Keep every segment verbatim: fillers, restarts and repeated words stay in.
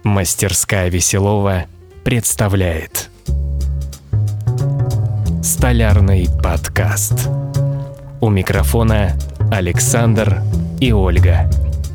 Мастерская Веселова представляет Столярный подкаст. У микрофона Александр и Ольга.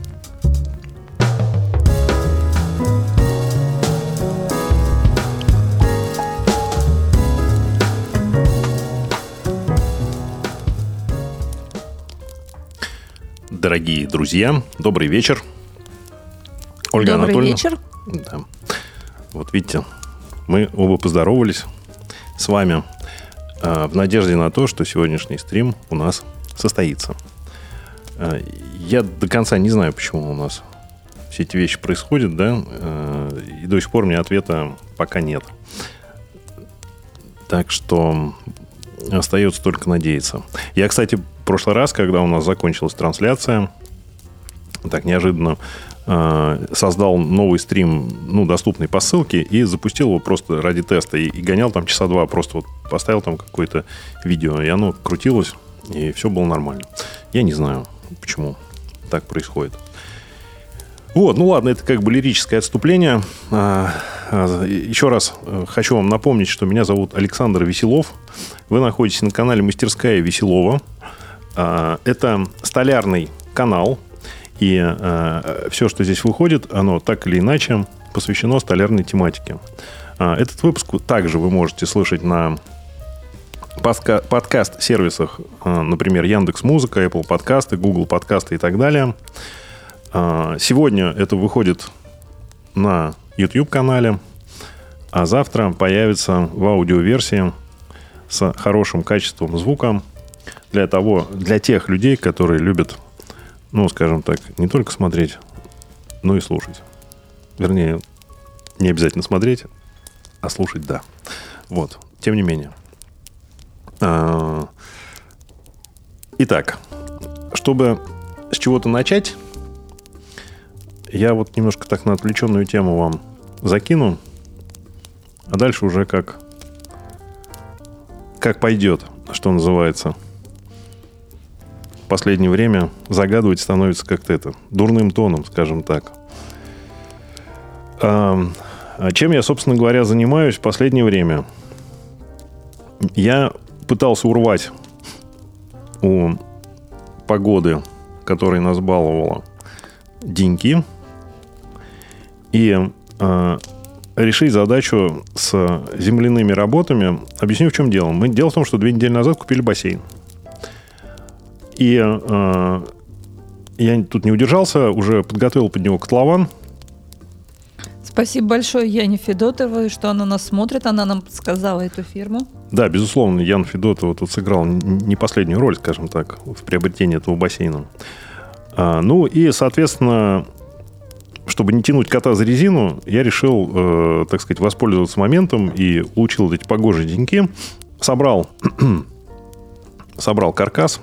Дорогие друзья, добрый вечер. Ольга Добрый Анатольевна. вечер. Да. Вот видите, мы оба поздоровались с вами э, в надежде на то, что сегодняшний стрим у нас состоится. Э, я до конца не знаю, почему у нас все эти вещи происходят, да, э, и до сих пор мне ответа пока нет. Так что остается только надеяться. Я, кстати, в прошлый раз, когда у нас закончилась трансляция, так неожиданно э, создал новый стрим, ну, доступный по ссылке, и запустил его просто ради теста. И, и гонял там часа два, просто вот поставил там какое-то видео, и оно крутилось, и все было нормально. Я не знаю, почему так происходит. Вот, ну ладно, это как бы лирическое отступление. А, а, еще раз хочу вам напомнить, что меня зовут Александр Веселов. Вы находитесь на канале Мастерская Веселова. А, это столярный канал. И а, все, что здесь выходит, оно так или иначе посвящено столярной тематике. А, этот выпуск также вы можете слышать на подка- подкаст-сервисах, а, например, Яндекс.Музыка, Apple подкасты, Google подкасты и так далее. Сегодня это выходит на YouTube-канале, а завтра появится в аудиоверсии с хорошим качеством звука для того, для тех людей, которые любят, ну, скажем так, не только смотреть, но и слушать. Вернее, не обязательно смотреть, а слушать, да. Вот, тем не менее. Итак, чтобы с чего-то начать, я вот немножко так на отвлеченную тему вам закину, а дальше уже как, как пойдет, что называется. В последнее время загадывать становится как-то это дурным тоном, скажем так. А, чем я, собственно говоря, занимаюсь в последнее время? Я пытался урвать у погоды, которая нас баловала, деньки, и э, решить задачу с земляными работами. Объясню, в чем дело. Мы, дело в том, что две недели назад купили бассейн. И э, я тут не удержался, уже подготовил под него котлован. Спасибо большое Яне Федотовой, что она нас смотрит. Она нам подсказала эту фирму. Да, безусловно, Яна Федотова тут сыграла не последнюю роль, скажем так, в приобретении этого бассейна. А, ну и, соответственно, чтобы не тянуть кота за резину, я решил, э, так сказать, воспользоваться моментом и улучил эти погожие деньки. Собрал, собрал каркас.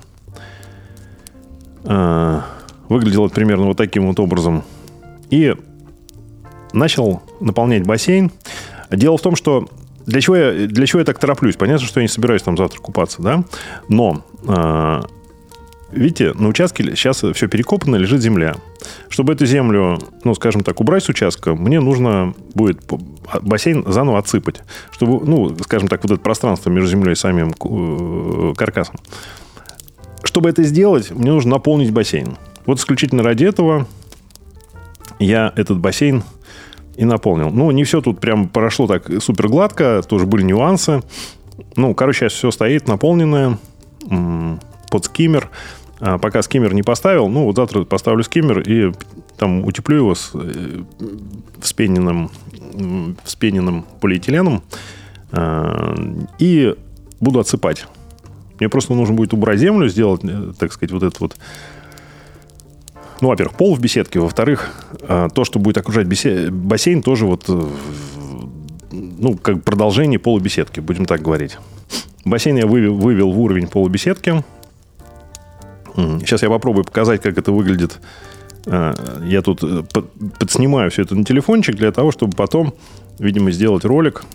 Э, выглядело это примерно вот таким вот образом. И начал наполнять бассейн. Дело в том, что для чего я, для чего я так тороплюсь? Понятно, что я не собираюсь там завтра купаться, да? Но... Э, видите, на участке сейчас все перекопано, лежит земля. Чтобы эту землю, ну, скажем так, убрать с участка, мне нужно будет бассейн заново отсыпать. Чтобы, ну, скажем так, вот это пространство между землей и самим каркасом. Чтобы это сделать, мне нужно наполнить бассейн. Вот исключительно ради этого я этот бассейн и наполнил. Ну, не все тут прям прошло так супер гладко, тоже были нюансы. Ну, короче, сейчас все стоит наполненное под скиммер. А пока скиммер не поставил, ну, вот завтра поставлю скиммер и там утеплю его с э, вспененным, вспененным полиэтиленом э, и буду отсыпать. Мне просто нужно будет убрать землю, сделать, э, так сказать, вот этот вот, ну, во-первых, пол в беседке, во-вторых, э, то, что будет окружать бесе... бассейн, тоже вот, э, ну, как продолжение полубеседки, будем так говорить. Бассейн я вывел, вывел в уровень полубеседки. Сейчас я попробую показать, как это выглядит. Я тут подснимаю все это на телефончик для того, чтобы потом, видимо, сделать ролик.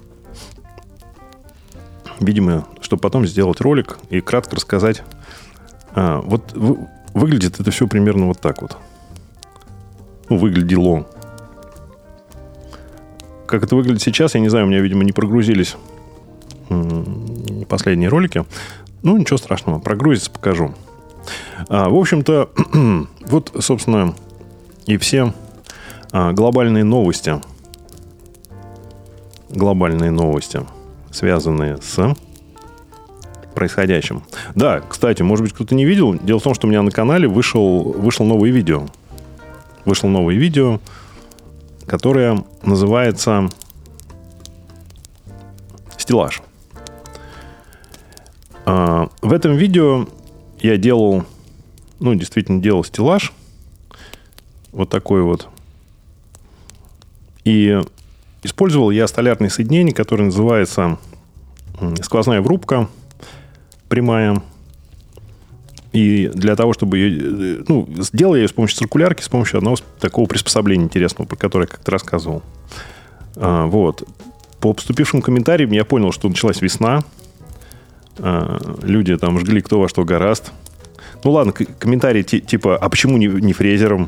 Видимо, чтобы потом сделать ролик и кратко рассказать. Вот выглядит это все примерно вот так вот. Ну, выглядело. как это выглядит сейчас, я не знаю, у меня, видимо, не прогрузились последние ролики. Ну, ничего страшного, прогрузится, покажу. А, в общем-то, вот, собственно, и все а, глобальные новости. Глобальные новости, связанные с происходящим. Да, кстати, может быть, кто-то не видел. Дело в том, что у меня на канале вышел, вышло новое видео. Вышло новое видео, которое называется «Стеллаж». А, в этом видео я делал, ну, действительно делал стеллаж. Вот такой вот. И использовал я столярное соединение, которое называется сквозная врубка прямая. И для того, чтобы ее... Ну, сделал я ее с помощью циркулярки, с помощью одного такого приспособления интересного, про которое я как-то рассказывал. А, вот. По поступившим комментариям я понял, что началась весна. А, люди там жгли кто во что гораст. Ну, ладно, комментарии типа, а почему не, не фрезером?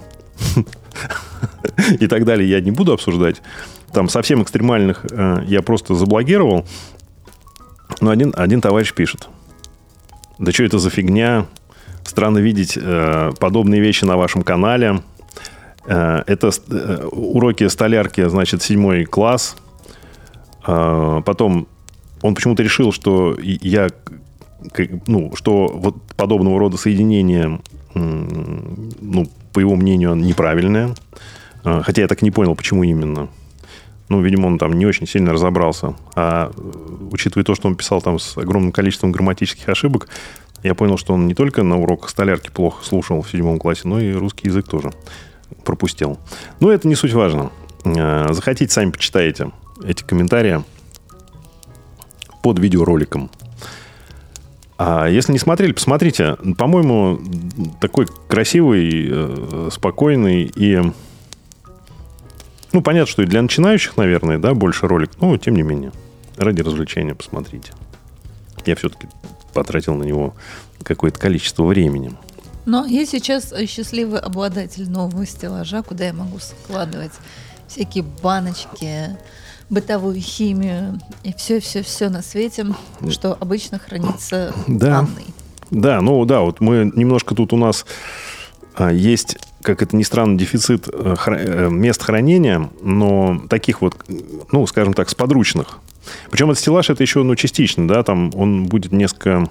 И так далее я не буду обсуждать. Там совсем экстремальных я просто заблокировал. Но один, один товарищ пишет: да что это за фигня? Странно видеть э, подобные вещи на вашем канале. Э, это э, уроки столярки, значит, седьмой класс. Э, потом он почему-то решил, что я, ну, что вот подобного рода соединение, э, ну, по его мнению, неправильное. Э, хотя я так и не понял, почему именно. Ну, видимо, он там не очень сильно разобрался. А учитывая то, что он писал там с огромным количеством грамматических ошибок, я понял, что он не только на уроках столярки плохо слушал в седьмом классе, но и русский язык тоже пропустил. Но это не суть важно. Захотите, сами почитаете эти комментарии под видеороликом. А если не смотрели, посмотрите. По-моему, такой красивый, спокойный и... Ну, понятно, что и для начинающих, наверное, да, больше ролик. Но, тем не менее, ради развлечения посмотрите. Я все-таки потратил на него какое-то количество времени. Но я сейчас счастливый обладатель нового стеллажа, куда я могу складывать всякие баночки, бытовую химию и все-все-все на свете, что обычно хранится в да. ванной. Да, ну да, вот мы немножко тут у нас а, есть... как это ни странно, дефицит мест хранения, но таких вот, ну, скажем так, сподручных. Причем этот стеллаж, это еще, ну, частично, да, там он будет несколько,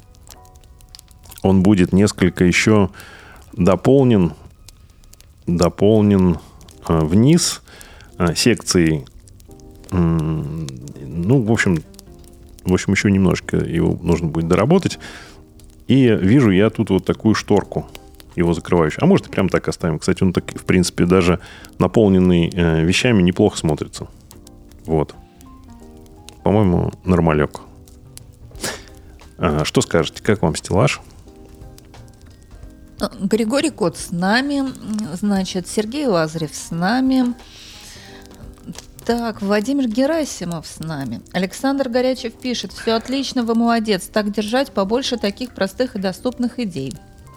он будет несколько еще дополнен, дополнен э, вниз э, секцией, э, ну, в общем, в общем, еще немножко его нужно будет доработать. И вижу я тут вот такую шторку, его закрывающий. А может, и прям так оставим. Кстати, он так, в принципе, даже наполненный э, вещами неплохо смотрится. Вот. По-моему, нормалек. А, что скажете? Как вам стеллаж? Григорий Кот с нами. Значит, Сергей Лазарев с нами. Так, Владимир Герасимов с нами. Александр Горячев пишет: все отлично, вы молодец. Так держать, побольше таких простых и доступных идей.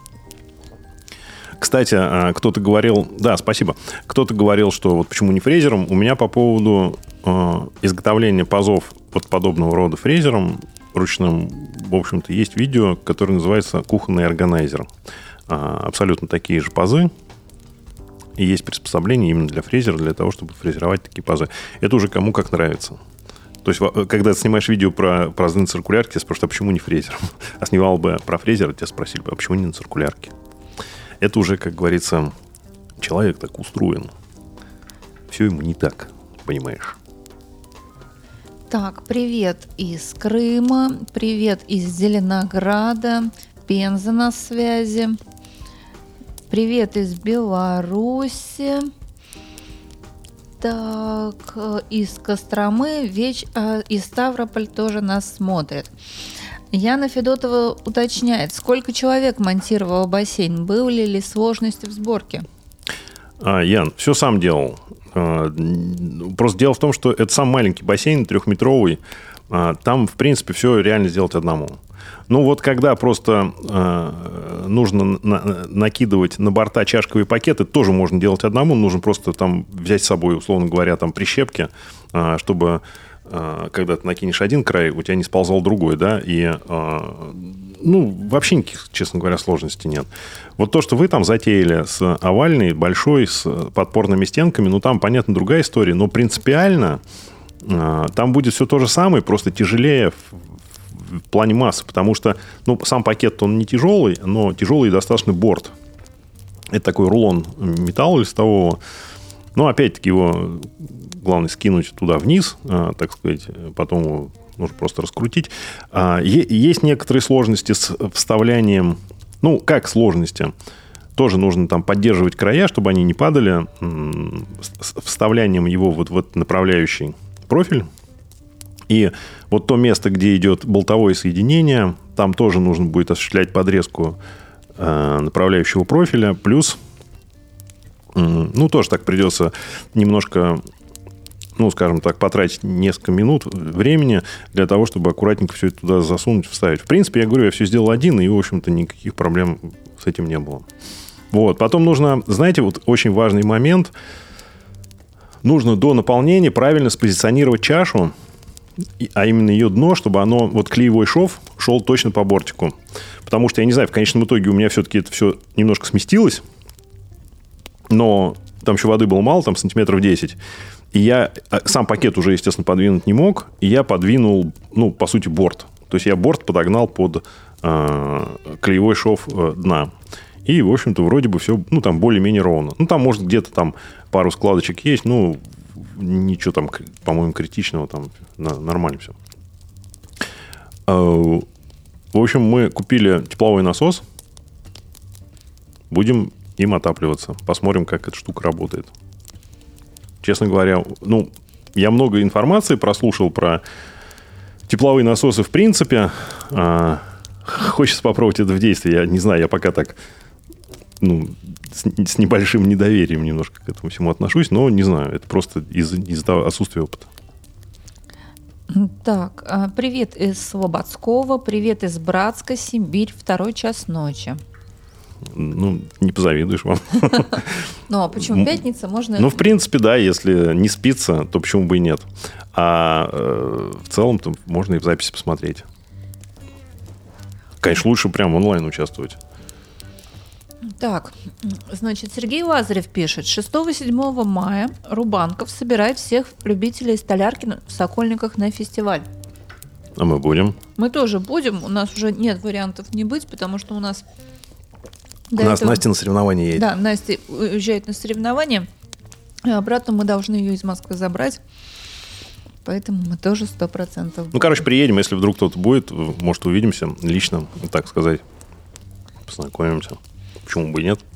Кстати, кто-то говорил... Да, спасибо. Кто-то говорил, что вот почему не фрезером. У меня по поводу э, изготовления пазов под подобного рода фрезером ручным, в общем-то, есть видео, которое называется «Кухонный органайзер». А, абсолютно такие же пазы. И есть приспособление именно для фрезера, для того, чтобы фрезеровать такие пазы. Это уже кому как нравится. То есть, когда ты снимаешь видео про пазы на циркулярке, тебя спрашивают, а почему не фрезером? А снимал бы про фрезер, тебя спросили бы, а почему не на циркулярке? Это уже, как говорится, человек так устроен. Все ему не так, понимаешь? Так, привет из Крыма, привет из Зеленограда, Пенза на связи, привет из Беларуси, так, из Костромы, Веч, а, из Ставрополь тоже нас смотрит. Яна Федотова уточняет, сколько человек монтировало бассейн, были ли сложности в сборке? А, Ян, все сам делал. А, просто дело в том, что это сам маленький бассейн, трехметровый. А, там, в принципе, все реально сделать одному. Ну, вот когда просто э, нужно на, накидывать на борта чашковые пакеты, тоже можно делать одному. Нужно просто там взять с собой, условно говоря, там прищепки, э, чтобы, э, когда ты накинешь один край, у тебя не сползал другой, да, и... Э, ну, вообще никаких, честно говоря, сложностей нет. Вот то, что вы там затеяли с овальной, большой, с подпорными стенками, ну, там, понятно, другая история, но принципиально э, там будет все то же самое, просто тяжелее в, в плане массы, потому что, ну, сам пакет, он не тяжелый, но тяжелый достаточно борт. Это такой рулон металла листового. Но, опять-таки, его главное скинуть туда вниз, э, так сказать, потом его нужно просто раскрутить. Есть некоторые сложности с вставлянием. Ну, как сложности? Тоже нужно там поддерживать края, чтобы они не падали. С вставлянием его вот в этот направляющий профиль. И вот то место, где идет болтовое соединение, там тоже нужно будет осуществлять подрезку направляющего профиля. Плюс, ну, тоже так придется немножко... ну, скажем так, потратить несколько минут времени для того, чтобы аккуратненько все это туда засунуть, вставить. В принципе, я говорю, я все сделал один, и, в общем-то, никаких проблем с этим не было. Вот. Потом нужно, знаете, вот очень важный момент. Нужно до наполнения правильно спозиционировать чашу, а именно ее дно, чтобы оно, вот клеевой шов шел точно по бортику. Потому что, я не знаю, в конечном итоге у меня все-таки это все немножко сместилось, но там еще воды было мало, там сантиметров десять. И я сам пакет уже, естественно, подвинуть не мог. И я подвинул, ну, по сути, борт. То есть я борт подогнал под э, клеевой шов э, дна. И, в общем-то, вроде бы все, ну, там более-менее ровно. Ну, там, может, где-то там пару складочек есть. Ну, ничего там, по-моему, критичного. Там нормально все. Э, в общем, мы купили тепловой насос. Будем им отапливаться. Посмотрим, как эта штука работает. Честно говоря, ну, я много информации прослушал про тепловые насосы в принципе. А, хочется попробовать это в действии. Я не знаю, я пока так, ну, с, с небольшим недоверием немножко к этому всему отношусь, но не знаю, это просто из- из-за отсутствия опыта. Так, привет из Слободского, привет из Братска, Сибирь, второй час ночи. Ну, не позавидуешь вам. Ну, а почему пятница? Можно... Ну, в принципе, да, если не спится, то почему бы и нет. А э, в целом-то можно и в записи посмотреть. Конечно, лучше прям онлайн участвовать. Так, значит, Сергей Лазарев пишет. шестого-седьмого мая Рубанков собирает всех любителей столярки в Сокольниках на фестиваль. А мы будем. Мы тоже будем. У нас уже нет вариантов не быть, потому что у нас... У нас этого... Настя на соревнования едет. Да, Настя уезжает на соревнования. И обратно мы должны ее из Москвы забрать. Поэтому мы тоже сто процентов. Ну, короче, приедем. Если вдруг кто-то будет, может, увидимся лично, так сказать. Познакомимся. Почему бы и нет?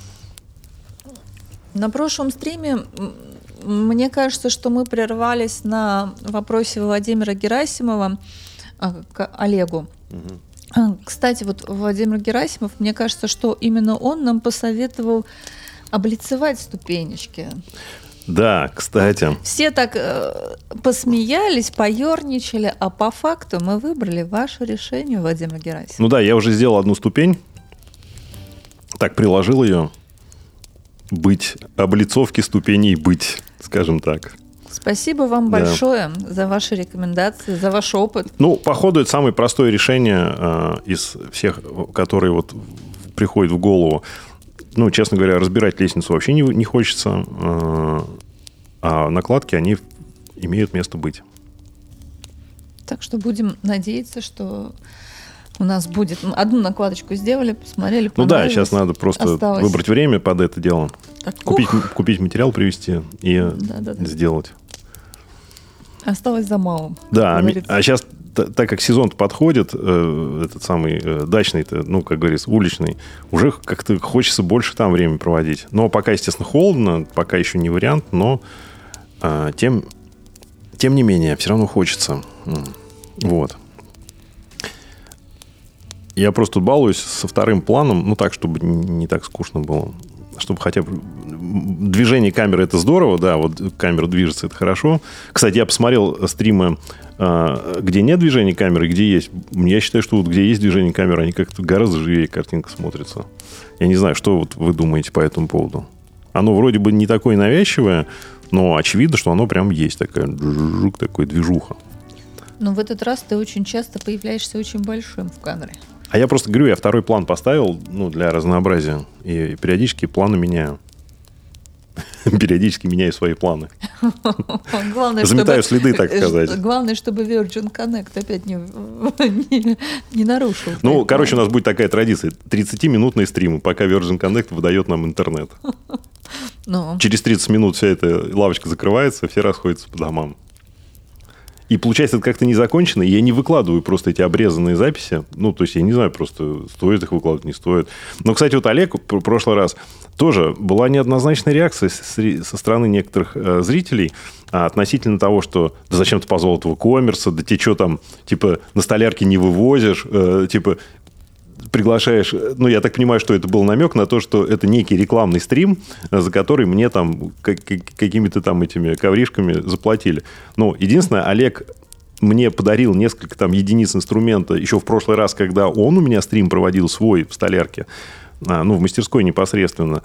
На прошлом стриме, мне кажется, что мы прервались на вопросе Владимира Герасимова к Олегу. Угу. Кстати, вот Владимир Герасимов, мне кажется, что именно он нам посоветовал облицевать ступенечки. Да, кстати. Все так э, посмеялись, поерничали, а по факту мы выбрали ваше решение, Владимир Герасимов. Ну да, я уже сделал одну ступень, так приложил ее. Быть, облицовки ступеней быть, скажем так. Спасибо вам да. большое за ваши рекомендации, за ваш опыт. Ну, походу, это самое простое решение э, из всех, которые вот приходят в голову. Ну, честно говоря, разбирать лестницу вообще не, не хочется. Э, а накладки, они имеют место быть. Так что будем надеяться, что у нас будет... Одну накладочку сделали, посмотрели, ну да, сейчас надо просто осталось... выбрать время под это дело. Так, купить, купить материал, привезти и да, да, да. сделать. Осталось за малым. Да, а сейчас, так как сезон подходит, э, этот самый э, дачный, ну, как говорится, уличный, уже как-то хочется больше там время проводить. Но пока, естественно, холодно, пока еще не вариант, но э, тем, тем не менее, все равно хочется. Вот. Я просто балуюсь со вторым планом, ну, так, чтобы не так скучно было. Чтобы хотя бы движение камеры – это здорово, да, вот камера движется – это хорошо. Кстати, я посмотрел стримы, где нет движения камеры, где есть. Я считаю, что вот где есть движение камеры, они как-то гораздо живее картинка смотрится. Я не знаю, что вот вы думаете по этому поводу. Оно вроде бы не такое навязчивое, но очевидно, что оно прям есть. Такая жук, такой движуха. Но в этот раз ты очень часто появляешься очень большим в кадре. А я просто говорю, я второй план поставил, ну, для разнообразия. И периодически планы меняю. Периодически меняю свои планы. Главное, заметаю чтобы, следы, так сказать. Главное, чтобы Virgin Connect опять не, не, не нарушил. Ну, короче, у нас будет такая традиция. тридцатиминутные стримы, пока Virgin Connect выдает нам интернет. Ну. Через тридцать минут вся эта лавочка закрывается, все расходятся по домам. И получается, это как-то не закончено, и я не выкладываю просто эти обрезанные записи. Ну, то есть, я не знаю, просто стоит их выкладывать, не стоит. Но, кстати, вот Олег в прошлый раз тоже была неоднозначная реакция со стороны некоторых э, зрителей относительно того, что да зачем ты позвал этого коммерса, да ты что там, типа, на столярке не вывозишь, э, типа... приглашаешь, ну, я так понимаю, что это был намек на то, что это некий рекламный стрим, за который мне там какими-то там этими ковришками заплатили. Ну, единственное, Олег мне подарил несколько там единиц инструмента еще в прошлый раз, когда он у меня стрим проводил свой в столярке, ну, в мастерской непосредственно.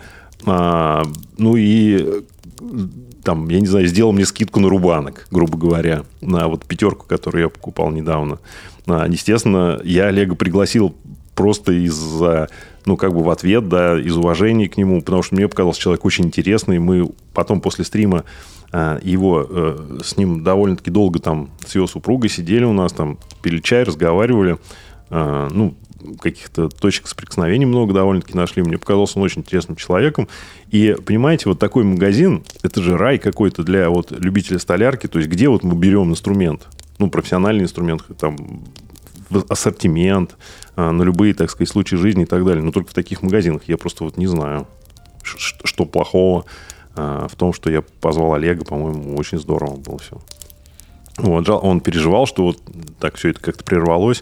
Ну, и там, я не знаю, сделал мне скидку на рубанок, грубо говоря, на вот пятерку, которую я покупал недавно. Естественно, я Олега пригласил просто из-за, ну, как бы в ответ, да, из уважения к нему, потому что мне показался человек очень интересный. Мы потом после стрима э, его, э, с ним довольно-таки долго там с его супругой сидели у нас, там, пили чай, разговаривали. Э, ну, каких-то точек соприкосновений много довольно-таки нашли. Мне показался он очень интересным человеком. И, понимаете, вот такой магазин, это же рай какой-то для вот любителя столярки. То есть, где вот мы берем инструмент? Ну, профессиональный инструмент, там, ассортимент, на любые, так сказать, случаи жизни и так далее. Но только в таких магазинах. Я просто вот не знаю, что плохого в том, что я позвал Олега. По-моему, очень здорово было все. Вот, он переживал, что вот так все это как-то прервалось.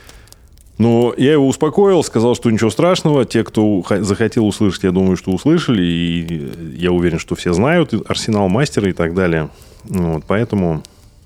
Но я его успокоил, сказал, что ничего страшного. Те, кто захотел услышать, я думаю, что услышали. И я уверен, что все знают арсенал мастера и так далее. Вот, поэтому,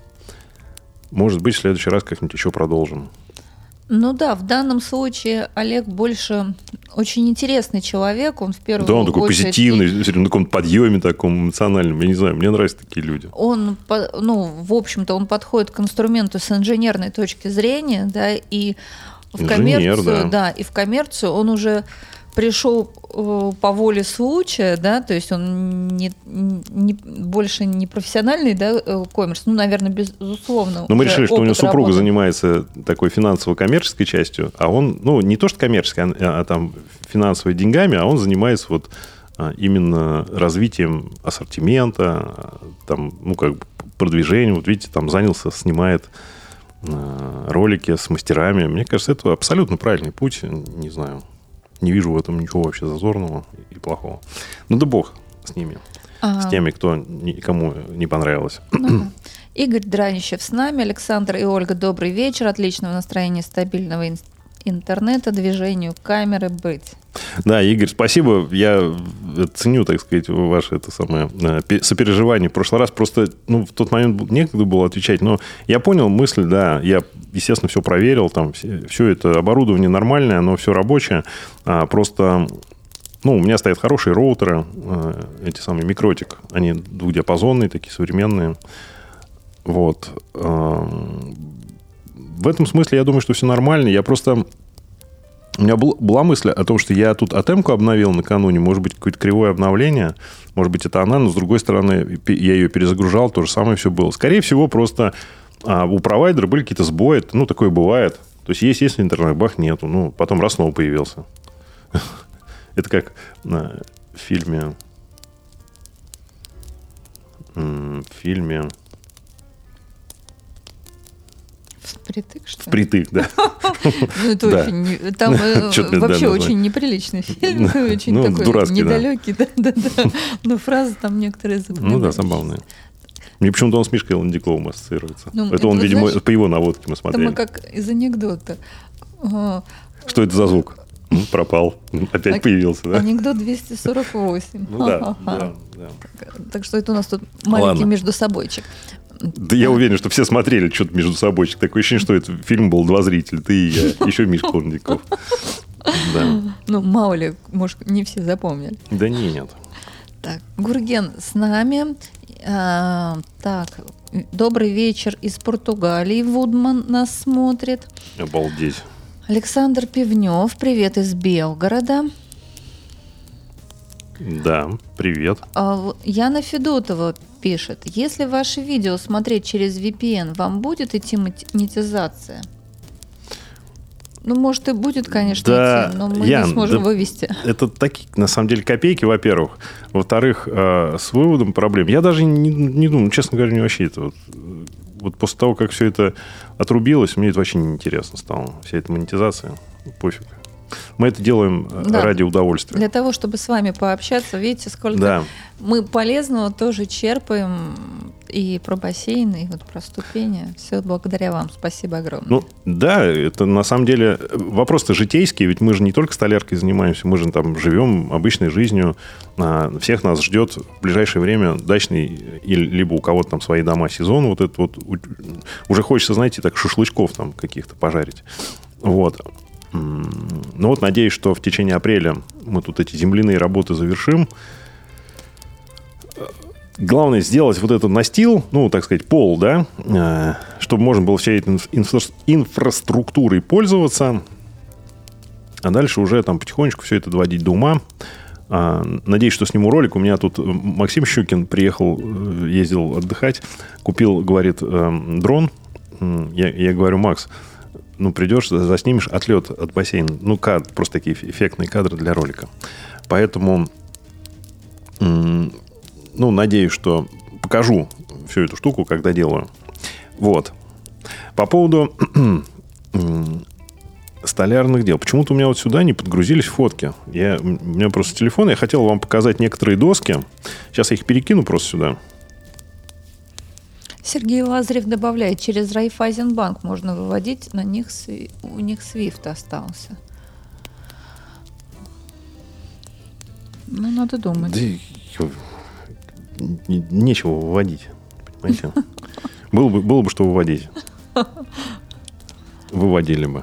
может быть, в следующий раз как-нибудь еще продолжим. Ну да, в данном случае Олег больше очень интересный человек. Он в первую очередь... Да, он такой очередь... позитивный, на таком подъеме таком эмоциональном. Я не знаю, мне нравятся такие люди. Он, ну, в общем-то, он подходит к инструменту с инженерной точки зрения, да, и в Инженер, коммерцию, да. да, и в коммерцию он уже пришел э, по воле случая, да, то есть он не, не, больше не профессиональный, да, коммерс, ну, наверное, безусловно. Но мы решили, что у него супруга работы. занимается такой финансово-коммерческой частью, а он, ну, не то что коммерческой, а, а там финансовой деньгами, а он занимается вот а, именно развитием ассортимента, там, ну, как бы продвижением. Вот видите, там занялся, снимает а, ролики с мастерами. Мне кажется, это абсолютно правильный путь, не знаю. Не вижу в этом ничего вообще зазорного и плохого. Ну да бог с ними. А... С теми, кто никому не понравилось. Ну, Игорь Дранищев с нами. Александр и Ольга, добрый вечер. Отличного настроения, стабильного интернета, движению камеры быть. Да, Игорь, спасибо. Я ценю, так сказать, ваше это самое сопереживание. В прошлый раз просто, ну, в тот момент некогда было отвечать, но я понял мысль, да, я, естественно, все проверил, там, все, все это оборудование нормальное, оно все рабочее, а, просто, ну, у меня стоят хорошие роутеры, эти самые Микротик, они двухдиапазонные, такие современные, вот. В этом смысле я думаю, что все нормально, я просто... У меня был, была мысль о том, что я тут АТМ-ку обновил накануне, может быть, какое-то кривое обновление, может быть, это она, но, с другой стороны, я ее перезагружал, то же самое все было. Скорее всего, просто а, у провайдера были какие-то сбои, ну, такое бывает. То есть, есть, есть интернет, бах, нету, ну, потом раз снова появился. Это как в фильме... В фильме... Впритык, что ли? Впритык, да. Ну, это очень... Там вообще очень неприличный фильм, очень такой недалекий, да-да-да. Но фразы там некоторые запоминаются. Ну да, забавные. Мне почему-то он с Мишкой Ландиковым ассоциируется. Это он, видимо, по его наводке мы смотрели. Это мы как из анекдота. Что это за звук? Ну, пропал. Опять А- появился, да? Анекдот двести сорок восемь. Ну да, Ха-ха-ха. да, да. Так что это у нас тут маленький Ладно. между собойчик. Да я уверен, что все смотрели что-то между собой. Такое ощущение, что это фильм был два зрителя. Ты и я. Еще Мишка Ландяков. Да. Ну, мало ли, может, не все запомнили. Да не, нет. Так, Гурген с нами. А, так, добрый вечер из Португалии. Вудман нас смотрит. Обалдеть. Александр Пивнев, привет из Белгорода. Да, привет. А, в- Яна Федотова пишет, если ваше видео смотреть через ви пи эн, вам будет идти мати- монетизация? Ну, может, и будет, конечно, Да, идти, но мы Ян, не сможем да вывести. Это такие, на самом деле, копейки, во-первых. Во-вторых, э, с выводом проблем. Я даже не, не думаю, честно говоря, не вообще это. Вот, вот после того, как все это отрубилось, мне это вообще не интересно стало. Вся эта монетизация. Пофиг. Мы это делаем э, Да. ради удовольствия. Для того, чтобы с вами пообщаться, видите, сколько Да. мы полезного тоже черпаем и про бассейн, и вот про ступени. Все благодаря вам. Спасибо огромное. Ну, да, это на самом деле вопрос-то житейский, ведь мы же не только столяркой занимаемся, мы же там живем обычной жизнью. А, Всех нас ждет в ближайшее время дачный, или либо у кого-то там свои дома сезон, вот это вот у- уже хочется, знаете, так шашлычков там каких-то пожарить. Вот. М, Ну вот, надеюсь, что в течение апреля мы тут эти земляные работы завершим. Главное сделать вот этот настил, ну, так сказать, пол, да, э, чтобы можно было всей этой инф- инфра- инфраструктурой пользоваться, а дальше уже там потихонечку все это доводить до ума. А, Надеюсь, что сниму ролик. У меня тут Максим Щукин приехал, э, ездил отдыхать, купил, говорит, э, дрон. М, Я, я говорю, Макс, ну, придешь, заснимешь отлет от бассейна. Ну, кад- просто такие эф- эффектные кадры для ролика. Поэтому... м, Ну, надеюсь, что покажу всю эту штуку, когда делаю. Вот. По поводу м, столярных дел. Почему-то у меня вот сюда не подгрузились фотки. Я, у меня просто телефон. Я хотел вам показать некоторые доски. Сейчас я их перекину просто сюда. Сергей Лазарев добавляет, через Райфайзенбанк можно выводить, на них сви- у них свифт остался. Ну, надо думать. Да и, не- нечего выводить. Понимаете? Было бы, было бы что выводить. Выводили бы.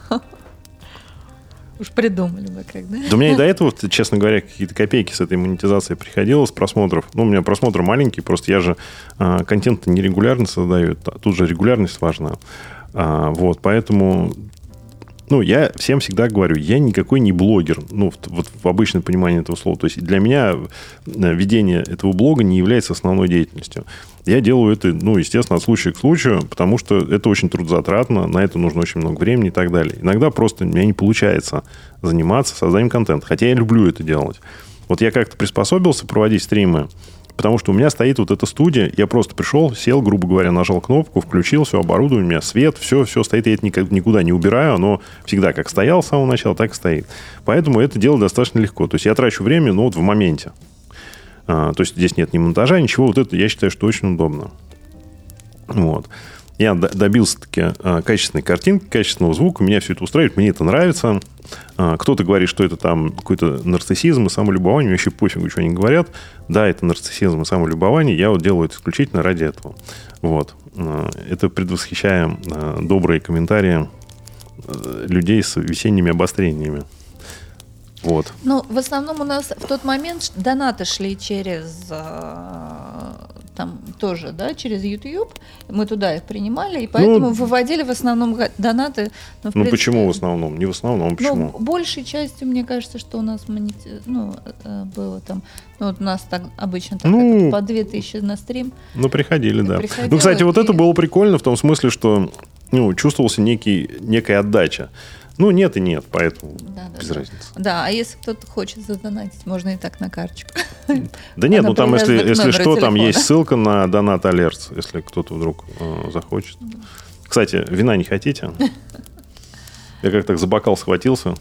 Уж придумали бы как, да? Да у меня и до этого, честно говоря, какие-то копейки с этой монетизацией приходило, с просмотров. Ну, у меня просмотр маленький, просто я же а, контент нерегулярно создаю. т- Тут же регулярность важна. А, вот, поэтому... Ну, я всем всегда говорю, я никакой не блогер, ну, в, вот в обычном понимании этого слова. То есть для меня э, ведение этого блога не является основной деятельностью. Я делаю это, ну, естественно, от случая к случаю, потому что это очень трудозатратно, на это нужно очень много времени и так далее. Иногда просто у меня не получается заниматься созданием контента, хотя я люблю это делать. Вот я как-то приспособился проводить стримы, потому что у меня стоит вот эта студия, я просто пришел, сел, грубо говоря, нажал кнопку, включил все оборудование, у меня свет, все, все стоит, я это никак- никуда не убираю, оно всегда как стояло с самого начала, так и стоит. Поэтому это дело достаточно легко. То есть я трачу время, ну, вот в моменте. А, то есть здесь нет ни монтажа, ничего. Вот это я считаю, что очень удобно. Вот. Я д- добился-таки а, качественной картинки, качественного звука. Меня все это устраивает, мне это нравится. А, кто-то говорит, что это там какой-то нарциссизм и самолюбование. Мне вообще пофигу, что они говорят. Да, это нарциссизм и самолюбование. Я вот делаю это исключительно ради этого. Вот. А, это предвосхищая а, добрые комментарии а, людей с весенними обострениями. Вот. Ну, в основном у нас в тот момент ш- донаты шли через а, там тоже, да, через YouTube. Мы туда их принимали, и поэтому Ну, выводили в основном га- донаты. Но, в Ну, принципе, почему в основном? Не в основном, почему? Ну, большей частью, мне кажется, что у нас монети- ну, э, было там, ну, вот у нас так обычно так, Ну, это по две тысячи на стрим. Ну, приходили, да. Приходило, Ну, кстати, вот и- это было прикольно в том смысле, что ну, чувствовался некий, некая отдача. Ну, нет и нет, поэтому Да, да, без да. разницы. Да, а если кто-то хочет задонатить, можно и так на карточку. Да нет, Она ну там, если, привязана к если номеру что, там телефона. есть ссылка на донат алерт, если кто-то вдруг э, захочет. Кстати, вина не хотите? Я как так за бокал схватился.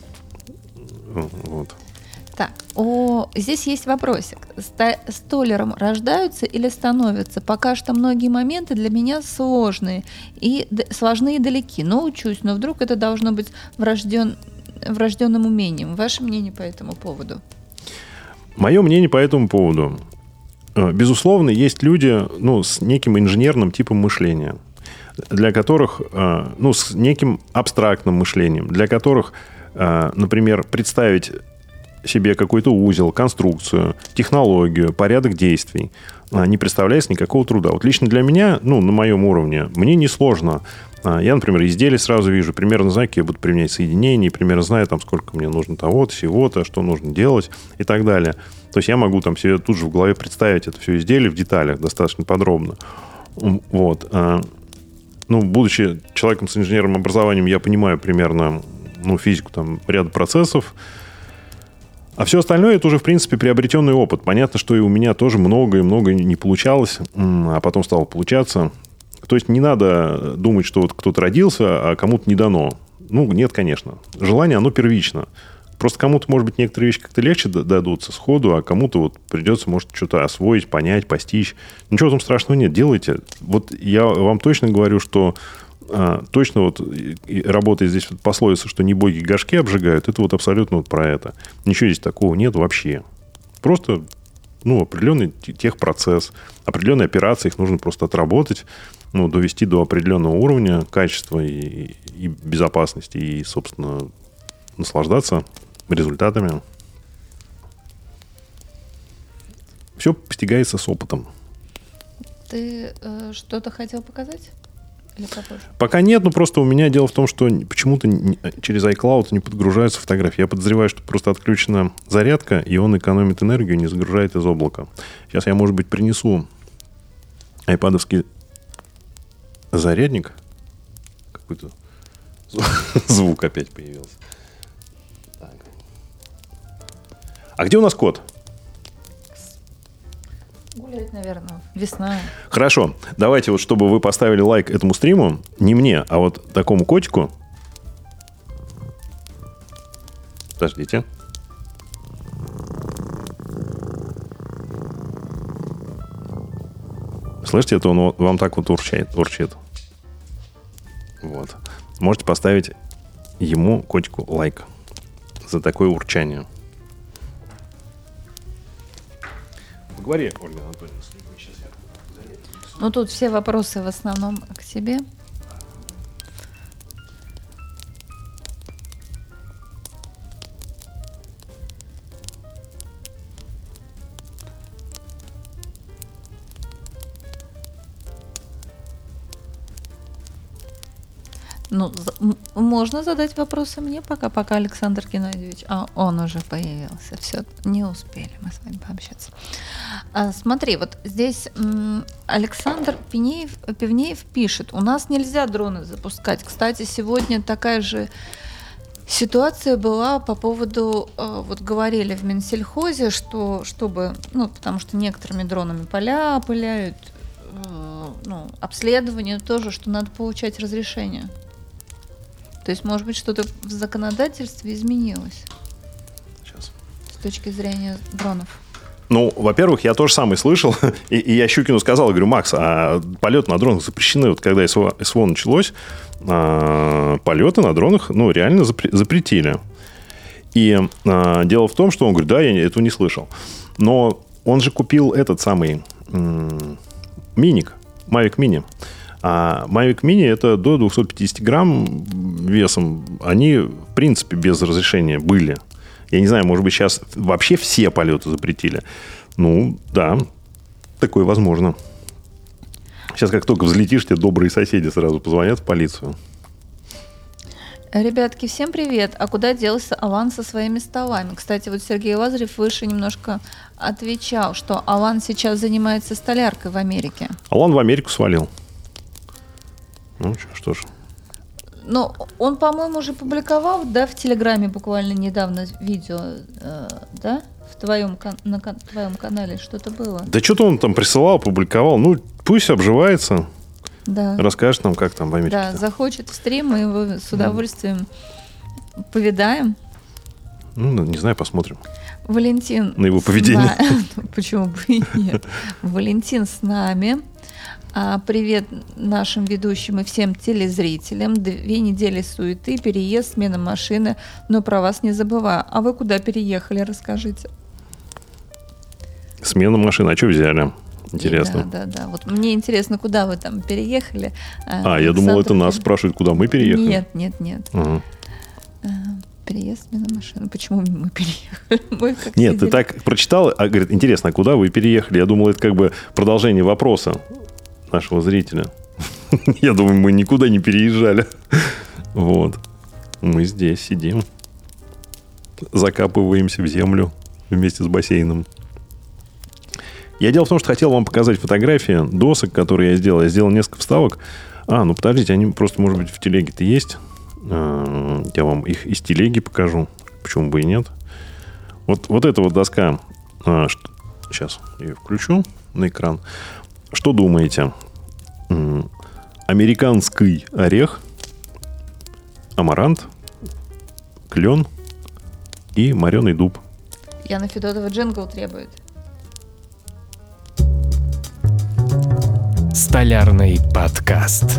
Вот. Так, о, здесь есть вопросик. Ста- столяром рождаются или становятся? Пока что многие моменты для меня сложные и д- сложные и далеки. Но учусь, но вдруг это должно быть врожден... врожденным умением. Ваше мнение по этому поводу? Мое мнение по этому поводу. Безусловно, есть люди, ну, с неким инженерным типом мышления, для которых, ну, с неким абстрактным мышлением, для которых, например, представить себе какой-то узел, конструкцию, технологию, порядок действий не представляется никакого труда. Вот лично для меня, ну, на моем уровне, мне несложно. Я, например, изделие сразу вижу, примерно знаю, какие я буду применять соединения, примерно знаю, там, сколько мне нужно того-то, всего-то, что нужно делать и так далее. То есть я могу там себе тут же в голове представить это все изделие в деталях достаточно подробно. Вот. Ну, будучи человеком с инженерным образованием, я понимаю примерно, ну, физику там ряда процессов. А все остальное — это уже, в принципе, приобретенный опыт. Понятно, что и у меня тоже много и много не получалось, а потом стало получаться. То есть не надо думать, что вот кто-то родился, а кому-то не дано. Ну, нет, конечно. Желание, оно первично. Просто кому-то, может быть, некоторые вещи как-то легче дадутся сходу, а кому-то вот придется, может, что-то освоить, понять, постичь. Ничего там страшного нет. Делайте. Вот я вам точно говорю, что а, точно вот работает здесь вот пословица, что не боги горшки обжигают, это вот абсолютно вот про это. Ничего здесь такого нет вообще. Просто, ну, определенный техпроцесс, определенные операции, их нужно просто отработать, ну, довести до определенного уровня качества и, и безопасности, и, собственно, наслаждаться результатами. Все постигается с опытом. Ты э, что-то хотел показать? Или попозже? Пока нет, но просто у меня дело в том, что почему-то не, через iCloud не подгружаются фотографии. Я подозреваю, что просто отключена зарядка, и он экономит энергию, не загружает из облака. Сейчас я, может быть, принесу айпадовский зарядник. Какой-то звук опять появился. Так. А где у нас кот? Гулять, наверное. Весна. Хорошо. Давайте вот, чтобы вы поставили лайк этому стриму, не мне, а вот такому котику. Подождите. Слышите, это он вам так вот урчает, урчит. Вот. Можете поставить ему, котику, лайк за такое урчание. Поговори, Ольга Анатольевна, с людьми. Сейчас я зарядку несу. Ну, тут все вопросы в основном к тебе. Ну, за- м- можно задать вопросы мне пока, пока Александр Геннадьевич. А, он уже появился. Все, не успели мы с вами пообщаться. А, смотри, вот здесь м, Александр Пинеев, Пивнеев пишет: у нас нельзя дроны запускать. Кстати, сегодня такая же ситуация была по поводу, э, вот говорили в Минсельхозе, что чтобы, ну, потому что некоторыми дронами поля опыляют, э, ну, обследование тоже, что надо получать разрешение. То есть, может быть, что-то в законодательстве изменилось Сейчас. с точки зрения дронов. Ну, во-первых, я тоже самое слышал, и, и я Щукину сказал, говорю: Макс, а полеты на дронах запрещены. Вот когда СВО, СВО началось, а, полеты на дронах, ну, реально запре- запретили. И а, дело в том, что он говорит: да, я этого не слышал. Но он же купил этот самый м- миник, Mavic Mini. А Mavic Mini — это до двести пятьдесят грамм весом. Они, в принципе, без разрешения были. Я не знаю, может быть, сейчас вообще все полеты запретили. Ну, да, такое возможно. Сейчас как только взлетишь, тебе добрые соседи сразу позвонят в полицию. Ребятки, всем привет. А куда делся Алан со своими столами? Кстати, вот Сергей Лазарев выше немножко отвечал, что Алан сейчас занимается столяркой в Америке. Алан в Америку свалил. Ну, что ж. Ну, он, по-моему, уже публиковал, да, в Телеграме буквально недавно видео, э, да, в твоем, кан- на кан- твоем канале что-то было. Да что-то он там присылал, публиковал. Ну, пусть обживается. Да. Расскажет нам, как там в Америке. Да, захочет в стрим, мы его с удовольствием повидаем. Ну, не знаю, посмотрим. Валентин... На его поведение. На... Почему бы и нет? Валентин с нами. А, привет нашим ведущим и всем телезрителям. Две недели суеты, переезд, смена машины, но про вас не забываю. А вы куда переехали, расскажите. Смена машины, а что взяли? Интересно. Да, да, да. Вот мне интересно, куда вы там переехали. А, Александр... я думал, это нас спрашивают, куда мы переехали. Нет, нет, нет. Угу. Переезд, смена машины. Почему мы переехали? Мы как Нет, сидели... ты так прочитал, а говорит, интересно, а куда вы переехали? Я думал, это как бы продолжение вопроса нашего зрителя. Я думаю, мы никуда не переезжали. Вот. Мы здесь сидим. Закапываемся в землю вместе с бассейном. Я дело в том, что хотел вам показать фотографии досок, которые я сделал. Я сделал несколько вставок. А, ну подождите, они просто, может быть, в телеге-то есть. Я вам их из телеги покажу. Почему бы и нет. Вот, вот эта вот доска. Сейчас я ее включу на экран. Что думаете? Американский орех, амарант, клен и мореный дуб. Яна Федотова джингл требует. Столярный подкаст.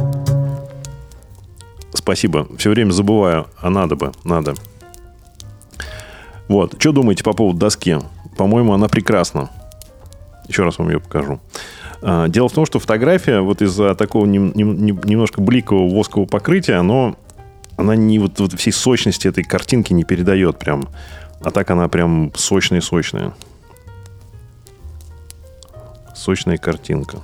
Спасибо. Все время забываю, а надо бы, надо. Вот. Что думаете по поводу доски? По-моему, она прекрасна. Еще раз вам ее покажу. Дело в том, что фотография вот из-за такого нем, нем, немножко бликового воскового покрытия, оно, она не вот, вот всей сочности этой картинки не передает прям. А так она прям сочная-сочная. Сочная картинка.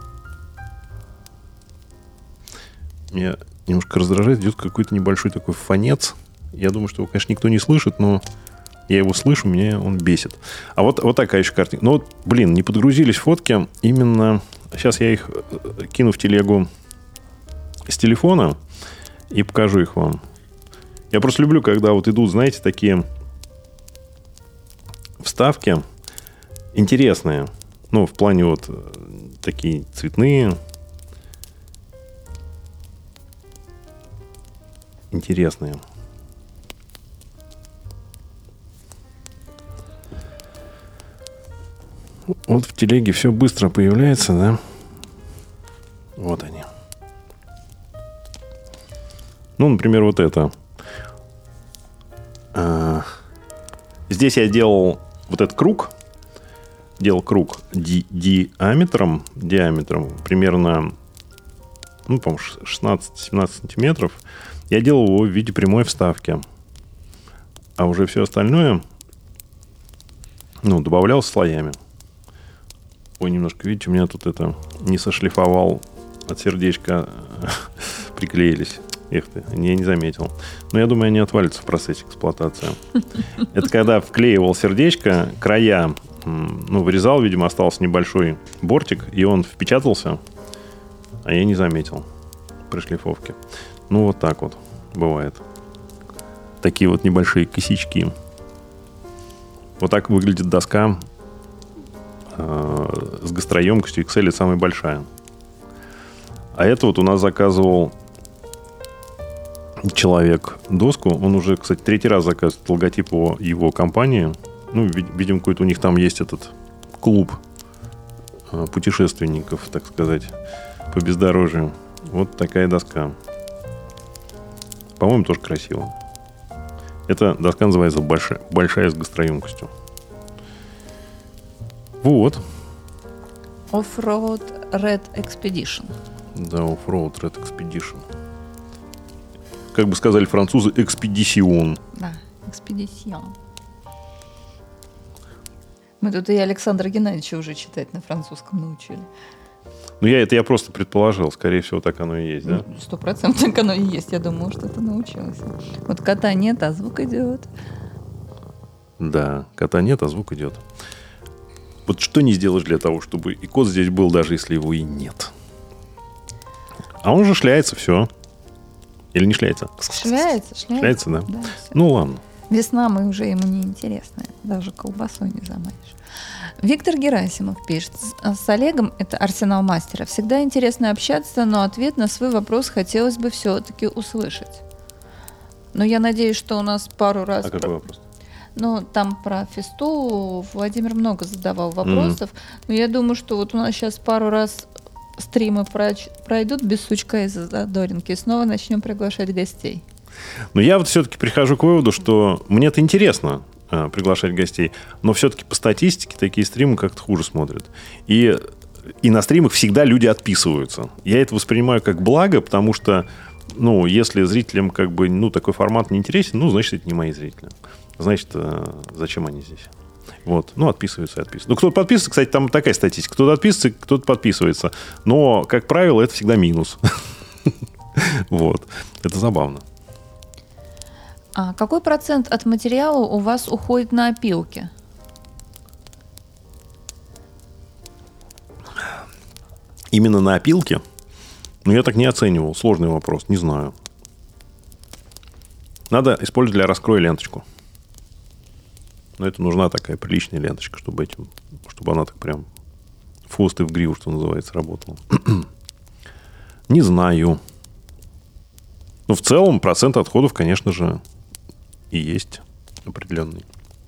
Меня немножко раздражает, идет какой-то небольшой такой фонец. Я думаю, что его, конечно, никто не слышит, но я его слышу, меня он бесит. А вот, вот такая еще картинка. Ну вот, блин, не подгрузились фотки. Именно сейчас я их кину в телегу с телефона и покажу их вам. Я просто люблю, когда вот идут, знаете, такие вставки интересные. Ну, в плане вот такие цветные. Интересные. Вот в телеге все быстро появляется, да? Вот они. Ну, например, вот это. А, здесь я делал вот этот круг. Делал круг ди- диаметром, диаметром примерно, ну, по-моему, шестнадцать-семнадцать сантиметров. Я делал его в виде прямой вставки. А уже все остальное, ну, добавлял слоями. Ой, немножко, видите, у меня тут это не сошлифовал, от сердечка приклеились. Эх ты, я не заметил. Но я думаю, они отвалятся в процессе эксплуатации. Это когда вклеивал сердечко, края, ну, вырезал, видимо, остался небольшой бортик, и он впечатался, а я не заметил при шлифовке. Ну, вот так вот бывает. Такие вот небольшие косячки. Вот так выглядит доска э, с гастроемкостью икс эль, самая большая. А это вот у нас заказывал человек доску. Он уже, кстати, третий раз заказывает логотип его, его компании. Ну, видимо, какой-то у них там есть этот клуб э, путешественников, так сказать, по бездорожью. Вот такая доска. По-моему, тоже красиво. Эта доска называется большая, большая с гастроемкостью. Вот. Off-Road Red Expedition. Да, Off-Road Red Expedition. Как бы сказали французы, экспедисион. Да, экспедисион. Мы тут и Александра Геннадьевича уже читать на французском научили. Ну, я, это я просто предположил. Скорее всего, так оно и есть, да? Сто процентов так оно и есть. Я думала, что ты научилась. Вот кота нет, а звук идет. Да, кота нет, а звук идет. Вот что не сделаешь для того, чтобы и кот здесь был, даже если его и нет. А он же шляется, все. Или не шляется? Шляется, шляется. Шляется, да? Да, ну, ладно. Весна мы уже ему не интересны. Даже колбасой не замаешь. Виктор Герасимов пишет. С Олегом, это Арсенал Мастера, всегда интересно общаться, но ответ на свой вопрос хотелось бы все-таки услышать. Но я надеюсь, что у нас пару раз... А какой вопрос? Ну, там про Фисту Владимир много задавал вопросов. Mm-hmm. Но я думаю, что вот у нас сейчас пару раз стримы пройдут без Сучка и Задоринки, и снова начнем приглашать гостей. Но я вот все-таки прихожу к выводу, что мне это интересно э, приглашать гостей, но все-таки по статистике такие стримы как-то хуже смотрят. И, и на стримах всегда люди отписываются. Я это воспринимаю как благо, потому что, ну, если зрителям как бы, ну, такой формат не интересен, ну, значит, это не мои зрители. Значит, э, зачем они здесь? Вот. Ну, отписываются и отписываются. Ну, кто-то подписывается, кстати, там такая статистика. Кто-то отписывается, кто-то подписывается. Но, как правило, это всегда минус. Вот. Это забавно. А какой процент от материала у вас уходит на опилки? Именно на опилки? Ну, я так не оценивал. Сложный вопрос. Не знаю. Надо использовать для раскроя ленточку. Но это нужна такая приличная ленточка, чтобы, этим, чтобы она так прям в хвост и в гриву, что называется, работала. Не знаю. Но в целом процент отходов, конечно же, и есть определенный.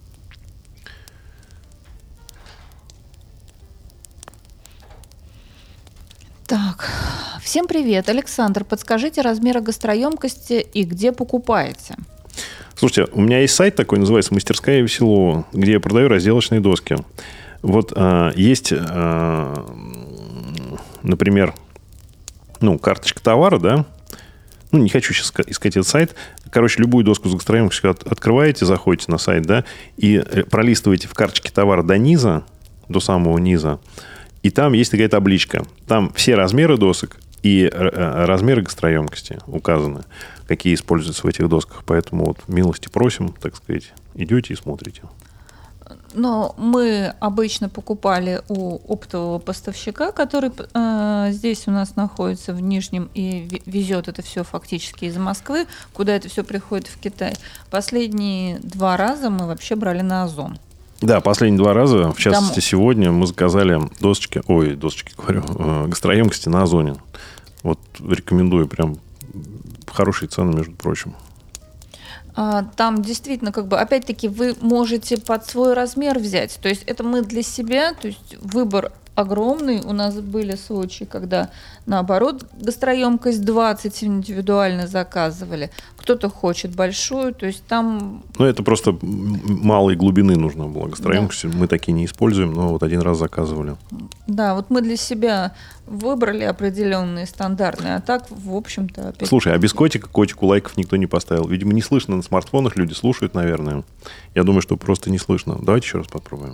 Так, всем привет. Александр, подскажите размеры гастроемкости и где покупаете? Слушайте, у меня есть сайт такой, называется «Мастерская Веселова», где я продаю разделочные доски. Вот а, есть, а, например, ну, карточка товара, да? Ну, не хочу сейчас искать этот сайт. Короче, любую доску с гастроемкостью от, открываете, заходите на сайт, да, и пролистываете в карточке товара до низа, до самого низа, и там есть такая табличка. Там все размеры досок и размеры гастроемкости указаны, какие используются в этих досках. Поэтому вот милости просим, так сказать, идете и смотрите. Но мы обычно покупали у оптового поставщика, который э, здесь у нас находится в Нижнем и везет это все фактически из Москвы, куда это все приходит в Китай. Последние два раза мы вообще брали на Озон. Да, последние два раза, в частности, Там... сегодня мы заказали досочки, ой, досочки, говорю, э, гастроемкости на Озоне. Вот рекомендую, прям хорошие цены, между прочим. Там действительно, как бы, опять-таки, вы можете под свой размер взять. То есть это мы для себя, то есть выбор огромный. У нас были случаи, когда, наоборот, гастроемкость двадцать индивидуально заказывали. Кто-то хочет большую, то есть там... Ну, это просто малой глубины нужно было гастроемкость. Да. Мы такие не используем, но вот один раз заказывали. Да, вот мы для себя выбрали определенные стандартные, а так, в общем-то... Опять... Слушай, а без котика котику лайков никто не поставил. Видимо, не слышно на смартфонах, люди слушают, наверное. Я думаю, что просто не слышно. Давайте еще раз попробуем.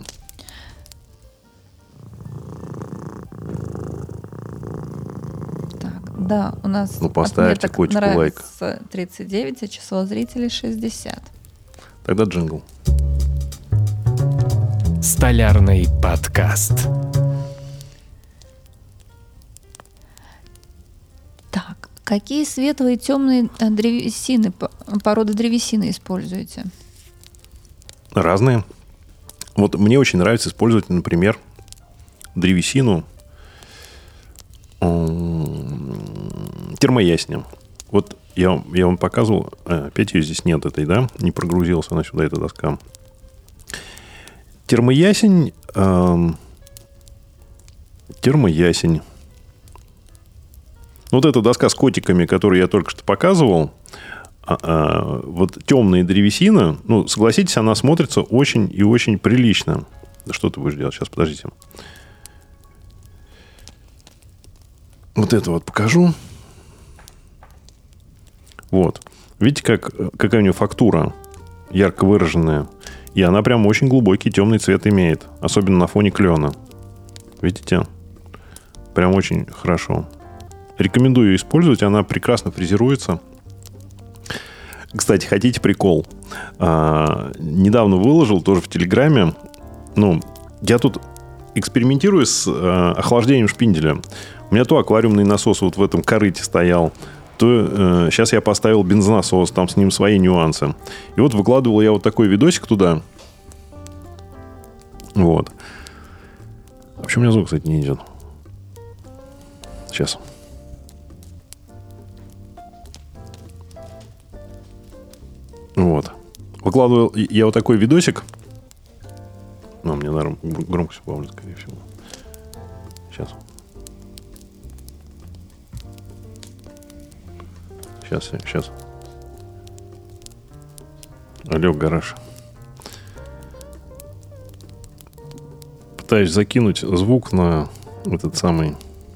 Да, у нас ну, поставьте котику лайк. тридцать девять, а число зрителей шестьдесят. Тогда джингл. Столярный подкаст. Так, какие светлые и темные древесины, породы древесины используете? Разные. Вот мне очень нравится использовать, например, древесину термоясень. Вот я, я вам показывал, а, опять ее здесь нет этой, да, не прогрузилась она сюда, эта доска. Термоясень, э, термоясень. Вот эта доска с котиками, которую я только что показывал, а, а, вот темная древесина, ну, согласитесь, она смотрится очень и очень прилично. Что ты будешь делать? Сейчас, подождите. Вот это вот покажу. Вот. Видите, как, какая у нее фактура ярко выраженная. И она прям очень глубокий темный цвет имеет. Особенно на фоне клена. Видите? Прям очень хорошо. Рекомендую ее использовать. Она прекрасно фрезеруется. Кстати, хотите прикол? А, недавно выложил тоже в Телеграме. Ну, я тут экспериментирую с а, охлаждением шпинделя. У меня то аквариумный насос вот в этом корыте стоял, то э, сейчас я поставил бензонасос, там с ним свои нюансы. И вот выкладывал я вот такой видосик туда. Вот. А почему у меня звук, кстати, не идет? Сейчас. Вот. выкладывал я вот такой видосик. Ну, мне, наверное, громкость убавлю, скорее всего. Сейчас. Сейчас, сейчас. Алло, гараж. Пытаюсь закинуть звук на этот самый...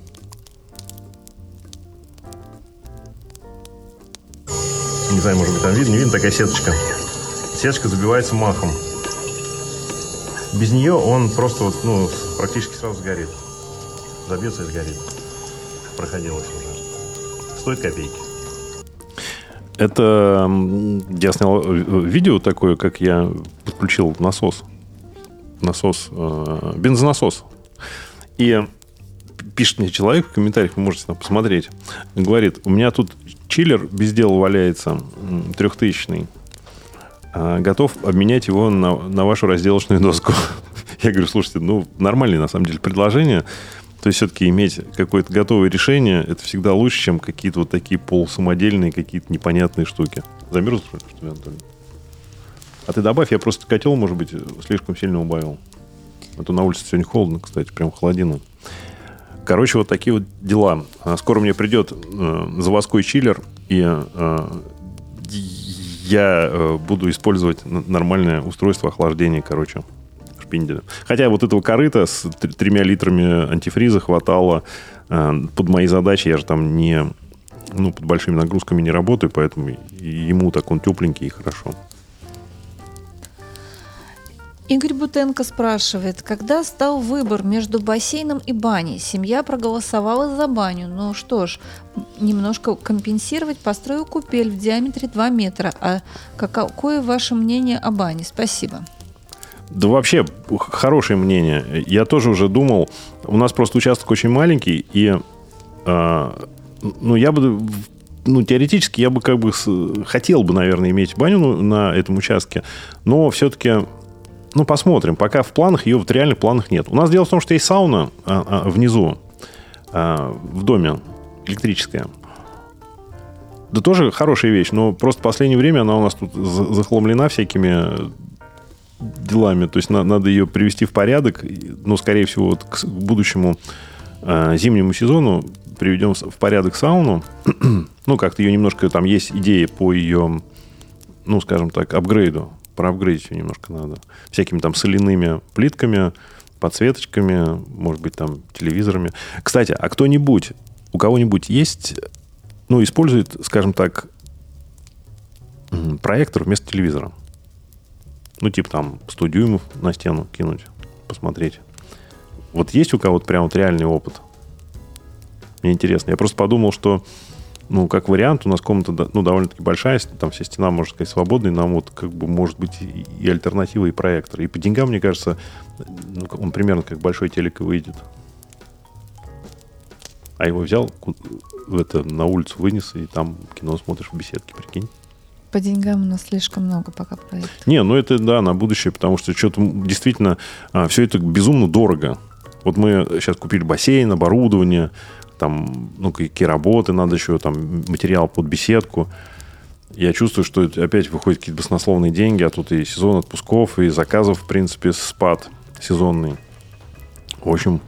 Не знаю, может быть, там видно, не видно, такая сеточка. Сеточка забивается махом. Без нее он просто вот, ну, практически сразу сгорит. Забьется и сгорит. Проходилось уже. Стоит копейки. Это я снял видео такое, как я подключил насос. Насос, э, бензонасос. И пишет мне человек в комментариях, вы можете там посмотреть. Говорит, у меня тут чиллер без дела валяется, трехтысячный. Готов обменять его на, на вашу разделочную доску. Я говорю, слушайте, ну, нормальное на самом деле предложение. То есть, все-таки иметь какое-то готовое решение, это всегда лучше, чем какие-то вот такие полусамодельные, какие-то непонятные штуки. Замерз, что ли, Антон? А ты добавь, я просто котел, может быть, слишком сильно убавил. А то на улице сегодня холодно, кстати, прям холодина. Короче, вот такие вот дела. Скоро мне придет э, заводской чиллер, и э, я э, буду использовать нормальное устройство охлаждения, короче, шпинделя. Хотя вот этого корыта с тремя литрами антифриза хватало э, под мои задачи. Я же там не, ну, под большими нагрузками не работаю, поэтому ему так он тепленький и хорошо. Игорь Бутенко спрашивает, когда стал выбор между бассейном и баней? Семья проголосовала за баню. Ну что ж, немножко компенсировать, построю купель в диаметре два метра. А какое ваше мнение о бане? Спасибо. Да вообще, хорошее мнение. Я тоже уже думал. У нас просто участок очень маленький, и э, ну, я бы... Ну, теоретически я бы как бы с, хотел бы, наверное, иметь баню на этом участке, но все-таки... Ну, посмотрим. Пока в планах, ее в реальных планах нет. У нас дело в том, что есть сауна а, а, внизу, а, в доме, электрическая. Да тоже хорошая вещь, но просто в последнее время она у нас тут захламлена всякими делами. То есть на, надо ее привести в порядок. Ну, скорее всего, вот к будущему а, зимнему сезону приведем в порядок сауну. Ну, как-то ее немножко... Там есть идеи по ее, ну, скажем так, апгрейду. Проапгрейдить ее немножко надо. Всякими там соляными плитками, подсветочками, может быть, там телевизорами. Кстати, а кто-нибудь, у кого-нибудь есть, ну, использует, скажем так, проектор вместо телевизора? Ну, типа там сто дюймов на стену кинуть, посмотреть. Вот есть у кого-то прям вот реальный опыт? Мне интересно. Я просто подумал, что ну, как вариант, у нас комната, ну, довольно-таки большая, там вся стена, можно сказать, свободная, нам вот, как бы, может быть, и альтернатива, и проектор. И по деньгам, мне кажется, ну, он примерно как большой телек и выйдет. А его взял, в это, на улицу вынес, и там кино смотришь в беседке, прикинь. По деньгам у нас слишком много пока проектов. Не, ну, это, да, на будущее, потому что что-то действительно, а, все это безумно дорого. Вот мы сейчас купили бассейн, оборудование, там, ну, какие работы, надо еще там материал под беседку. Я чувствую, что опять выходят какие-то баснословные деньги, а тут и сезон отпусков, и заказов, в принципе, спад сезонный. В общем,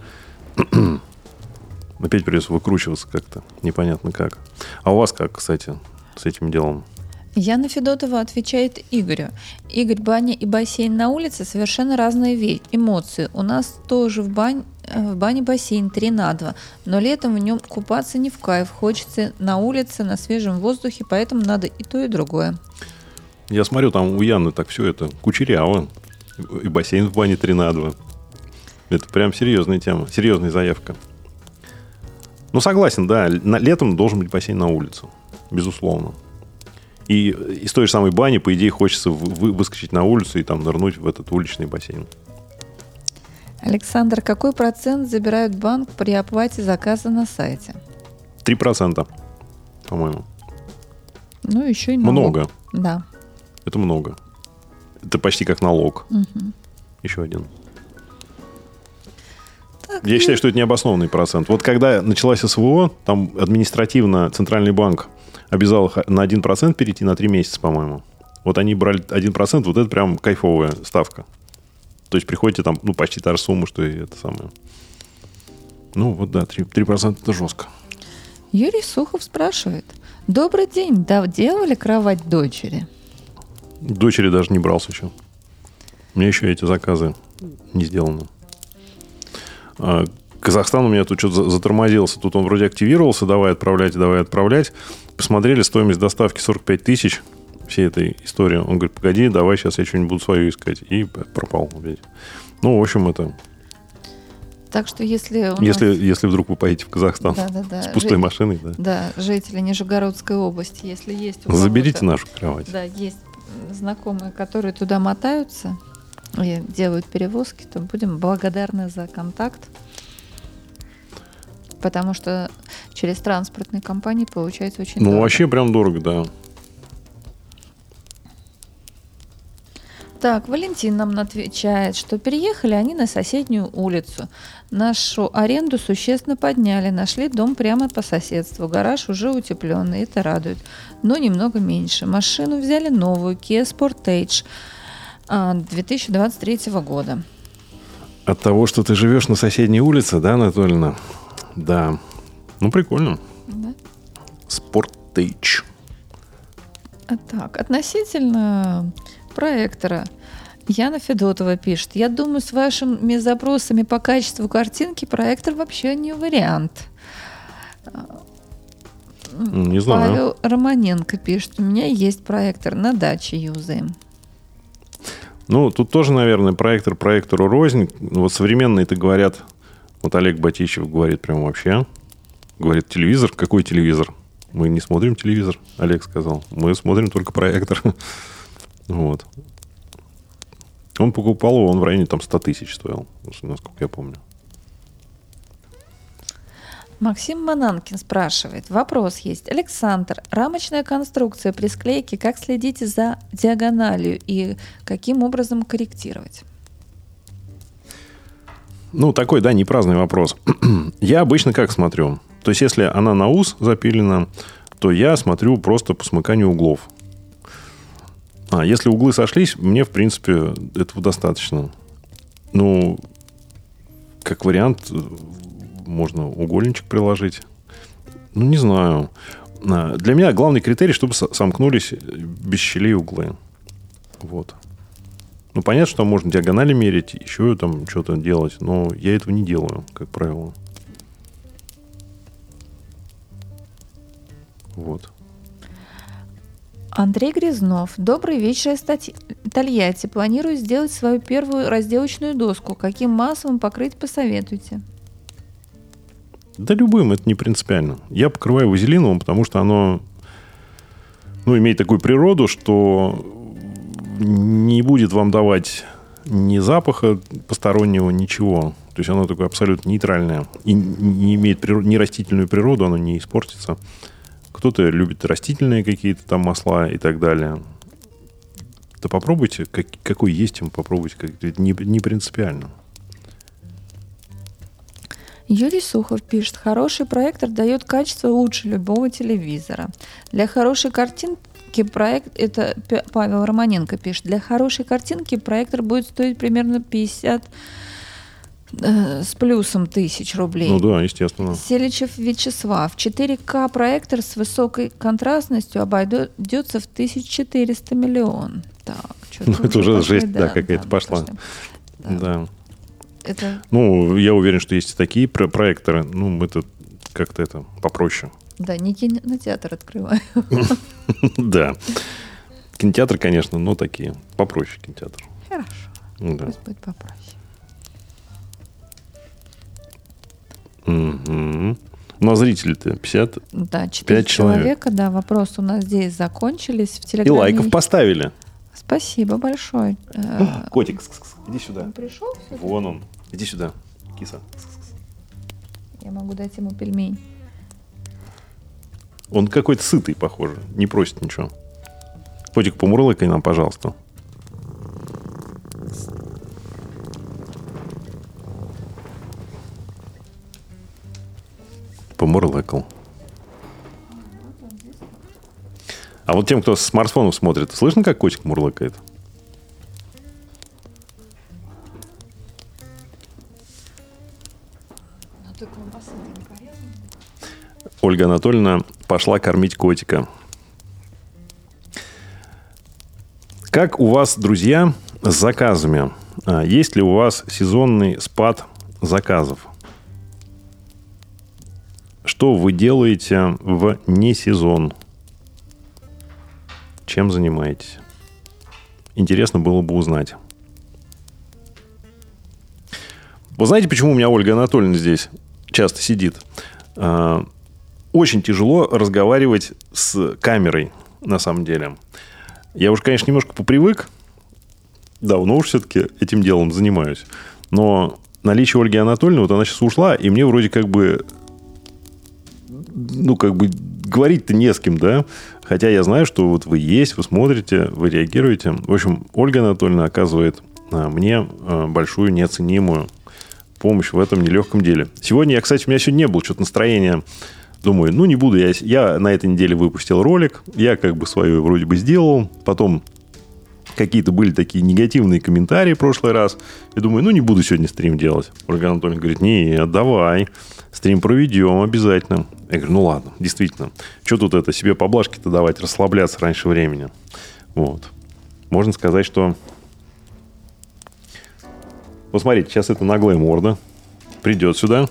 опять придется выкручиваться как-то. Непонятно как. А у вас как, кстати, с этим делом? Яна Федотова отвечает Игорю. Игорь, баня и бассейн на улице совершенно разные ве- эмоции. У нас тоже в, бань, в бане бассейн три на два, но летом в нем купаться не в кайф. Хочется на улице, на свежем воздухе, поэтому надо и то, и другое. Я смотрю, там у Яны так все это кучеряво. И бассейн в бане три на два. Это прям серьезная тема, серьезная заявка. Ну, согласен, да, на, летом должен быть бассейн на улице, безусловно. И из той же самой бани, по идее, хочется вы, выскочить на улицу и там нырнуть в этот уличный бассейн. Александр, какой процент забирает банк при оплате заказа на сайте? Три процента, по-моему. Ну, еще и налог. Много. Да. Это много. Это почти как налог. Угу. Еще один. Так, Я и... считаю, что это необоснованный процент. Вот когда началась СВО, там административно Центральный банк обязал их на один процент перейти на три месяца, по-моему. Вот они брали один процент, вот это прям кайфовая ставка. То есть приходите там, ну, почти та же сумма, что и это самое. Ну, вот да, три процента это жестко. Юрий Сухов спрашивает. Добрый день, доделали кровать дочери? Дочери даже не брался еще. У меня еще эти заказы не сделаны. А, Казахстан у меня тут что-то затормозился. Тут он вроде активировался. Давай отправлять, давай отправлять. Посмотрели стоимость доставки сорок пять тысяч всей этой истории. Он говорит, погоди, давай сейчас я что-нибудь буду свою искать. И пропал опять. Ну, в общем, это... Так что если... У если, нас... если вдруг вы поедете в Казахстан да, да, да. с пустой Жи... машиной, да. Да, жители Нижегородской области, если есть... У Заберите нашу кровать. Да, есть знакомые, которые туда мотаются и делают перевозки, то будем благодарны за контакт. Потому что через транспортные компании получается очень ну, дорого. вообще прям дорого, да. Так, Валентин нам отвечает, что переехали они на соседнюю улицу. Нашу аренду существенно подняли, нашли дом прямо по соседству. Гараж уже утепленный, это радует, но немного меньше. Машину взяли новую, Kia Sportage две тысячи двадцать третьего года. От того, что ты живешь на соседней улице, да, Анатольевна? Да. Ну, прикольно. Да. Sportage. А так, относительно проектора, Яна Федотова пишет. Я думаю, с вашими запросами по качеству картинки проектор вообще не вариант. Не знаю. Павел Романенко пишет. У меня есть проектор, на даче юзаем. Ну, тут тоже, наверное, проектор проектору рознь. Вот современные-то говорят... Вот Олег Батищев говорит прям вообще. Говорит, телевизор? Какой телевизор? Мы не смотрим телевизор, Олег сказал. Мы смотрим только проектор. Вот. Он покупал его, он в районе там сто тысяч стоил, насколько я помню. Максим Мананкин спрашивает. Вопрос есть. Александр, рамочная конструкция при склейке, как следите за диагональю и каким образом корректировать? Ну, такой, да, не праздный вопрос. Я обычно как смотрю? То есть, если она на ус запилена, то я смотрю просто по смыканию углов. А если углы сошлись, мне, в принципе, этого достаточно. Ну, как вариант, можно угольничек приложить. Ну, не знаю. Для меня главный критерий, чтобы сомкнулись без щелей углы. Вот. Ну, понятно, что можно диагонали мерить, еще там что-то делать, но я этого не делаю, как правило. Вот. Андрей Грязнов. Добрый вечер из Тольятти. Планирую сделать свою первую разделочную доску. Каким маслом покрыть, посоветуйте? Да любым, это не принципиально. Я покрываю вазелиновым, потому что оно, ну, имеет такую природу, что не будет вам давать ни запаха постороннего, ничего. То есть оно такое абсолютно нейтральное. И не имеет природ... ни растительную природу, оно не испортится. Кто-то любит растительные какие-то там масла и так далее. Да попробуйте, как... какой есть им, попробуйте. Как... Это не... не принципиально. Юрий Сухов пишет. Хороший проектор дает качество лучше любого телевизора. Для хорошей картинки проект, это Павел Романенко пишет, для хорошей картинки проектор будет стоить примерно пятьдесят э, с плюсом тысяч рублей. Ну да, естественно. Селичев Вячеслав. четыре ка проектор с высокой контрастностью обойдется в тысяча четыреста миллион. Так, ну, это уже пошли, жесть, да, да какая-то да, пошла. Пошли. Да. да. Это... Ну, я уверен, что есть и такие про- проекторы. Ну, это как-то это попроще. Да, не кинотеатр открываю. Да. Кинотеатр, конечно, но такие. Попроще кинотеатр. Хорошо. Да. Пусть будет попроще. Угу. Ну, а зрители-то пятьдесят Да, четыре человека. Да, вопросы у нас здесь закончились. В Телеграме. И лайков поставили. Спасибо большое. Котик, иди сюда. Он пришел сюда? Вон он. Иди сюда, киса. Я могу дать ему пельмень. Он какой-то сытый, похоже. Не просит ничего. Котик, помурлыкай нам, пожалуйста. Помурлыкал. А вот тем, кто с смартфонов смотрит, слышно, как котик мурлыкает? Ольга Анатольевна пошла кормить котика. Как у вас, друзья, с заказами? Есть ли у вас сезонный спад заказов? Что вы делаете в несезон? Чем занимаетесь? Интересно было бы узнать. Вы знаете, почему у меня Ольга Анатольевна здесь часто сидит? Очень тяжело разговаривать с камерой, на самом деле. Я уже, конечно, немножко попривык. Давно уж все-таки этим делом занимаюсь. Но наличие Ольги Анатольевны, вот она сейчас ушла, и мне вроде как бы... Ну, как бы говорить-то не с кем, да? Хотя я знаю, что вот вы есть, вы смотрите, вы реагируете. В общем, Ольга Анатольевна оказывает мне большую, неоценимую помощь в этом нелегком деле. Сегодня я, кстати, у меня сегодня не было что-то настроения. Думаю, ну, не буду. Я, я на этой неделе выпустил ролик. Я как бы свое вроде бы сделал. Потом какие-то были такие негативные комментарии в прошлый раз. И думаю, ну, не буду сегодня стрим делать. Ольга Анатольевна говорит, нет, давай. Стрим проведем обязательно. Я говорю, ну, ладно, действительно. Что тут это, себе поблажки-то давать, расслабляться раньше времени. Вот. Можно сказать, что... Вот смотрите, сейчас эта наглая морда придет сюда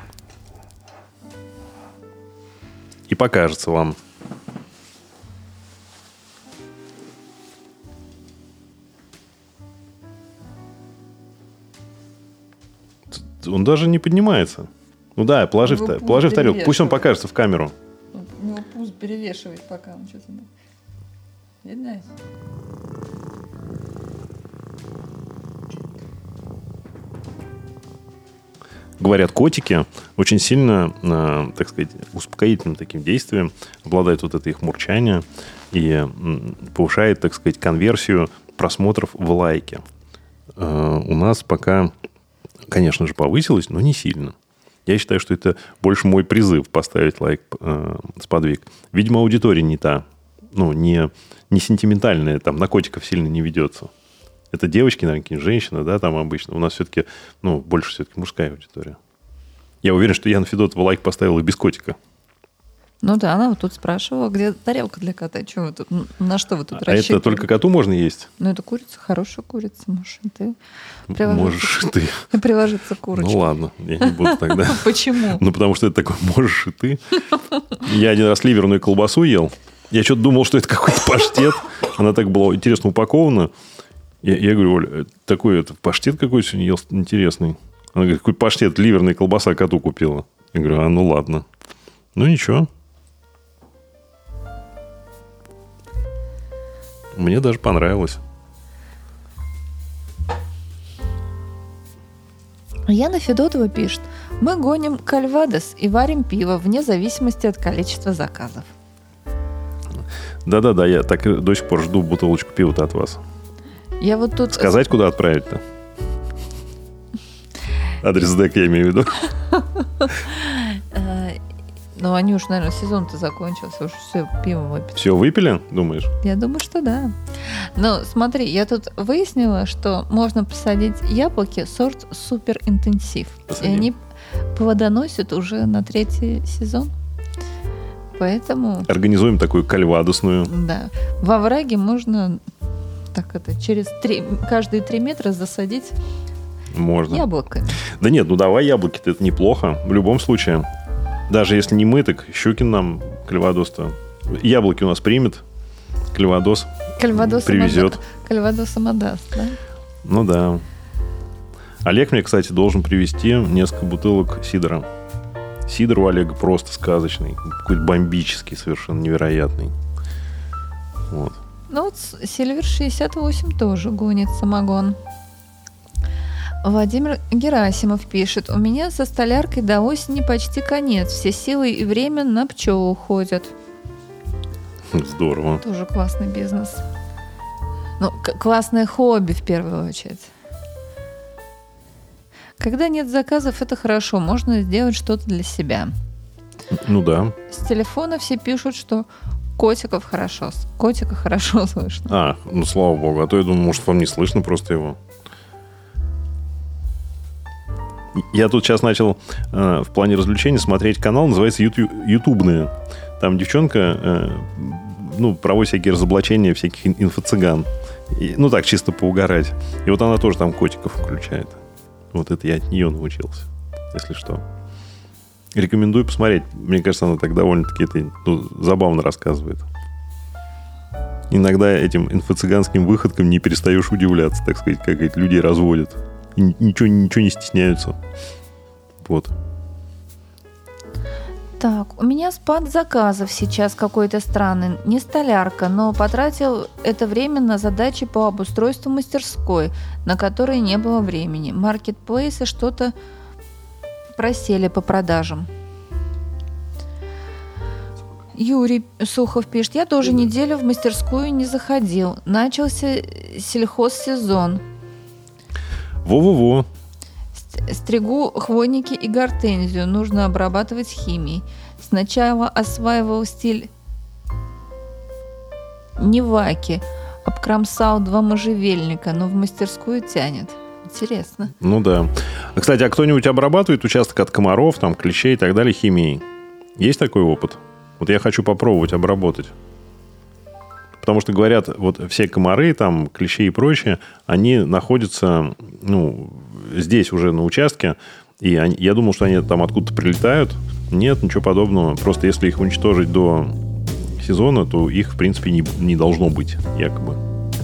и покажется вам. Он даже не поднимается. Ну да, положи, в, положи в тарелку. Пусть он покажется в камеру. У него пусть перевешивает, пока он что-то... Видно? Говорят, котики очень сильно, э, так сказать, успокоительным таким действием обладают вот это их мурчание и э, повышает, так сказать, конверсию просмотров в лайки. Э, у нас пока, конечно же, повысилось, но не сильно. Я считаю, что это больше мой призыв поставить лайк э, с подвиг. Видимо, аудитория не та, ну, не, не сентиментальная, там на котиков сильно не ведется. Это девочки, наверное, какие-нибудь женщины, да, там обычно. У нас все-таки, ну, больше все-таки мужская аудитория. Я уверен, что Яна Федотова лайк поставила и без котика. Ну да, она вот тут спрашивала, где тарелка для кота. Чего вы тут, на что вы тут а рассчитываете? Это только коту можно есть? Ну, это курица, хорошая курица. Можешь и ты. Можешь и ты. Приложиться к курочке. Ну ладно, я не буду тогда. Почему? Ну, потому что это такой можешь и ты. Я один раз ливерную колбасу ел. Я что-то думал, что это какой-то паштет. Она так была интересно упакована. Я, я говорю, Оля, такой это, паштет какой сегодня ел интересный. Она говорит, какой паштет, ливерная колбаса коту купила. Я говорю, а ну ладно. Ну ничего. Мне даже понравилось. Яна Федотова пишет. Мы гоним кальвадос и варим пиво вне зависимости от количества заказов. Да-да-да, я так и до сих пор жду бутылочку пива-то от вас. Я вот тут... Сказать, куда отправить-то? Адрес ДЭК я имею в виду. Ну, они уж, наверное, сезон-то закончился. Уж все, пиво выпили. Все выпили, думаешь? Я думаю, что да. Но смотри, я тут выяснила, что можно посадить яблоки сорт супер интенсив. И они плодоносят уже на третий сезон. Поэтому... Организуем такую кальвадосную. Да. Во враге можно... Так это, через три, каждые три метра засадить можно. Яблоками. Да нет, ну давай яблоки-то, это неплохо. В любом случае. Даже если не мы, так Щукин нам кальвадос-то. Яблоки у нас примет, кальвадос Кальвадос привезет. Кальвадосом отдаст, да? Ну да. Олег мне, кстати, должен привезти несколько бутылок сидора. Сидор у Олега просто сказочный. Какой-то бомбический, совершенно невероятный. Вот. Ну вот Сильвер шестьдесят восемь тоже гонит самогон. Владимир Герасимов пишет. У меня со столяркой до осени почти конец. Все силы и время на пчел уходят. Здорово. Тоже классный бизнес. Ну, к- классное хобби в первую очередь. Когда нет заказов, это хорошо. Можно сделать что-то для себя. Ну да. С телефона все пишут, что котиков хорошо. Котика хорошо слышно. А, ну слава богу. А то я думаю, может, вам не слышно просто его. Я тут сейчас начал э, в плане развлечений смотреть канал, называется Юту- «Ютубные». Там девчонка э, ну, проводит всякие разоблачения всяких инфо-цыган. И, ну так, чисто поугарать. И вот она тоже там котиков включает. Вот это я от нее научился, если что. Рекомендую посмотреть. Мне кажется, она так довольно-таки это, ну, забавно рассказывает. Иногда этим инфо-цыганским выходкам не перестаешь удивляться, так сказать, как эти людей разводят. И ничего, ничего не стесняются. Вот. Так, у меня спад заказов сейчас какой-то странный. Не столярка, но потратил это время на задачи по обустройству мастерской, на которые не было времени. Маркетплейсы что-то просели по продажам. Юрий Сухов пишет: я тоже неделю в мастерскую не заходил. Начался сельхозсезон. Во-во-во. Стригу хвойники и гортензию. Нужно обрабатывать химией. Сначала осваивал стиль Неваки. Обкромсал два можжевельника, но в мастерскую тянет. Интересно. Ну да. Кстати, а кто-нибудь обрабатывает участок от комаров, там, клещей и так далее химией? Есть такой опыт? Вот я хочу попробовать обработать. Потому что, говорят, вот все комары, там, клещи и прочее, они находятся, ну, здесь уже на участке. И они, я думал, что они там откуда-то прилетают. Нет, ничего подобного. Просто если их уничтожить до сезона, то их, в принципе, не, не должно быть, якобы.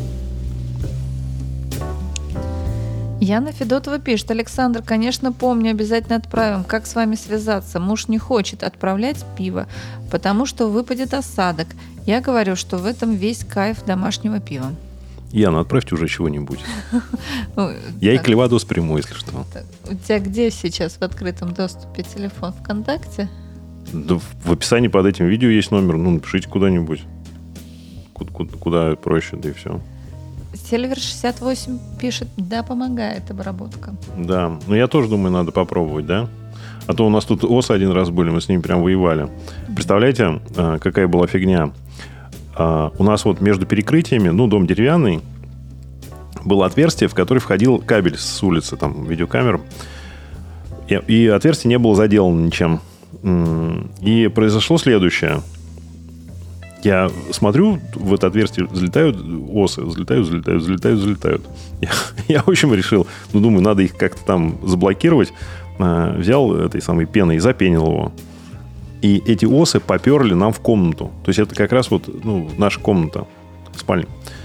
Яна Федотова пишет: Александр, конечно, помню, обязательно отправим. Как с вами связаться? Муж не хочет отправлять пиво, потому что выпадет осадок. Я говорю, что в этом весь кайф домашнего пива. Яна, отправьте уже чего-нибудь. Я и Клевадос приму, если что. У тебя где сейчас в открытом доступе телефон? ВКонтакте? Да в описании под этим видео есть номер. Ну, напишите куда-нибудь. Куда проще, да и все. Сильвер шестьдесят восемь пишет: да, помогает обработка. Да, но я тоже думаю, надо попробовать, да? А то у нас тут осы один раз были, мы с ними прям воевали. Представляете, какая была фигня? У нас вот между перекрытиями, ну, дом деревянный, было отверстие, в которое входил кабель с улицы, там, видеокамер. И, и отверстие не было заделано ничем. И произошло следующее. Я смотрю, в это отверстие взлетают осы, взлетают, взлетают, взлетают, взлетают. Я, я в общем, решил, ну, думаю, надо их как-то там заблокировать. Взял этой самой пеной и запенил его. И эти осы поперли нам в комнату. То есть это как раз вот, ну, наша комната, спальня.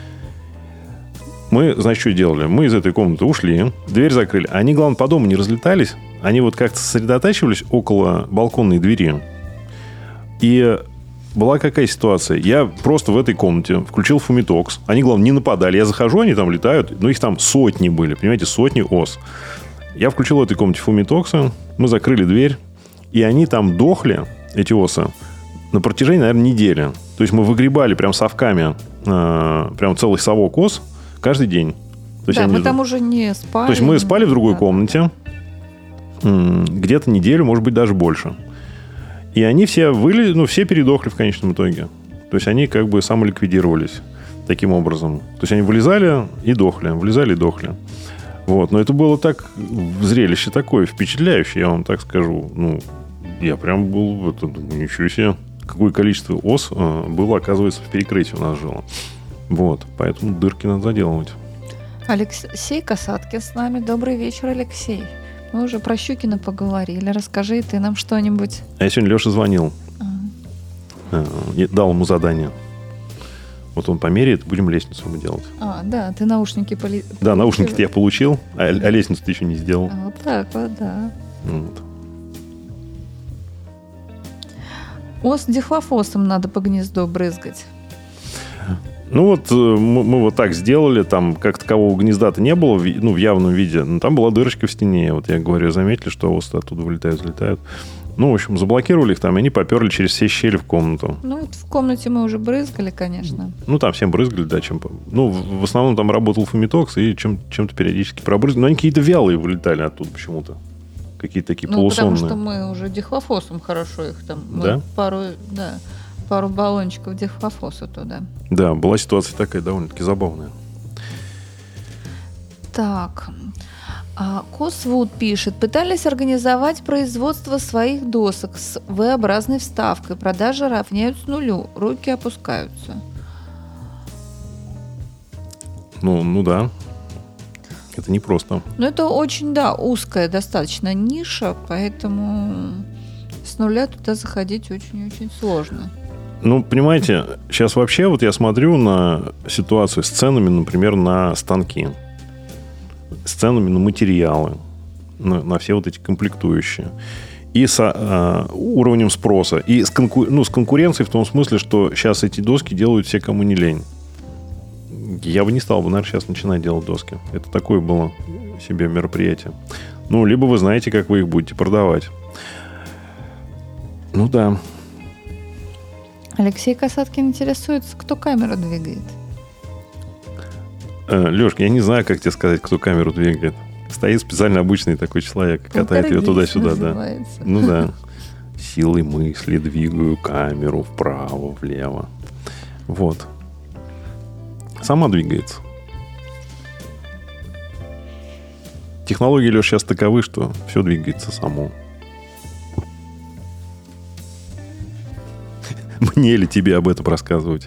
Мы, значит, что делали? Мы из этой комнаты ушли, дверь закрыли. Они, главное, по дому не разлетались. Они вот как-то сосредотачивались около балконной двери. И была какая ситуация? Я просто в этой комнате включил фумитокс. Они, главное, не нападали. Я захожу, они там летают. Но их там сотни были, понимаете, сотни ос. Я включил в этой комнате фумитокса. Мы закрыли дверь. И они там дохли, эти осы, на протяжении, наверное, недели. То есть мы выгребали прям совками э, прям целый совок ос каждый день. То есть да, мы они... там уже не спали. То есть мы спали в другой да. комнате. Где-то неделю, может быть, даже больше. И они все выли... ну, все передохли в конечном итоге. То есть они как бы самоликвидировались таким образом. То есть они вылезали и дохли. Вылезали и дохли. Вот. Но это было так... Зрелище такое впечатляющее, я вам так скажу. Ну, я прям был... Это, думаю, ничего себе. Какое количество ос было, оказывается, в перекрытии у нас жило. Вот. Поэтому дырки надо заделывать. Алексей Касаткин с нами. Добрый вечер, Алексей. Мы уже про Щукина поговорили. Расскажи ты нам что-нибудь. А я сегодня Леше звонил. А. Дал ему задание. Вот он померяет, будем лестницу ему делать. А, да, ты наушники поли... Да, наушники-то я получил, а, а лестницу ты еще не сделал. А, вот так вот, да. Вот. Ос дихлофосом надо по гнезду брызгать. Ну вот мы, мы вот так сделали, там как такового гнезда-то не было, ну в явном виде, но там была дырочка в стене. Вот я говорю, заметили, что осы оттуда вылетают, взлетают. Ну, в общем, заблокировали их там, и они поперли через все щели в комнату. Ну, вот в комнате мы уже брызгали, конечно. Ну, там всем брызгали, да, чем... Ну, в, в основном там работал фумитокс, и чем, чем-то периодически пробрызгали. Но они какие-то вялые вылетали оттуда почему-то. Какие-то такие ну, полусонные. потому что мы уже дихлофосом хорошо их там... Да? Пару, да. пару баллончиков дихлофоса туда. Да, была ситуация такая довольно-таки забавная. Так. Косвуд пишет. Пытались организовать производство своих досок с V-образной вставкой. Продажи равняются нулю. Руки опускаются. Ну, ну да. Это непросто. Ну, это очень, да, узкая достаточно ниша, поэтому с нуля туда заходить очень-очень сложно. Ну, понимаете, сейчас вообще вот я смотрю на ситуацию с ценами, например, на станки, с ценами на материалы, на, на все вот эти комплектующие, и с э, уровнем спроса, и с, конку, ну, с конкуренцией в том смысле, что сейчас эти доски делают все, кому не лень. Я бы не стал бы, наверное, сейчас начинать делать доски. Это такое было себе мероприятие. Ну, либо вы знаете, как вы их будете продавать. Ну да. Алексей Касаткин интересуется, кто камеру двигает. Э, Леш, я не знаю, как тебе сказать, кто камеру двигает. Стоит специально обычный такой человек, катает ее туда-сюда, да. Ну да. Силой мысли двигаю камеру вправо, влево. Вот. Сама двигается. Технологии, Леш, сейчас таковы, что все двигается само. Мне ли тебе об этом рассказывать?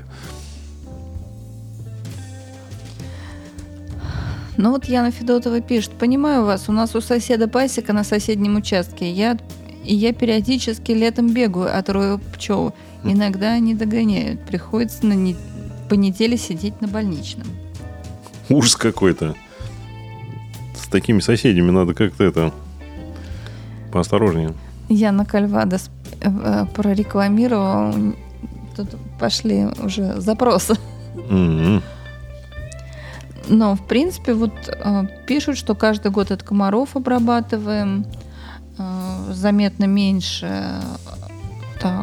Ну вот Яна Федотова пишет. Понимаю вас, у нас у соседа пасека на соседнем участке. Я, и я периодически летом бегаю, отрою пчел. Иногда они догоняют. Приходится на не... по неделе сидеть на больничном. Ужас какой-то. С такими соседями надо как-то это поосторожнее. Яна Кальвадос э, прорекламировала. Тут пошли уже запросы. Mm-hmm. Но, в принципе, вот э, пишут, что каждый год от комаров обрабатываем э, заметно меньше. Так.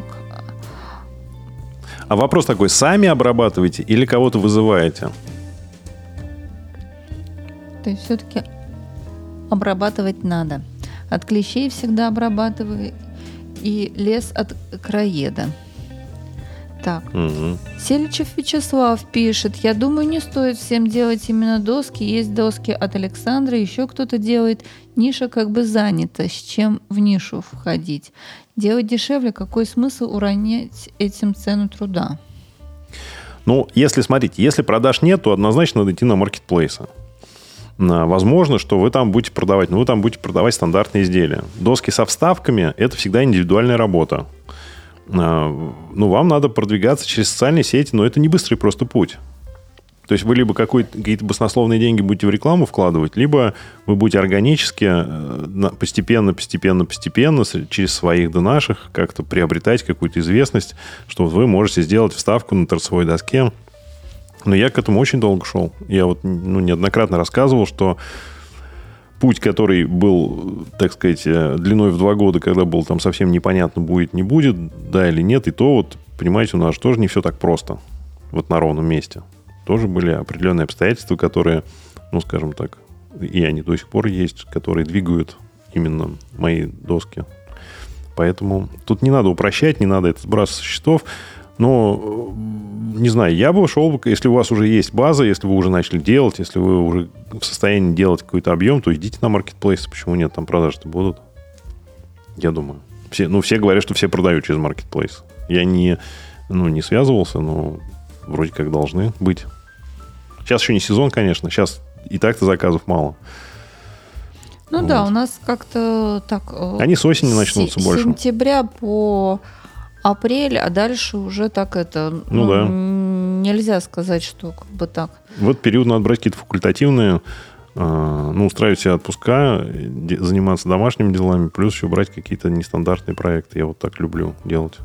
А вопрос такой, сами обрабатываете или кого-то вызываете? То есть все-таки обрабатывать надо. От клещей всегда обрабатываю и лес от краеда. Так. Угу. Селичев Вячеслав пишет. Я думаю, не стоит всем делать именно доски. Есть доски от Александра, еще кто-то делает. Ниша как бы занята. С чем в нишу входить? Делать дешевле, какой смысл уронять этим цену труда? Ну, если, смотрите, если продаж нет, то однозначно надо идти на маркетплейсы. Возможно, что вы там будете продавать, но вы там будете продавать стандартные изделия. Доски со вставками – это всегда индивидуальная работа. Ну, вам надо продвигаться через социальные сети, но это не быстрый просто путь. То есть вы либо какие-то баснословные деньги будете в рекламу вкладывать, либо вы будете органически, постепенно, постепенно, постепенно, через своих да наших, как-то приобретать какую-то известность, что вы можете сделать вставку на торцевой доске. Но я к этому очень долго шел. Я вот ну, неоднократно рассказывал, что путь, который был, так сказать, длиной в два года, когда было там совсем непонятно, будет, не будет, да или нет, и то, вот, понимаете, у нас тоже не все так просто. Вот на ровном месте. Тоже были определенные обстоятельства, которые, ну, скажем так, и они до сих пор есть, которые двигают именно мои доски. Поэтому тут не надо упрощать, не надо это сбрасывать со счетов. Но, не знаю, я бы шел, если у вас уже есть база, если вы уже начали делать, если вы уже в состоянии делать какой-то объем, то идите на маркетплейс. Почему нет? Там продажи-то будут. Я думаю. Все, ну, все говорят, что все продают через маркетплейс. Я не, ну, не связывался, но вроде как должны быть. Сейчас еще не сезон, конечно. Сейчас и так-то заказов мало. Ну вот. Да, у нас как-то так... Они с осени начнутся с- больше. С сентября по апрель, а дальше уже так это... Ну, ну да. Нельзя сказать, что как бы так. В этот период надо брать какие-то факультативные, э, ну, устраивать себе отпуска, де- заниматься домашними делами, плюс еще брать какие-то нестандартные проекты. Я вот так люблю делать.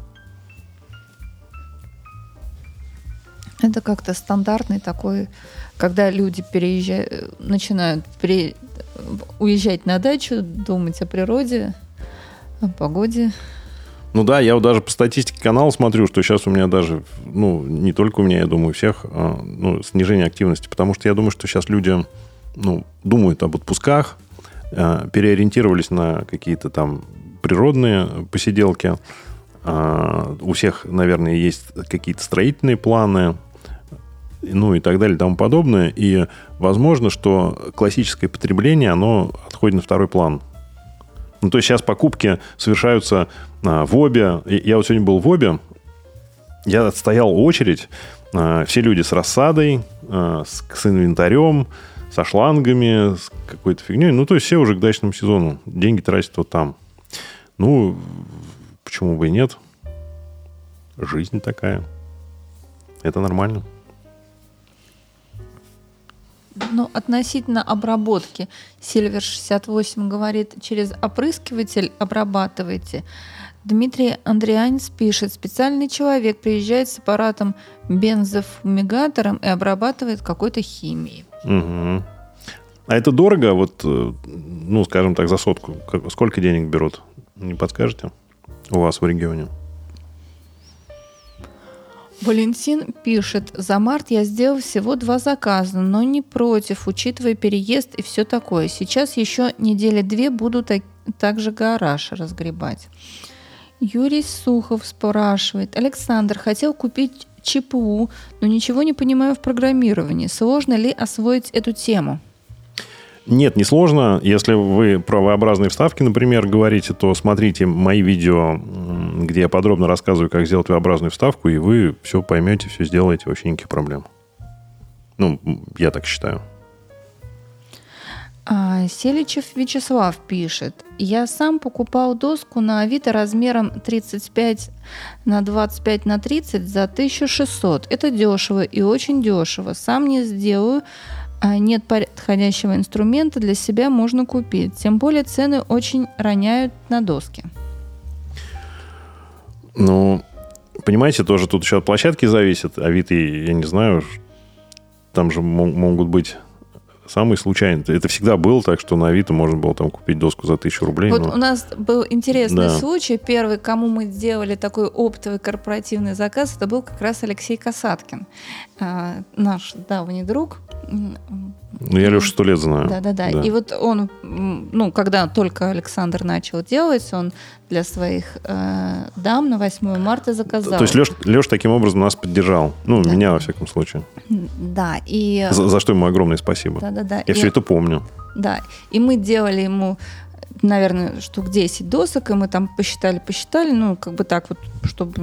Это как-то стандартный такой, когда люди переезжают, начинают при... уезжать на дачу, думать о природе, о погоде. Ну да, я вот даже по статистике канала смотрю, что сейчас у меня даже, ну, не только у меня, я думаю, у всех, ну, снижение активности. Потому что я думаю, что сейчас люди, ну, думают об отпусках, переориентировались на какие-то там природные посиделки, у всех, наверное, есть какие-то строительные планы, ну и так далее и тому подобное. И возможно, что классическое потребление, оно отходит на второй план. Ну, то есть сейчас покупки совершаются а, в ОБе. Я вот сегодня был в ОБе, я отстоял очередь. А, все люди с рассадой, а, с, с инвентарем, со шлангами, с какой-то фигней. Ну, то есть все уже к дачному сезону. Деньги тратят вот там. Ну, почему бы и нет? Жизнь такая. Это нормально. Ну, относительно обработки, Сильвер шестьдесят восемь говорит, через опрыскиватель обрабатывайте. Дмитрий Андрианец пишет, специальный человек приезжает с аппаратом бензофумигатором и обрабатывает какой-то химией. Угу. А это дорого? Вот, ну, скажем так, за сотку. Сколько денег берут? Не подскажете? У вас в регионе? Валентин пишет, за март я сделал всего два заказа, но не против, учитывая переезд и все такое. Сейчас еще недели две буду так, также гараж разгребать. Юрий Сухов спрашивает, Александр, хотел купить ЧПУ, но ничего не понимаю в программировании. Сложно ли освоить эту тему? Нет, не сложно. Если вы про V-образные вставки, например, говорите, то смотрите мои видео, где я подробно рассказываю, как сделать V-образную вставку, и вы все поймете, все сделаете, вообще никаких проблем. Ну, я так считаю. А, Селичев Вячеслав пишет. Я сам покупал доску на Авито размером тридцать пять на двадцать пять на тридцать за тысячу шестьсот. Это дешево и очень дешево. Сам не сделаю. Нет подходящего инструмента, для себя можно купить. Тем более цены очень роняют на доски. Ну, понимаете, тоже тут еще от площадки зависит. Авито, я не знаю, там же могут быть самые случайные. Это всегда было так, что на Авито можно было там купить доску за тысячу рублей. Вот но... у нас был интересный да. случай. Первый, кому мы сделали такой оптовый корпоративный заказ, это был как раз Алексей Касаткин. А, наш давний друг. Ну, я Лешу сто лет знаю. Да-да-да. Да. И вот он, ну, когда только Александр начал делать, он для своих э, дам на восьмое марта заказал. То есть Леш, Леш таким образом нас поддержал. Ну, да. Меня, во всяком случае. Да. И... За, за что ему огромное спасибо. Да-да-да. Я и... все это помню. Да. И мы делали ему, наверное, штук десять досок, и мы там посчитали-посчитали, ну, как бы так вот, чтобы,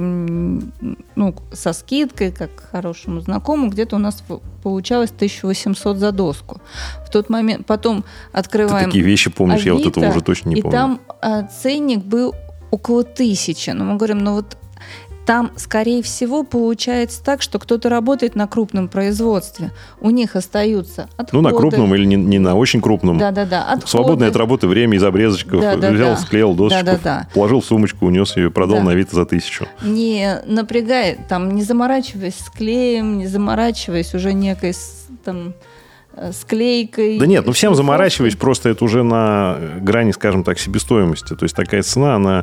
ну, со скидкой, как хорошему знакомому, где-то у нас получалось тысяча восемьсот за доску. В тот момент, потом открываем Ты такие вещи помнишь, Авито, я вот этого уже точно не и помню. И там а, ценник был около тысячи. Но мы говорим, ну вот там, скорее всего, получается так, что кто-то работает на крупном производстве. У них остаются отходы. Ну, на крупном или не, не на очень крупном. Да-да-да. Отходы. Свободное от работы время из обрезочков. Да-да-да. Взял, склеил досочку, Да-да-да. положил в сумочку, унес ее, продал да. на Авито за тысячу. Не напрягай, там, не заморачиваясь с клеем, не заморачиваясь уже некой там, склейкой. Да нет, ну всем заморачиваясь, просто это уже на грани, скажем так, себестоимости. То есть такая цена, она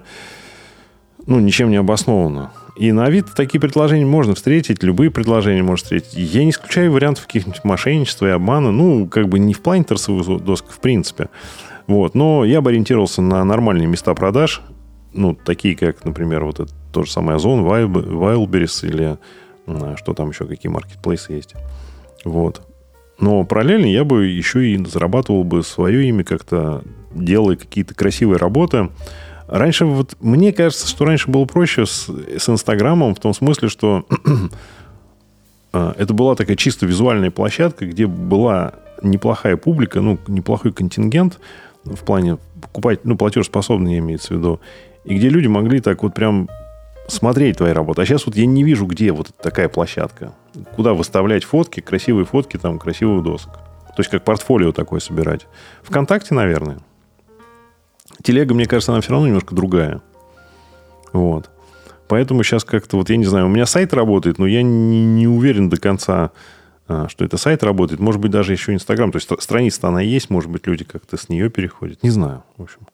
ну, ничем не обоснована. И на Авито такие предложения можно встретить, любые предложения можно встретить. Я не исключаю вариантов каких-нибудь мошенничества и обмана. Ну, как бы не в плане торцевых досок, в принципе. Вот. Но я бы ориентировался на нормальные места продаж. Ну, такие, как, например, вот это то же самое Озон, Wildberries или что там еще, какие маркетплейсы есть. Вот. Но параллельно я бы еще и зарабатывал бы свое имя как-то, делая какие-то красивые работы. Раньше, вот, мне кажется, что раньше было проще с, с Инстаграмом в том смысле, что это была такая чисто визуальная площадка, где была неплохая публика, ну, неплохой контингент в плане покупать, ну, платежеспособные имеется в виду, и где люди могли так вот прям смотреть твои работы. А сейчас вот я не вижу, где вот такая площадка, куда выставлять фотки, красивые фотки, там, красивых досок. То есть, как портфолио такое собирать. ВКонтакте, наверное. Телега, мне кажется, она все равно немножко другая. Вот. Поэтому сейчас как-то, вот я не знаю, у меня сайт работает, но я не, не уверен до конца, что это сайт работает. Может быть, даже еще Инстаграм. То есть, страница-то она есть, может быть, люди как-то с нее переходят. Не знаю, в общем.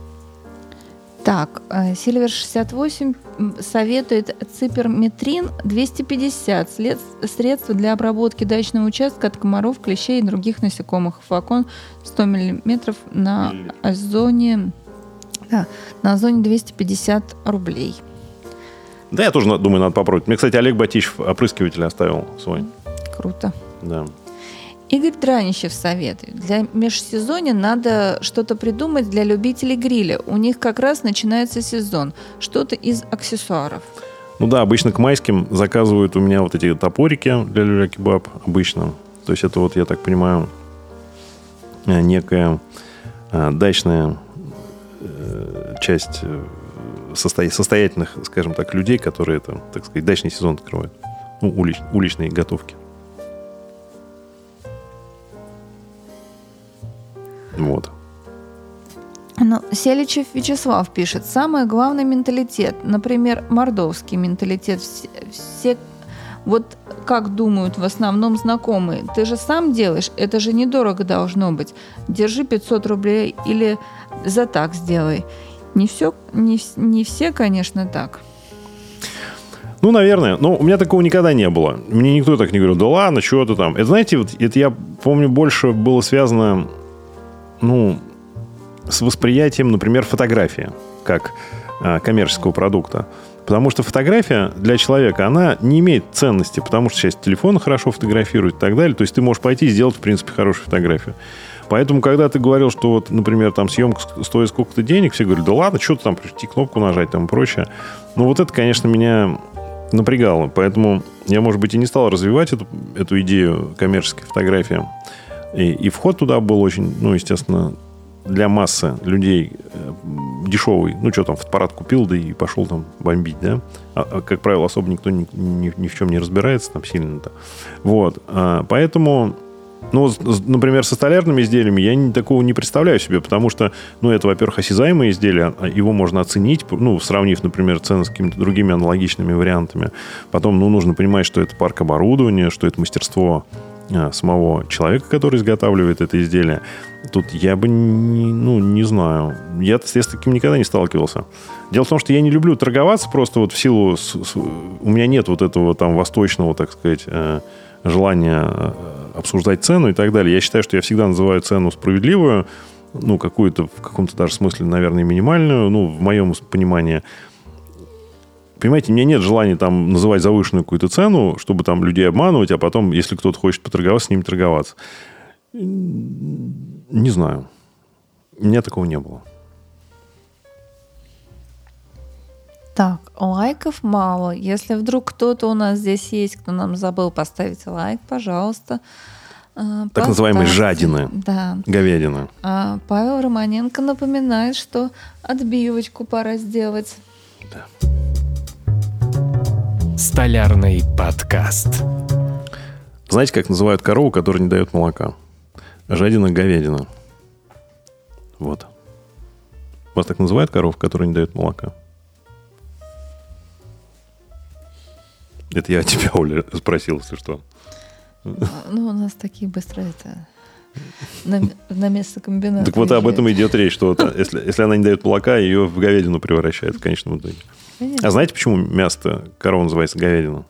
Так, Сильвер шестьдесят восемь советует циперметрин двести пятьдесят. Средство для обработки дачного участка от комаров, клещей и других насекомых. Флакон сто миллилитров на озоне, да, на озоне двести пятьдесят рублей. Да, я тоже думаю, надо попробовать. Мне, кстати, Олег Батищев опрыскиватель оставил свой. Круто. Да. Игорь Дранищев советует. Для межсезонья надо что-то придумать для любителей гриля. У них как раз начинается сезон. Что-то из аксессуаров. Ну да, обычно к майским заказывают у меня вот эти топорики для люля-кебаб обычно. То есть это вот, я так понимаю, некая дачная часть состоятельных, скажем так, людей, которые это, так сказать, дачный сезон открывают. Ну, улич, уличные готовки. Вот. Ну, Селичев Вячеслав пишет. Самый главный менталитет, например, мордовский менталитет. Все, все вот как думают в основном знакомые. Ты же сам делаешь, это же недорого должно быть. Держи пятьсот рублей или за так сделай. Не все, не, не все, конечно, так. Ну, наверное. Но у меня такого никогда не было. Мне никто так не говорил, да ладно, что ты там. Это, знаете, вот это я помню, больше было связано, ну, с восприятием, например, фотографии как а, коммерческого продукта. Потому что фотография для человека, она не имеет ценности, потому что сейчас телефон хорошо фотографирует и так далее. То есть ты можешь пойти и сделать, в принципе, хорошую фотографию. Поэтому, когда ты говорил, что, вот, например, там съемка стоит сколько-то денег, все говорят, да ладно, что ты там, прийти кнопку нажать там и прочее. Ну, вот это, конечно, меня напрягало. Поэтому я, может быть, и не стал развивать эту, эту идею коммерческой фотографии. И, и вход туда был очень, ну, естественно, для массы людей дешевый. Ну, что там, фотоаппарат купил, да и пошел там бомбить, да. А, а, как правило, особо никто ни, ни, ни в чем не разбирается там сильно-то. Вот. А, поэтому... Ну, например, со столярными изделиями я не, такого не представляю себе, потому что, ну, это, во-первых, осязаемое изделие, его можно оценить, ну, сравнив, например, цены с какими-то другими аналогичными вариантами. Потом, ну, нужно понимать, что это парк оборудования, что это мастерство а, самого человека, который изготавливает это изделие. Тут я бы, не, ну, не знаю. Я, я с таким никогда не сталкивался. Дело в том, что я не люблю торговаться просто вот в силу... С, с, у меня нет вот этого там восточного, так сказать, э, желания обсуждать цену и так далее. Я считаю, что я всегда называю цену справедливую, ну, какую-то в каком-то даже смысле, наверное, минимальную, ну, в моем понимании. Понимаете, у меня нет желания там называть завышенную какую-то цену, чтобы там людей обманывать, а потом, если кто-то хочет поторговаться, с ними торговаться. Не знаю. У меня такого не было. Так, лайков мало. Если вдруг кто-то у нас здесь есть, кто нам забыл поставить лайк, пожалуйста. Так поставьте. Называемые жадины. Да. Говядина. А Павел Романенко напоминает, что отбивочку пора сделать. Да. Столярный подкаст. Знаете, как называют корову, которая не дает молока? Жадина-говядина. Вот. Вас так называют корову, которая не дает молока? Это я тебя, Оля, спросил, если что. Ну, у нас такие быстро это... На, на место комбината. Так вот об этом идет речь, что вот, если, если она не дает молока, ее в говядину превращают в конечном итоге. Конечно. А знаете, почему мясо корова называется говядина?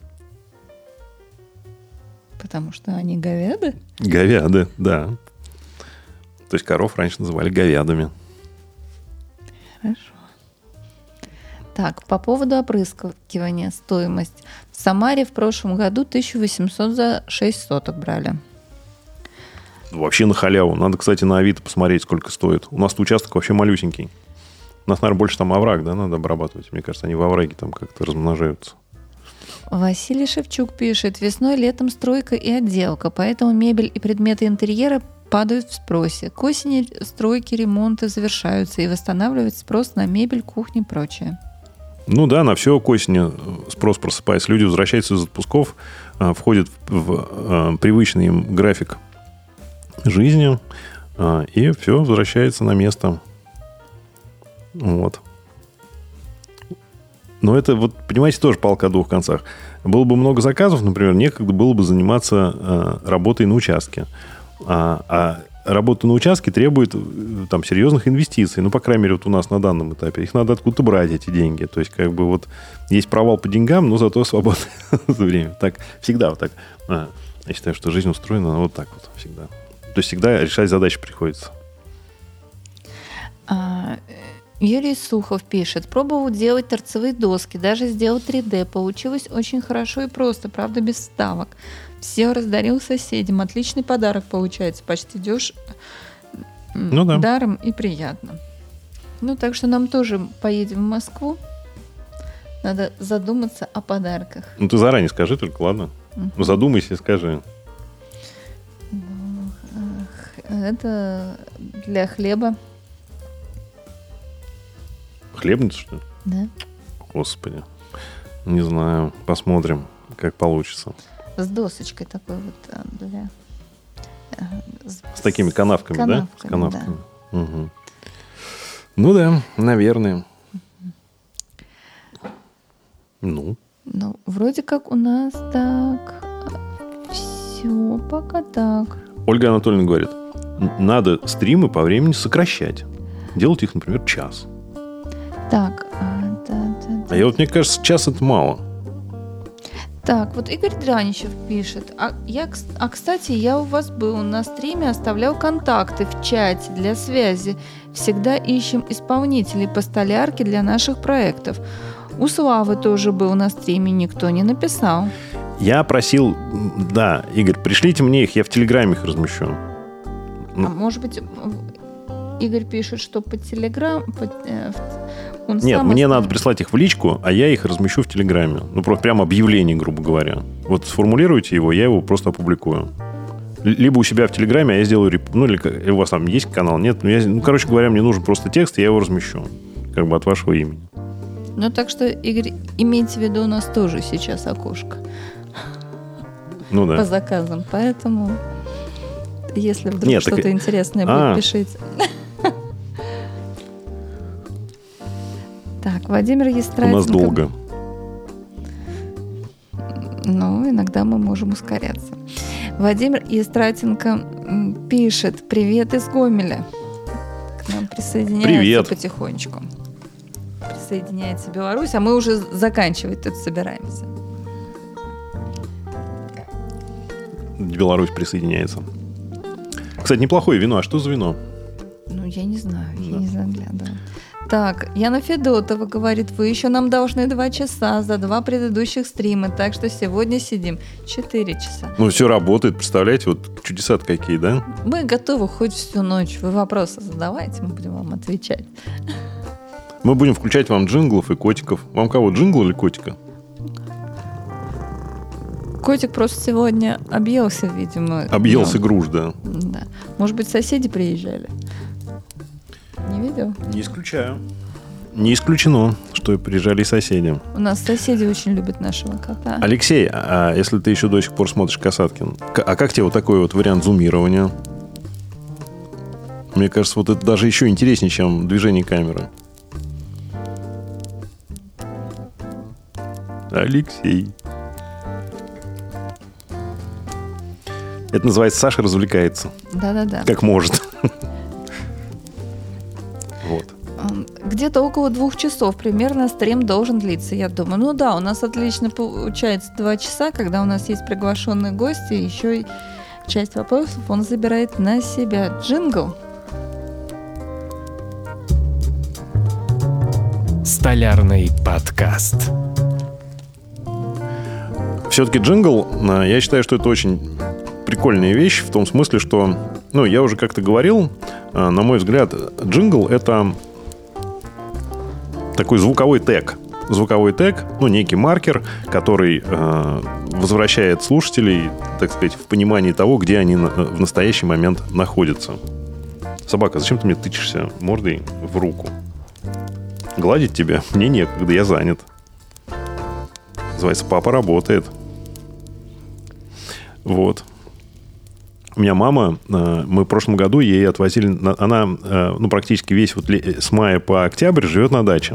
Потому что они говяды? Говяды, да. То есть коров раньше называли говядами. Хорошо. Так, по поводу опрыскивания стоимость. В Самаре в прошлом году тысяча восемьсот за шесть соток брали. Вообще на халяву. Надо, кстати, на Авито посмотреть, сколько стоит. У нас участок вообще малюсенький. У нас, наверное, больше там овраг, да, надо обрабатывать. Мне кажется, они в овраге там как-то размножаются. Василий Шевчук пишет. Весной, летом стройка и отделка, поэтому мебель и предметы интерьера падают в спросе. К осени стройки, ремонты завершаются и восстанавливается спрос на мебель, кухню и прочее. Ну да, на все к осени спрос просыпается. Люди возвращаются из отпусков, входят в привычный им график жизни, и все возвращается на место. Вот. Но это, вот, понимаете, тоже палка о двух концах. Было бы много заказов, например, некогда было бы заниматься работой на участке. А, а работа на участке требует там серьезных инвестиций. Ну, по крайней мере, вот у нас на данном этапе. Их надо откуда-то брать, эти деньги. То есть, как бы вот есть провал по деньгам, но зато свободное время. Так, всегда вот так. А, я считаю, что жизнь устроена вот так вот всегда. То есть, всегда решать задачи приходится. А, Юрий Сухов пишет. Пробовал делать торцевые доски, даже сделал три дэ. Получилось очень хорошо и просто, правда, без вставок. Все раздарил соседям. Отличный подарок получается. Почти дешь ну, да. даром и приятно. Ну, так что нам тоже поедем в Москву. Надо задуматься о подарках. Ну, ты заранее скажи только, ладно? Uh-huh. Ну, задумайся и скажи. Это для хлеба. Хлебница, что ли? Да. Господи. Не знаю. Посмотрим, как получится. С досочкой такой вот для... С, с такими канавками, канавками да? С канавками. Да. Угу. Ну да, наверное. Ну. Ну, вроде как у нас так. Все, пока так. Ольга Анатольевна говорит, надо стримы по времени сокращать. Делать их, например, час. Так, а, да, да, а да. я вот, мне кажется, час это мало. Так, вот Игорь Драничев пишет. А, я, а, кстати, я у вас был на стриме, оставлял контакты в чате для связи. Всегда ищем исполнителей по столярке для наших проектов. У Славы тоже был на стриме, никто не написал. Я просил, да, Игорь, пришлите мне их, я в Телеграме их размещу. А может быть, Игорь пишет, что по Телеграм... По, э, он Нет, сам мне оставит. надо прислать их в личку, а я их размещу в Телеграме. Ну, просто прямо объявление, грубо говоря. Вот сформулируйте его, я его просто опубликую. Либо у себя в Телеграме, а я сделаю... Реп... Ну, или, или у вас там есть канал, нет? Ну, я... ну, короче говоря, мне нужен просто текст, и я его размещу. Как бы от вашего имени. Ну, так что, Игорь, имейте в виду, у нас тоже сейчас окошко. Ну, да. По заказам. Поэтому, если вдруг нет, что-то так... интересное будет, а. пишите. Так, Владимир Естратенко. У нас долго. Ну, иногда мы можем ускоряться. Владимир Естратенко пишет: привет из Гомеля. К нам присоединяется привет. Потихонечку. Присоединяется Беларусь, а мы уже заканчивать тут собираемся. Беларусь присоединяется. Кстати, неплохое вино. А что за вино? Ну, я не знаю, Да. я не заглядываю. Так, Яна Федотова говорит, вы еще нам должны два часа за два предыдущих стрима, так что сегодня сидим четыре часа. Ну, все работает, представляете, вот чудеса-то какие, да? Мы готовы хоть всю ночь. Вы вопросы задавайте, мы будем вам отвечать. Мы будем включать вам джинглов и котиков. Вам кого, джингл или котика? Котик просто сегодня объелся, видимо. Объелся днем. груш, да. Да. Может быть, соседи приезжали? Не видел? Не исключаю. Не исключено, что приезжали соседи. У нас соседи очень любят нашего кота. Алексей, а если ты еще до сих пор смотришь Касаткин, а как тебе вот такой вот вариант зумирования? Мне кажется, вот это даже еще интереснее, чем движение камеры. Алексей. Это называется «Саша развлекается». Да-да-да. Как может. Вот. Где-то около двух часов примерно стрим должен длиться, я думаю. Ну да, у нас отлично получается два часа, когда у нас есть приглашенные гости, еще и часть вопросов он забирает на себя. Джингл. Столярный подкаст. Все-таки джингл, я считаю, что это очень прикольная вещь, в том смысле, что, ну, я уже как-то говорил, на мой взгляд, джингл — это такой звуковой тег. Звуковой тег, ну, некий маркер, который э, возвращает слушателей, так сказать, в понимании того, где они на, в настоящий момент находятся. Собака, зачем ты мне тычешься мордой в руку? Гладить тебя? Мне некогда, я занят. Называется «Папа работает». Вот. У меня мама, мы в прошлом году ей отвозили, она, ну, практически весь вот с мая по октябрь живет на даче.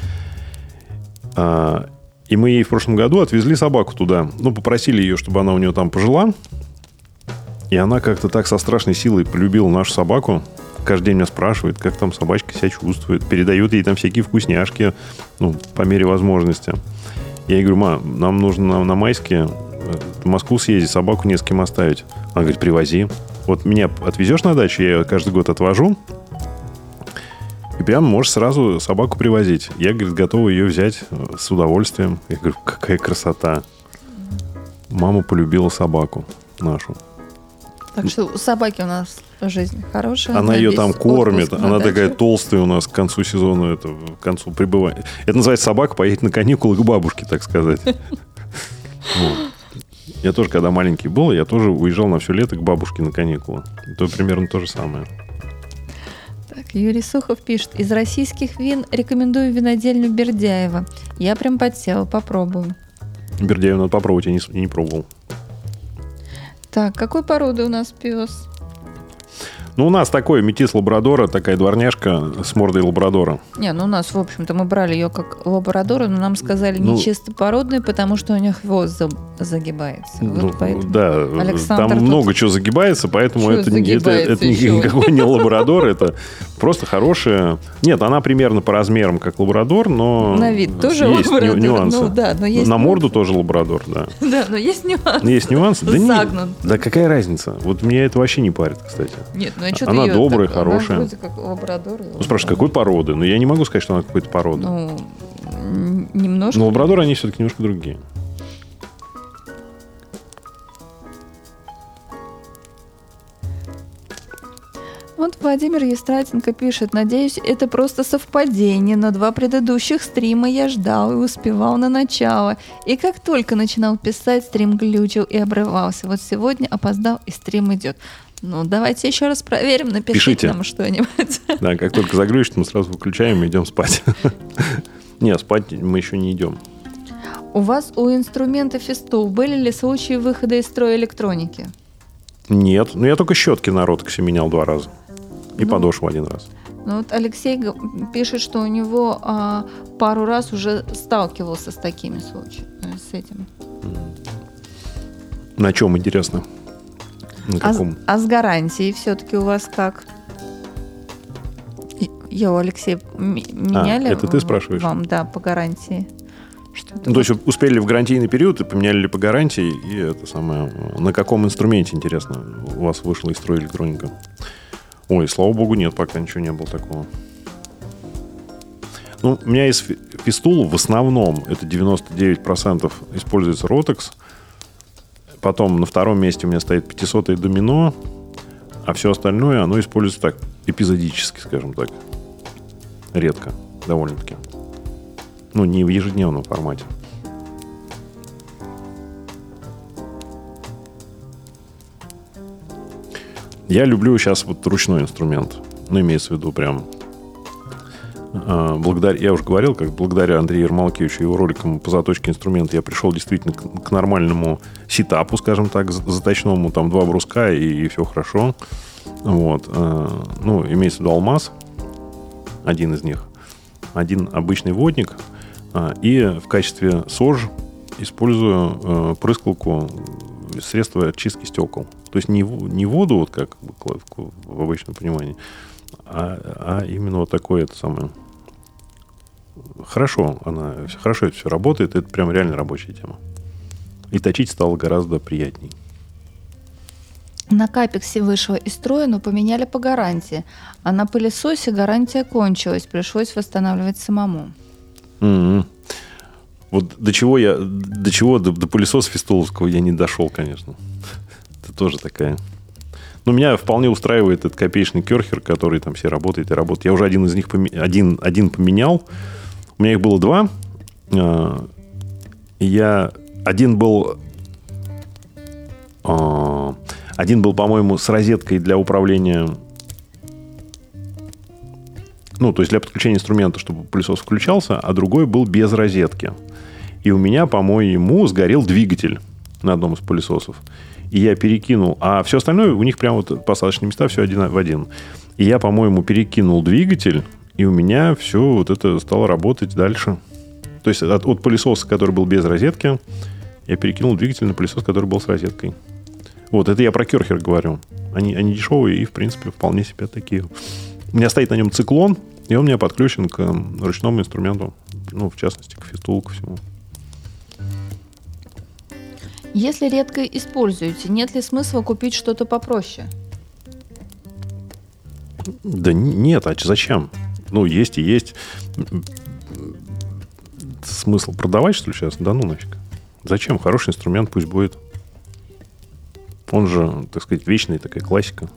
И мы ей в прошлом году отвезли собаку туда. Ну, попросили ее, чтобы она у нее там пожила. И она как-то так со страшной силой полюбила нашу собаку. Каждый день меня спрашивает, как там собачка себя чувствует. Передают ей там всякие вкусняшки, ну, по мере возможности. Я ей говорю: мам, нам нужно на, на майские в Москву съездить, собаку не с кем оставить. Она говорит: привози. Вот меня отвезешь на дачу, я ее каждый год отвожу. И прям можешь сразу собаку привозить. Я, говорит, готова ее взять с удовольствием. Я говорю, какая красота. Мама полюбила собаку нашу. Так что у собаки у нас жизнь хорошая. Она ее там кормит. Она такая толстая у нас к концу сезона, это, к концу пребывания. Это называется собака поедет на каникулы к бабушке, так сказать. Я тоже, когда маленький был, я тоже уезжал на все лето к бабушке на каникулы. Это примерно то же самое. Так, Юрий Сухов пишет. Из российских вин рекомендую винодельню Бердяева. Я прям подсела, попробую. Бердяева надо попробовать, я не, я не пробовал. Так, какой породы у нас пес? Ну, у нас такой метис лабрадора, такая дворняжка с мордой лабрадора. Не, ну у нас, в общем-то, мы брали ее как лабрадора, но нам сказали Ну, не чистопородный, потому что у них хвост за- загибается. Вот Ну, поэтому да, Александр там тут- много чего загибается, поэтому Чё это, не- это, загибается это ещё? никакой не лабрадор, это просто хорошая... Нет, она примерно по размерам как лабрадор, но на вид тоже есть лабрадор. ню- нюансы. Ну да, но есть На нюансы. морду тоже лабрадор, да. Да, но есть нюанс. Есть нюансы? Да, не- Загнут. да какая разница? Вот меня это вообще не парит, кстати. Нет, ну а что Она ты её добрая, так- хорошая. Она вроде как лабрадор. Ну, спрашивают, какой породы? Ну, я не могу сказать, что она какой-то породы. Ну, м, немножко. Но лабрадоры, они все-таки немножко другие. Вот Владимир Естратенко пишет: надеюсь, это просто совпадение, но два предыдущих стрима я ждал и успевал на начало. И как только начинал писать, стрим глючил и обрывался. Вот сегодня опоздал, и стрим идет. Ну, давайте еще раз проверим, напишите Пишите. нам что-нибудь. Да, как только загрузишь, мы сразу выключаем и идем спать. Не, спать мы еще не идем. У вас у инструмента Фистул были ли случаи выхода из строя электроники? Нет, ну я только щетки на ротоксе менял два раза. И Ну. подошву один раз. Ну, вот Алексей г- пишет, что у него а, пару раз уже сталкивался с такими случаями, с этим. На чем, интересно? На А, с- каком? а с гарантией все-таки у вас как? И- Йо, Алексей, м- меняли это ты в- спрашиваешь? вам, да, по гарантии? Что-то Ну, то есть вот. успели в гарантийный период и поменяли ли по гарантии, и это самое... На каком инструменте, интересно, у вас вышла из строя электроника? Ой, слава богу, нет, пока ничего не было такого. Ну, у меня из фи- фистул в основном это девяносто девять процентов используется Rotex. Потом на втором месте у меня стоит пятисотое домино, а все остальное, оно используется так, эпизодически, скажем так. Редко, довольно-таки. Ну, не в ежедневном формате. Я люблю сейчас вот ручной инструмент. Ну, имеется в виду прям... а, благодаря, я уже говорил, как благодаря Андрею Ермолкевичу и его роликам по заточке инструмента я пришел действительно к, к нормальному сетапу, скажем так, за- заточному, там два бруска и, и все хорошо. Вот. а, ну, имеется в виду алмаз, один из них, один обычный водник, а, и в качестве сож использую э, прыскалку, средство очистки стекол. То есть не, в- не воду, вот как в, в обычном понимании, а, а именно вот такое это самое. Хорошо, она, хорошо это все работает, это прям реально рабочая тема. И точить стало гораздо приятней. На капексе вышло из строя, но поменяли по гарантии. А на пылесосе гарантия кончилась, пришлось восстанавливать самому. М-м. Вот до чего я, до чего, до, до пылесоса фистуловского я не дошел, конечно. Это тоже такая... Ну, меня вполне устраивает этот копеечный керхер, который там все работает и работает. Я уже один из них поме- один, один поменял. У меня их было два. А, Я... Один был... а, Один был, по-моему, с розеткой для управления... Ну, то есть для подключения инструмента, чтобы пылесос включался, а другой был без розетки. И у меня, по-моему, сгорел двигатель на одном из пылесосов. И я перекинул... А все остальное, у них прям вот посадочные места, все один в один. И я, по-моему, перекинул двигатель, и у меня все вот это стало работать дальше. То есть от, от пылесоса, который был без розетки, я перекинул двигатель на пылесос, который был с розеткой. Вот, это я про керхер говорю. Они, они дешевые и, в принципе, вполне себе такие. У меня стоит на нем циклон, и он у меня подключен к ручному инструменту. Ну, в частности, к фистулу, ко всему. Если редко используете, нет ли смысла купить что-то попроще? Да н- нет, а ч- зачем? Ну, есть и есть. Смысл продавать, что ли, сейчас? Да ну нафиг. Зачем? Хороший инструмент пусть будет. Он же, так сказать, вечная такая классика.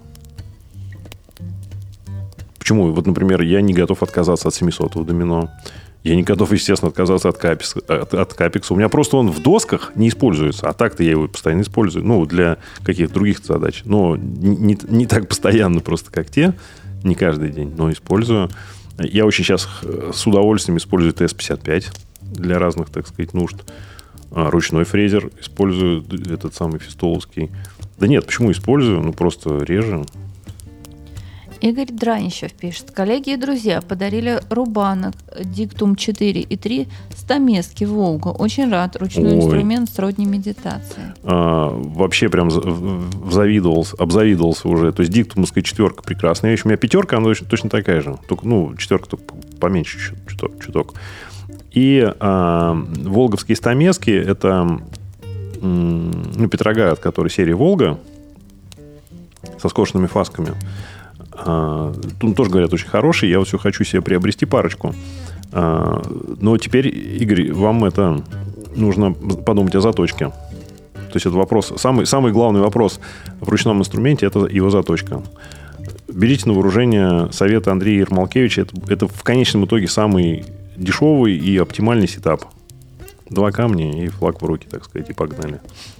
Почему? Вот, например, я не готов отказаться от семисотого домино. Я не готов, естественно, отказаться от, капекса, от, от капекса. У меня просто он в досках не используется. А так-то я его постоянно использую. Ну, для каких-то других задач. Но не, не так постоянно просто, как те. Не каждый день, но использую. Я очень сейчас с удовольствием использую тэ эс пятьдесят пять для разных, так сказать, нужд. Ручной фрезер использую, этот самый фистоловский. Да нет, почему использую? Ну, просто реже. Игорь Дранищев пишет. Коллеги и друзья подарили рубанок Диктум четыре и три стамески Волга. Очень рад. Ручной Ой. инструмент сродни медитации. А, вообще прям завидовался, обзавидовался уже. То есть диктумовская четверка прекрасная вещь. У меня пятерка, она точно, точно такая же. Только, ну, четверка только поменьше чуток. чуток. И а, волговские стамески — это ну, Петроград, который серии «Волга» со скошенными фасками. А, тут тоже, говорят, очень хороший. Я вот все хочу себе приобрести парочку. А, но теперь, Игорь, вам это нужно подумать о заточке. То есть это вопрос, самый, самый главный вопрос в ручном инструменте — это его заточка. Берите на вооружение советы Андрея Ермолкевича. Это, это в конечном итоге самый дешевый и оптимальный сетап. Два камня и флаг в руки, так сказать, и погнали.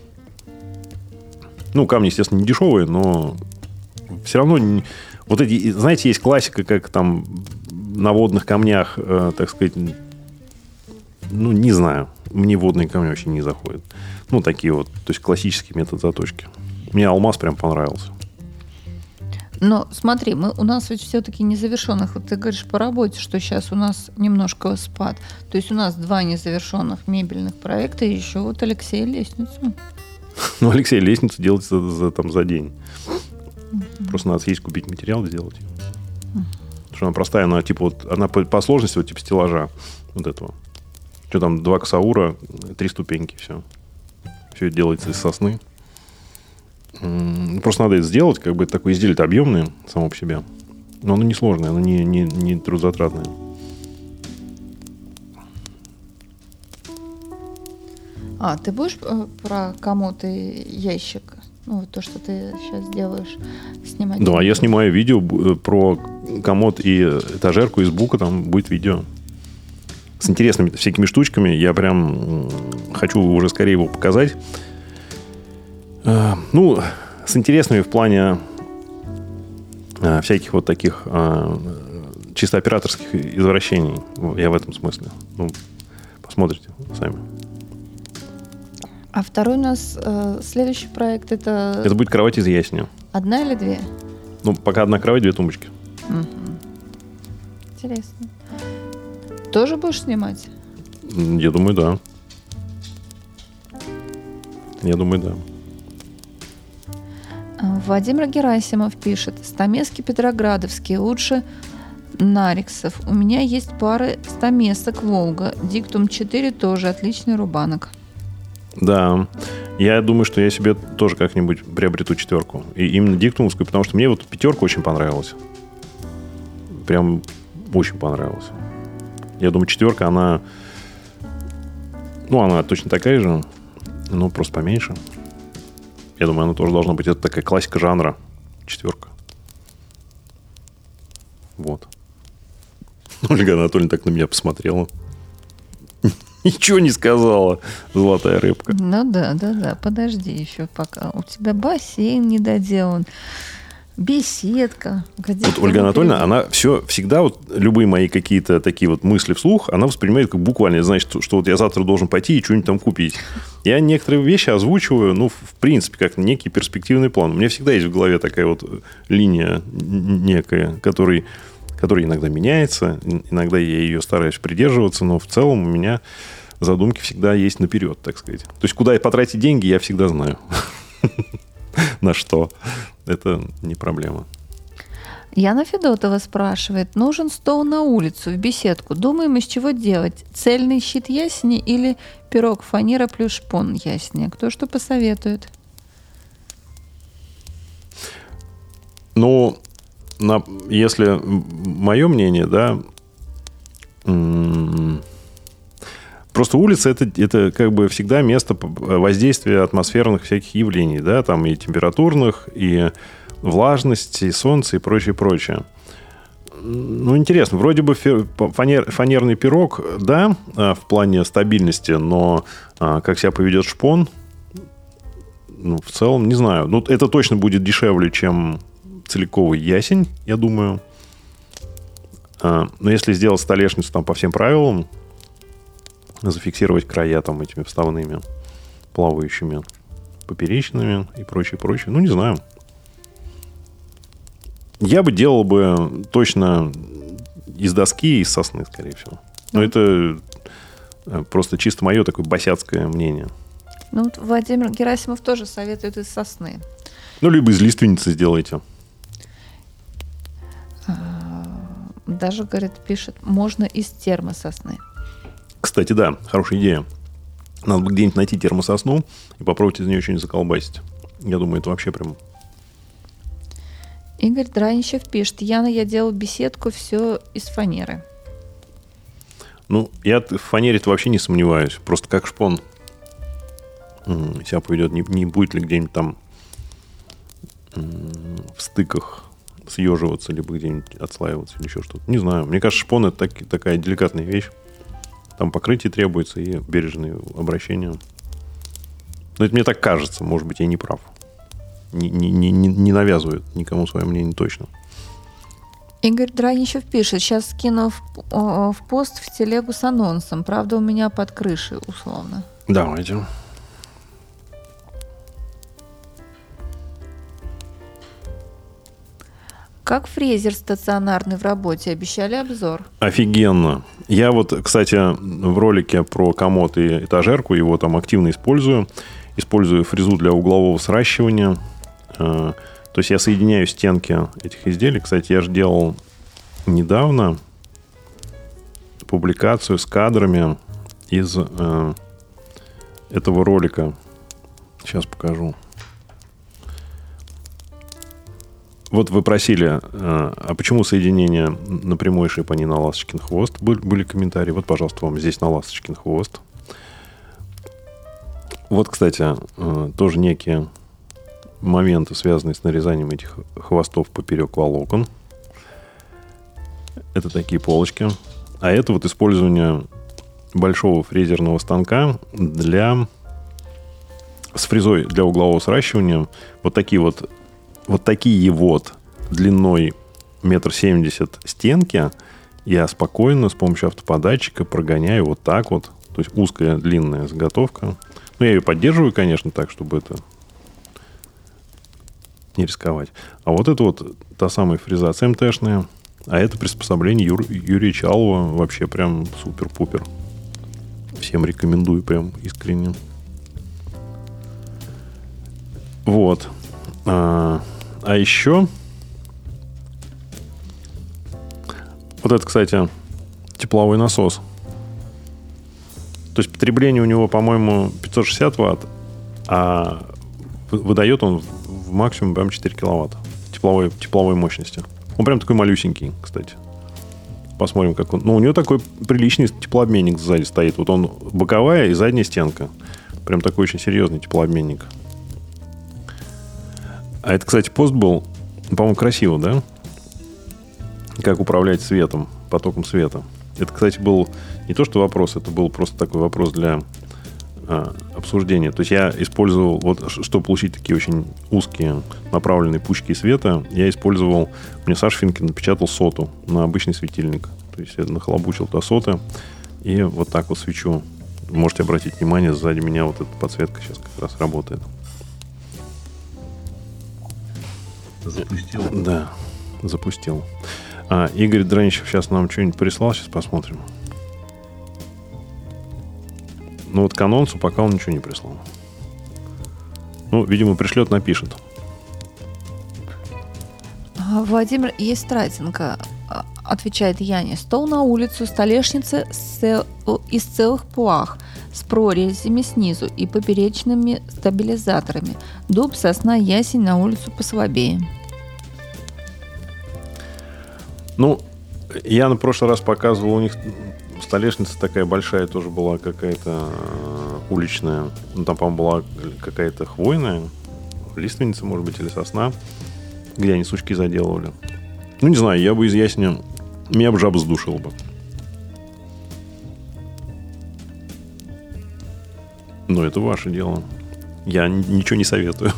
Ну, камни, естественно, не дешевые, но все равно... Не... Вот эти, знаете, есть классика, как там на водных камнях, э, так сказать, ну, не знаю. Мне водные камни вообще не заходят. Ну, такие вот, то есть классический метод заточки. Мне алмаз прям понравился. Но смотри, мы, у нас ведь все-таки незавершенных, вот ты говоришь по работе, что сейчас у нас немножко спад. То есть у нас два незавершенных мебельных проекта, и еще вот Алексей лестницу. Ну, Алексей лестницу делать за, за, там, за день. Uh-huh. Просто надо съесть, купить материал, сделать. Uh-huh. Потому что она простая, она типа вот, она по, по сложности вот типа стеллажа вот этого. Что там, два косаура, три ступеньки, все. Все это делается из сосны. Просто надо это сделать, как бы такое изделие-то объемное само по себе. Но оно не сложное, оно не, не, не трудозатратное. А, ты будешь э, про комод и ящик, ну, вот то, что ты сейчас делаешь, снимать? Да, я снимаю видео про комод и этажерку из бука, там будет видео. С интересными всякими штучками. Я прям хочу уже скорее его показать. Ну, с интересными в плане а, всяких вот таких а, чисто операторских извращений. Я в этом смысле. Ну, посмотрите сами. А второй у нас э, следующий проект это... Это будет кровать из ясеня. Одна или две? Ну, пока одна кровать, две тумбочки. Угу. Интересно. Тоже будешь снимать? Я думаю, да. Я думаю, да. Владимир Герасимов пишет. Стамески петроградовские лучше Нариксов. У меня есть пары стамесок Волга. Диктум четыре тоже отличный рубанок. Да. Я думаю, что я себе тоже как-нибудь приобрету четверку. И именно диктумовскую, потому что мне вот пятерка очень понравилась. Прям очень понравилась. Я думаю, четверка, она... Ну, она точно такая же, но просто поменьше. Я думаю, она тоже должна быть. Это такая классика жанра. Четверка. Вот. Ольга Анатольевна так на меня посмотрела. Ничего не сказала, золотая рыбка. Ну да, да, да. Подожди еще пока. У тебя бассейн не доделан. Беседка. Вот Ольга Анатольевна, она все всегда, вот любые мои какие-то такие вот мысли вслух, она воспринимает как буквально, значит, что, что вот я завтра должен пойти и что-нибудь там купить. Я некоторые вещи озвучиваю, ну, в принципе, как некий перспективный план. У меня всегда есть в голове такая вот линия некая, который, которая иногда меняется, иногда я ее стараюсь придерживаться, но в целом у меня задумки всегда есть наперед, так сказать. То есть, куда потратить деньги, я всегда знаю. На что? Это не проблема. Яна Федотова спрашивает. Нужен стол на улицу, в беседку. Думаем, из чего делать? Цельный щит ясеня или пирог фанера плюс шпон ясеня? Кто что посоветует? Ну, на, если мое мнение, да, м- просто улица это, это как бы всегда место воздействия атмосферных всяких явлений, да, там и температурных, и влажности, и солнца, и прочее, прочее. Ну, интересно, вроде бы фанер, фанерный пирог, да, в плане стабильности, но как себя поведет шпон, ну, в целом, не знаю. Ну, это точно будет дешевле, чем целиковый ясень, я думаю. Но если сделать столешницу там по всем правилам, зафиксировать края там этими вставными, плавающими, поперечными и прочее, прочее, ну, не знаю. Я бы делал бы точно из доски и из сосны, скорее всего. Но mm. это просто чисто мое такое босяцкое мнение. Ну, вот Владимир Герасимов тоже советует из сосны. Ну, либо из лиственницы сделайте. Даже, говорит, пишет, можно из термососны. Кстати, да, хорошая идея. Надо бы где-нибудь найти термососну и попробовать из нее что-нибудь заколбасить. Я думаю, это вообще прям... Игорь Драничев пишет, Яна, я делал беседку, все из фанеры. Ну, я в фанере-то вообще не сомневаюсь. Просто как шпон себя поведет. Не, не будет ли где-нибудь там в стыках съеживаться, либо где-нибудь отслаиваться или еще что-то. Не знаю. Мне кажется, шпон это так, такая деликатная вещь. Там покрытие требуется и бережное обращение. Но это мне так кажется. Может быть, я не прав. Не, не, не, не навязывает никому свое мнение точно. Игорь Драничев пишет, сейчас скину в, в пост в телегу с анонсом. Правда, у меня под крышей, условно. Давайте. Как фрезер стационарный в работе? Обещали обзор. Офигенно. Я вот, кстати, в ролике про комод и этажерку его там активно использую. Использую фрезу для углового сращивания. То есть я соединяю стенки этих изделий. Кстати, я же делал недавно публикацию с кадрами из э, этого ролика. Сейчас покажу. Вот вы просили, э, а почему соединение на прямой шип, а не на ласточкин хвост? Были, были комментарии. Вот, пожалуйста, вам здесь на ласточкин хвост. Вот, кстати, э, тоже некие моменты, связанные с нарезанием этих хвостов поперек волокон. Это такие полочки. А это вот использование большого фрезерного станка для с фрезой для углового сращивания. Вот такие вот вот такие вот длиной метр семьдесят стенки я спокойно с помощью автоподатчика прогоняю вот так вот. То есть узкая длинная заготовка. Ну, я ее поддерживаю, конечно, так, чтобы это не рисковать. А вот это вот та самая фреза ЦМТшная. А это приспособление Юр, Юрия Чалова. Вообще прям супер-пупер. Всем рекомендую прям искренне. Вот. А, а еще... Вот это, кстати, тепловой насос. То есть потребление у него, по-моему, пятьсот шестьдесят ватт, а выдает он в максимум прям четыре киловатта тепловой, тепловой мощности. Он прям такой малюсенький, кстати. Посмотрим, как он... Ну, у него такой приличный теплообменник сзади стоит. Вот он боковая и задняя стенка. Прям такой очень серьезный теплообменник. А это, кстати, пост был, по-моему, красиво, да? Как управлять светом, потоком света. Это, кстати, был не то, что вопрос, это был просто такой вопрос для а, обсуждения. То есть я использовал, вот чтобы получить такие очень узкие направленные пучки света, я использовал, мне Саша Финкин напечатал соту на обычный светильник. То есть я нахлобучил туда соты и вот так вот свечу. Можете обратить внимание, сзади меня вот эта подсветка сейчас как раз работает. Запустил? Да, запустил. А, Игорь Драничев сейчас нам что-нибудь прислал, сейчас посмотрим. Ну вот к анонсу пока он ничего не прислал. Ну, видимо, пришлет, напишет. Владимир Естратенко отвечает Яне. Стол на улицу, столешница из целых плах с прорезями снизу и поперечными стабилизаторами. Дуб, сосна, ясень, на улицу послабее. Ну, я на прошлый раз показывал, у них столешница такая большая тоже была какая-то уличная. Ну, там, по-моему, была какая-то хвойная, лиственница, может быть, или сосна, где они сучки заделывали. Ну, не знаю, я бы из ясеня... Меня бы жаба сдушила бы. Но это ваше дело. Я ничего не советую.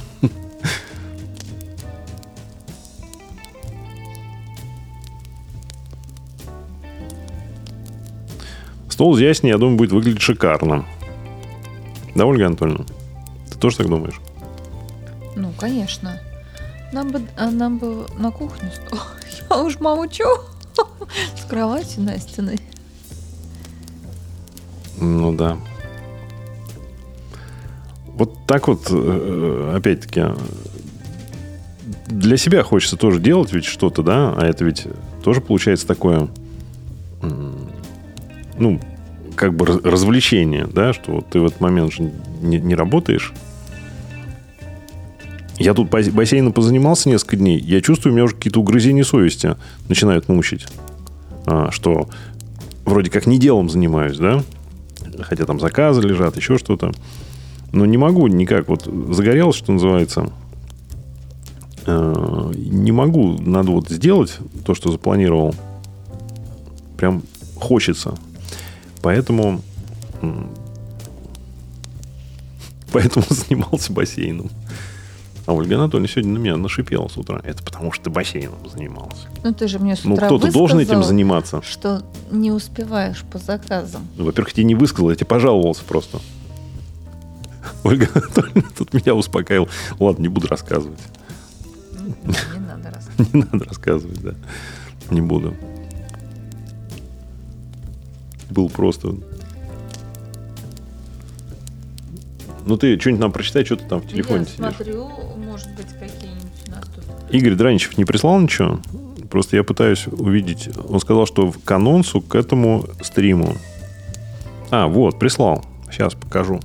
Стол из ясеня, я думаю, будет выглядеть шикарно. Да, Ольга Анатольевна? Ты тоже так думаешь? Ну, конечно. Нам бы, а нам бы на кухню стол. Я уж молчу. С кроватью Настиной. Ну да. Вот так вот, опять-таки, для себя хочется тоже делать ведь что-то, да? А это ведь тоже получается такое, ну, как бы развлечение, да? Что вот ты в этот момент же не, не работаешь. Я тут бассейном позанимался несколько дней. Я чувствую, у меня уже какие-то угрызения совести начинают мучить. А, что вроде как не делом занимаюсь, да? Хотя там заказы лежат, еще что-то. Но не могу никак. Вот загорелось, что называется. А, не могу. Надо вот сделать то, что запланировал. Прям хочется. Поэтому... Поэтому занимался бассейном. А Ольга Анатольевна сегодня на меня нашипела с утра. Это потому, что ты бассейном занимался. Ну, ты же мне с Ну, утра кто-то должен этим высказал, заниматься. что не успеваешь по заказам. Ну, во-первых, я тебе не высказал, я тебе пожаловался просто. Ольга Анатольевна тут меня успокаивала. Ладно, не буду рассказывать. Не, не надо рассказывать. Не надо рассказывать, да. Не буду. Был просто... Ну, ты что-нибудь нам прочитай, что ты там в телефоне Я сидишь. смотрю, может быть, какие-нибудь у нас тут... Игорь Драничев не прислал ничего? Просто я пытаюсь увидеть. Он сказал, что к анонсу к этому стриму. А, вот, прислал. Сейчас покажу.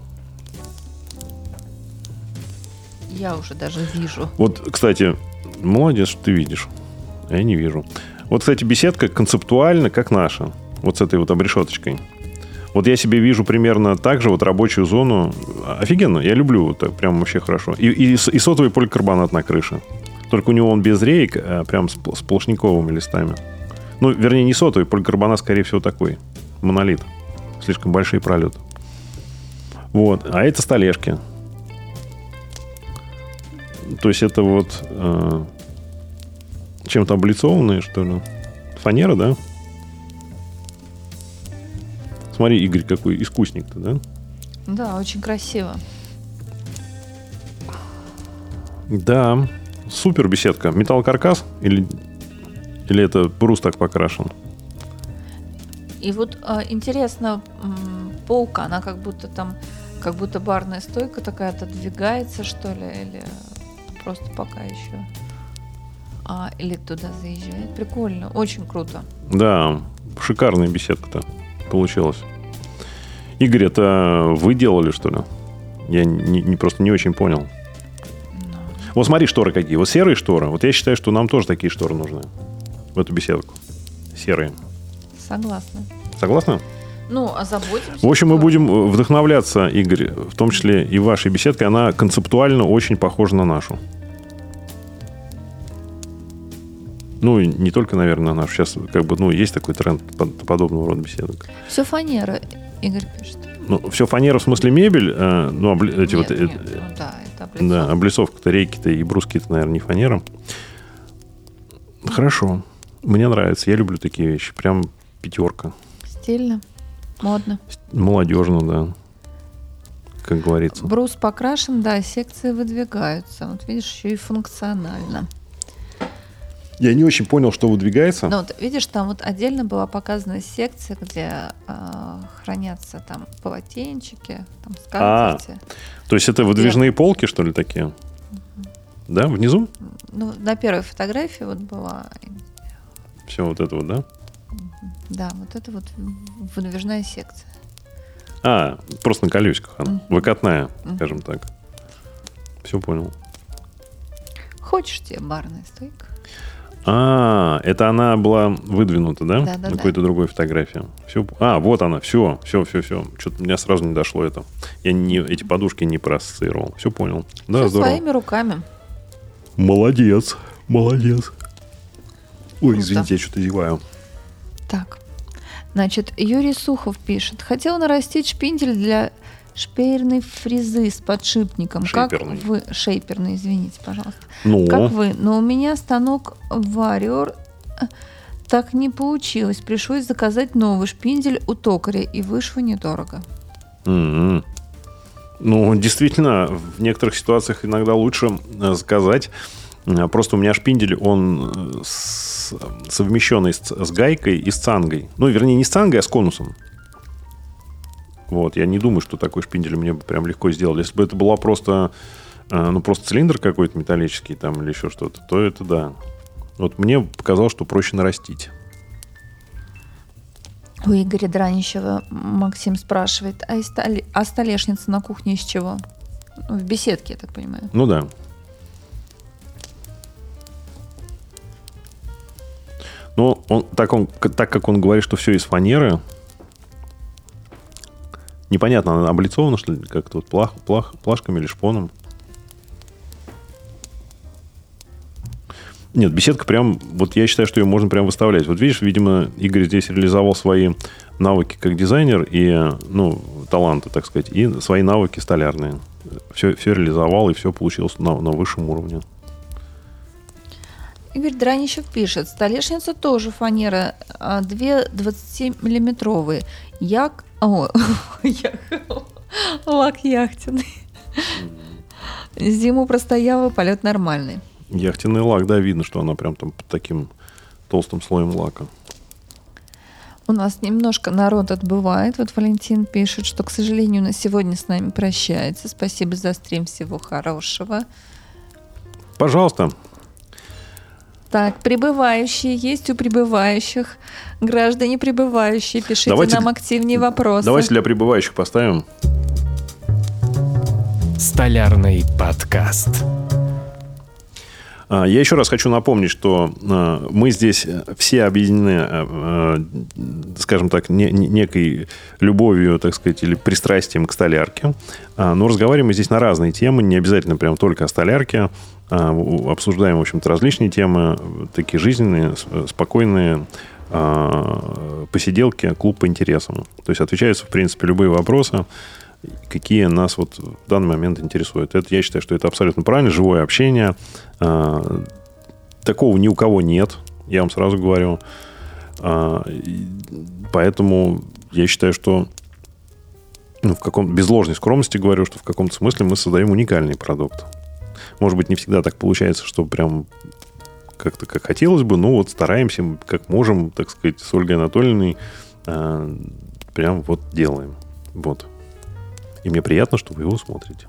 Я уже даже вижу. Вот, кстати, молодец, что ты видишь. А я не вижу. Вот, кстати, беседка концептуально, как наша. Вот с этой вот обрешеточкой. Вот я себе вижу примерно так же вот рабочую зону. Офигенно, я люблю вот так, прям вообще хорошо. И, и, и сотовый поликарбонат на крыше. Только у него он без реек, а прям с, с сплошниковыми листами. Ну, вернее, не сотовый, поликарбонат, скорее всего, такой. Монолит. Слишком большие пролеты. Вот. А это столешки. То есть это вот э, чем-то облицованные, что ли. Фанера, да? Смотри, Игорь, какой искусник-то, да? Да, очень красиво. Да. Супер беседка. Металлокаркас или, или это брус так покрашен? И вот а, интересно, м, полка, она как будто там, как будто барная стойка такая отодвигается, что ли, или просто пока еще. А, или туда заезжает. Прикольно, очень круто. Да, шикарная беседка-то получилась. Игорь, это вы делали, что ли? Я не, не, просто не очень понял. Но... Вот смотри, шторы какие. Вот серые шторы. Вот я считаю, что нам тоже такие шторы нужны. В эту беседку. Серые. Согласна. Согласна? Ну, озаботимся. В общем, мы что- будем вдохновляться, Игорь, в том числе и вашей беседкой. Она концептуально очень похожа на нашу. Ну, и не только, наверное, на нашу. Сейчас как бы, ну, есть такой тренд под- подобного рода беседок. Все фанера, Игорь пишет. Ну, все фанера в смысле мебель. Э, ну, обли- эти Нет, вот... э, нет, э, ну да, это да, облицовка. облицовка-то, рейки-то и бруски-то, наверное, не фанера. Хорошо. Мне нравится. Я люблю такие вещи. Прям пятерка. Стильно, модно. Молодежно, да. Как говорится. Брус покрашен, да, секции выдвигаются. Вот видишь, еще и функционально. Я не очень понял, что выдвигается. Ну, вот, видишь, там вот отдельно была показана секция, где э, хранятся там полотенчики, там скатерти. То есть это выдвижные полки, что ли, такие? Да, внизу? Ну, на первой фотографии вот была, Все вот это вот, да? да, вот это вот выдвижная секция. А, просто на колесиках она. Мгм. Выкатная, Мгм. скажем так. Все понял. Хочешь тебе барная стойка? А, это она была выдвинута, да? Да, да, на да. какой-то другой фотографии. Все. А, вот она. Все, все, все, все. Что-то у меня сразу не дошло это. Я не, эти подушки не проассоциировал. Все понял. Да, Всё здорово. своими руками. Молодец. Молодец. Ой, Круто. извините, я что-то зеваю. Так. Значит, Юрий Сухов пишет. Хотел нарастить шпиндель для шпейерной фрезы с подшипником. Шейперный. Как вы... Шейперный, извините, пожалуйста. Ну, Как вы? Но у меня станок Warrior, э, так не получилось. Пришлось заказать новый шпиндель у токаря, и вышло недорого. м-м. Ну, действительно, в некоторых ситуациях иногда лучше э, заказать. Э, Просто у меня шпиндель, он э, с- совмещенный с, с гайкой и с цангой. Ну, вернее, не с цангой, а с конусом. Вот, я не думаю, что такой шпиндель мне бы прям легко сделал. Если бы это была просто, э, ну, просто цилиндр какой-то металлический там или еще что-то, то это да. Вот мне показалось, что проще нарастить. У Игоря Дранищева Максим спрашивает, а, из столе- а столешница на кухне из чего? Ну, в беседке, я так понимаю. Ну да. Но он, так, он, к- так как он говорит, что все из фанеры, непонятно, она облицована, что ли, как-то вот плах, плах, плашками или шпоном. Нет, беседка прям, вот я считаю, что ее можно прям выставлять. Вот видишь, видимо, Игорь здесь реализовал свои навыки как дизайнер и, ну, таланты, так сказать, и свои навыки столярные. Все, все реализовал, и все получилось на, на высшем уровне. Игорь Дранищев пишет, столешница тоже фанера, а две двадцатимиллиметровые. Як... О, як- лак яхтенный. Зиму простояла, полет нормальный. Яхтенный лак, да, видно, что она прям там под таким толстым слоем лака. У нас немножко народ отбывает. Вот Валентин пишет, что, к сожалению, на сегодня с нами прощается. Спасибо за стрим, всего хорошего. Пожалуйста. Так, прибывающие есть у прибывающих. Граждане прибывающие, пишите Давайте- нам активнее вопросы. Давайте для прибывающих поставим. Столярный подкаст. А, Я еще раз хочу напомнить, что а, мы здесь все объединены, а, а, скажем так, не- не- некой любовью, так сказать, или пристрастием к столярке. А, Но разговариваем мы здесь на разные темы, не обязательно прям только о столярке. А, у- Обсуждаем, в общем-то, различные темы, такие жизненные, с- спокойные а, посиделки, клуб по интересам. То есть отвечаются, в принципе, любые вопросы, какие нас вот в данный момент интересуют. Это, я считаю, что это абсолютно правильно, живое общение. А, Такого ни у кого нет, я вам сразу говорю. А, и Поэтому я считаю, что ну, в каком без ложной скромности говорю, что в каком-то смысле мы создаем уникальный продукт. Может быть, не всегда так получается, что прям как-то как хотелось бы, но вот стараемся, как можем, так сказать, с Ольгой Анатольевной а, прям вот делаем. Вот. И мне приятно, что вы его смотрите.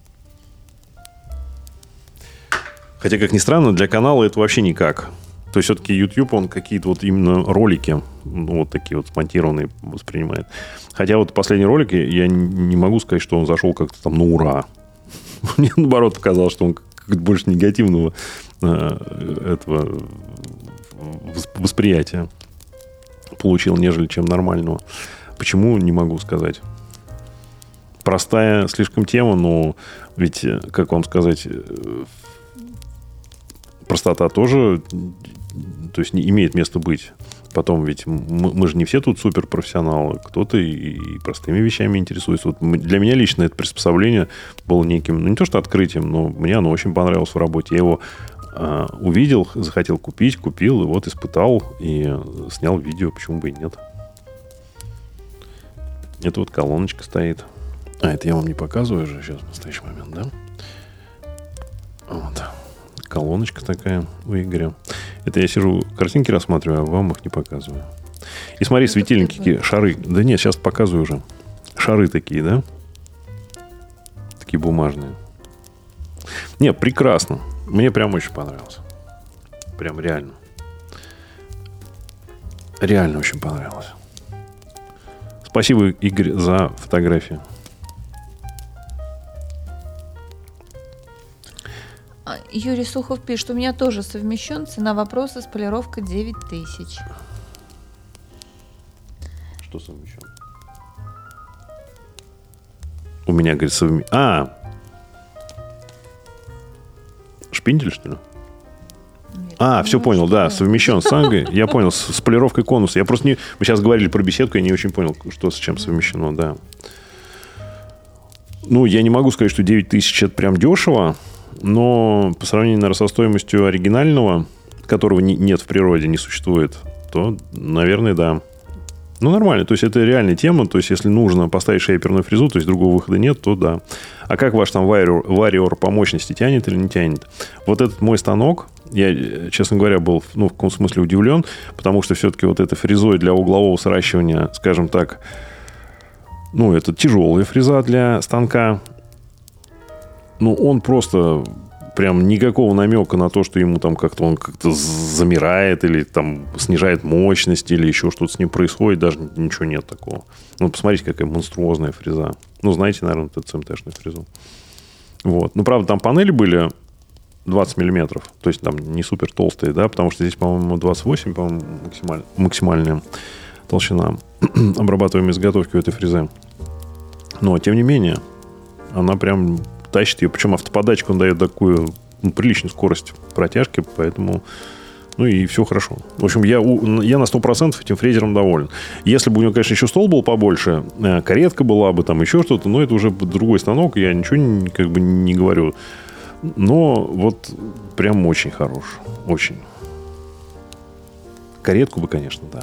Хотя, как ни странно, для канала это вообще никак. То есть, все-таки YouTube, он какие-то вот именно ролики, ну, вот такие вот смонтированные воспринимает. Хотя вот последний ролик, я не могу сказать, что он зашел как-то там на ура. Мне, наоборот, показалось, что он как-то больше негативного э, этого восприятия получил, нежели чем нормального. Почему, не могу сказать. Простая слишком тема, но ведь, как вам сказать, простота тоже, то есть, не имеет места быть. Потом ведь мы, мы же не все тут суперпрофессионалы. Кто-то и, и простыми вещами интересуется. Вот для меня лично это приспособление было неким, ну не то что открытием, но мне оно очень понравилось в работе. Я его э, увидел, захотел купить, купил, и вот испытал, и снял видео, почему бы и нет. Это вот колоночка стоит. А, это я вам не показываю уже сейчас в настоящий момент, да? Вот. Колоночка такая у Игоря. Это я сижу, картинки рассматриваю, а вам их не показываю. И смотри, Это светильники, прикольно. какие, шары. Да нет, сейчас показываю уже. Шары такие, да? Такие бумажные. Не, прекрасно. Мне прям очень понравилось. Прям реально. Реально очень понравилось. Спасибо, Игорь, за фотографию. Юрий Сухов пишет, у меня тоже совмещен, цена вопроса с полировкой девять тысяч. Что совмещен? У меня, говорит, совмещен. А! Шпиндель, что ли? Нет, А, ну, все понял, что? да, совмещен с ангой. Я понял, с, с полировкой конуса. Я просто не... Мы сейчас говорили про беседку, я не очень понял, что с чем совмещено, да. Ну, я не могу сказать, что девять тысяч это прям дешево, но по сравнению, наверное, со стоимостью оригинального, которого не, нет в природе, не существует, то, наверное, да. Ну, нормально. То есть, это реальная тема. То есть, если нужно поставить шейперную фрезу, то есть, другого выхода нет, то да. А как ваш там Warrior, Warrior по мощности тянет или не тянет? Вот этот мой станок, я, честно говоря, был, ну, в каком смысле удивлен, потому что все-таки вот этой фрезой для углового сращивания, скажем так, ну, это тяжелая фреза для станка. Ну, он просто... Прям никакого намека на то, что ему там как-то он как-то замирает или там снижает мощность или еще что-то с ним происходит. Даже ничего нет такого. Ну, посмотрите, какая монструозная фреза. Ну, знаете, наверное, эту цэ эм тэ-шную фрезу. Вот. Ну, правда, там панели были двадцать миллиметров. То есть, там не супер толстые, да, потому что здесь, по-моему, двадцать восемь, по-моему, максималь... максимальная толщина обрабатываемой изготовки у этой фрезы. Но, тем не менее, она прям... тащит ее, причем автоподачка он дает такую, ну, приличную скорость протяжки, поэтому, ну, и все хорошо. В общем, я, я на сто процентов этим фрезером доволен. Если бы у него, конечно, еще стол был побольше, каретка была бы, там еще что-то, но это уже другой станок, я ничего как бы не говорю. Но вот прям очень хорош. Очень. Каретку бы, конечно, да.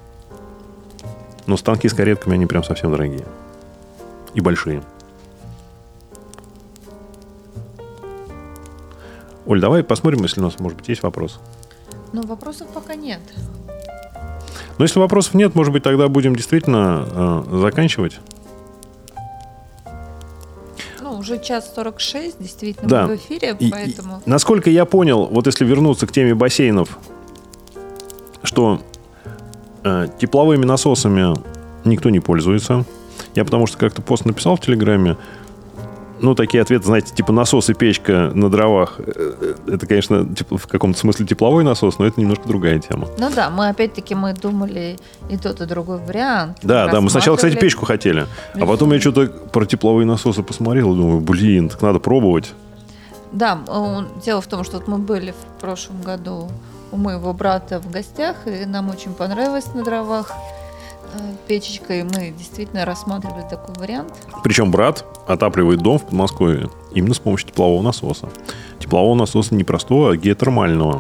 Но станки с каретками, они прям совсем дорогие. И большие. Оль, давай посмотрим, если у нас, может быть, есть вопрос. Ну, вопросов пока нет. Но если вопросов нет, может быть, тогда будем действительно э, заканчивать. Ну, уже час сорок шесть, действительно, да. мы в эфире, и, поэтому... И, насколько я понял, вот если вернуться к теме бассейнов, что э, тепловыми насосами никто не пользуется. Я потому что как-то пост написал в Телеграме. Ну, такие ответы, знаете, типа насос и печка на дровах. Это, конечно, типа, в каком-то смысле тепловой насос, но это немножко другая тема. Ну да, мы опять-таки мы думали и тот, и другой вариант. Да, да, мы сначала, кстати, печку хотели. А потом я что-то про тепловые насосы посмотрел и думаю, блин, так надо пробовать. Да, дело в том, что вот мы были в прошлом году у моего брата в гостях, и нам очень понравилось на дровах печечка, и мы действительно рассматривали такой вариант. Причем брат отапливает дом в Подмосковье именно с помощью теплового насоса. Теплового насоса не простого, а геотермального.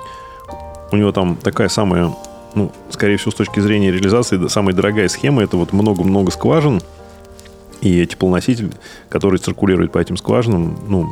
У него там такая самая, ну, скорее всего, с точки зрения реализации, самая дорогая схема. Это вот много-много скважин, и теплоноситель, который циркулирует по этим скважинам, ну,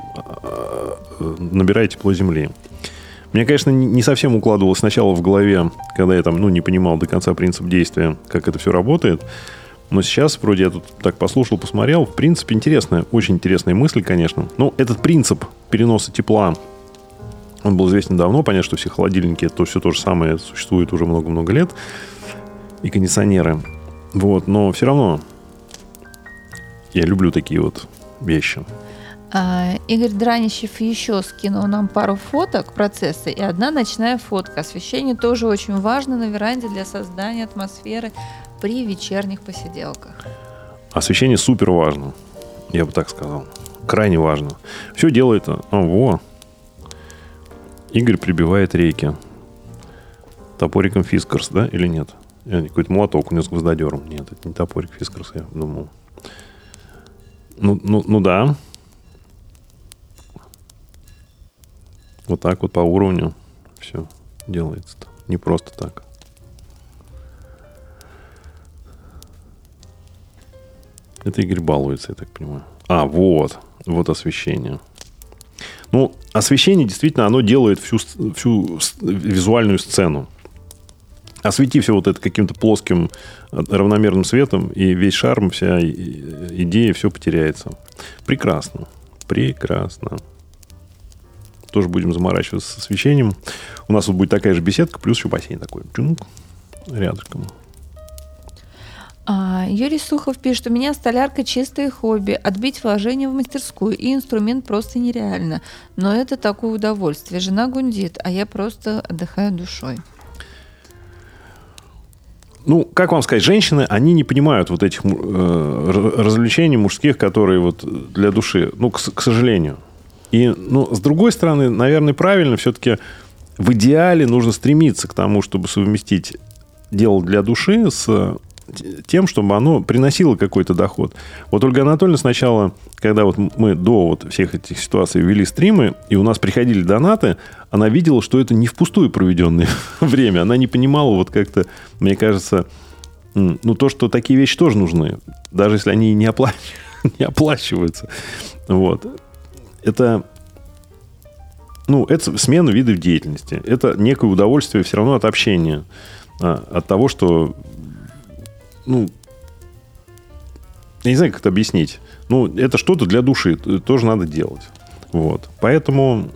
набирает тепло земли. Мне, конечно, не совсем укладывалось сначала в голове, когда я там, ну, не понимал до конца принцип действия, как это все работает. Но сейчас, вроде, я тут так послушал, посмотрел. В принципе, интересная, очень интересная мысль, конечно. Ну, этот принцип переноса тепла, он был известен давно. Понятно, что все холодильники, это все то же самое, существует уже много-много лет. И кондиционеры. Вот, но все равно я люблю такие вот вещи. А, Игорь Дранищев еще скинул нам пару фоток процесса и одна ночная фотка. Освещение тоже очень важно на веранде для создания атмосферы при вечерних посиделках. Освещение супер важно, я бы так сказал. Крайне важно. Все делает... А, во! Игорь прибивает рейки. Топориком Фискарс, да? Или нет? Какой-то молоток у него с гвоздодером. Нет, это не топорик Фискарс, я думал. Ну, ну, ну да. Вот так вот по уровню все делается-то. Не просто так. Это Игорь балуется, я так понимаю. А, вот. Вот освещение. Ну, освещение действительно, оно делает всю, всю визуальную сцену. Освети все вот это каким-то плоским равномерным светом, и весь шарм, вся идея, все потеряется. Прекрасно. Прекрасно. Тоже будем заморачиваться с освещением. У нас вот будет такая же беседка, плюс еще бассейн такой. Чунг, рядышком. А, Юрий Сухов пишет, у меня столярка чистое хобби, отбить вложение в мастерскую, и инструмент просто нереально. Но это такое удовольствие. Жена гундит, а я просто отдыхаю душой. Ну, как вам сказать, женщины, они не понимают вот этих э, развлечений мужских, которые вот для души, ну, к, к сожалению. И, ну, с другой стороны, наверное, правильно все-таки в идеале нужно стремиться к тому, чтобы совместить дело для души с тем, чтобы оно приносило какой-то доход. Вот Ольга Анатольевна сначала, когда вот мы до вот всех этих ситуаций вели стримы, и у нас приходили донаты, она видела, что это не впустую проведенное время. Она не понимала вот как-то, мне кажется, ну, то, что такие вещи тоже нужны, даже если они не, оплач... не оплачиваются. Вот. Это, ну, это смена видов деятельности. Это некое удовольствие все равно от общения, от того, что, ну, я не знаю, как это объяснить. Ну, это что-то для души тоже надо делать. Вот. Поэтому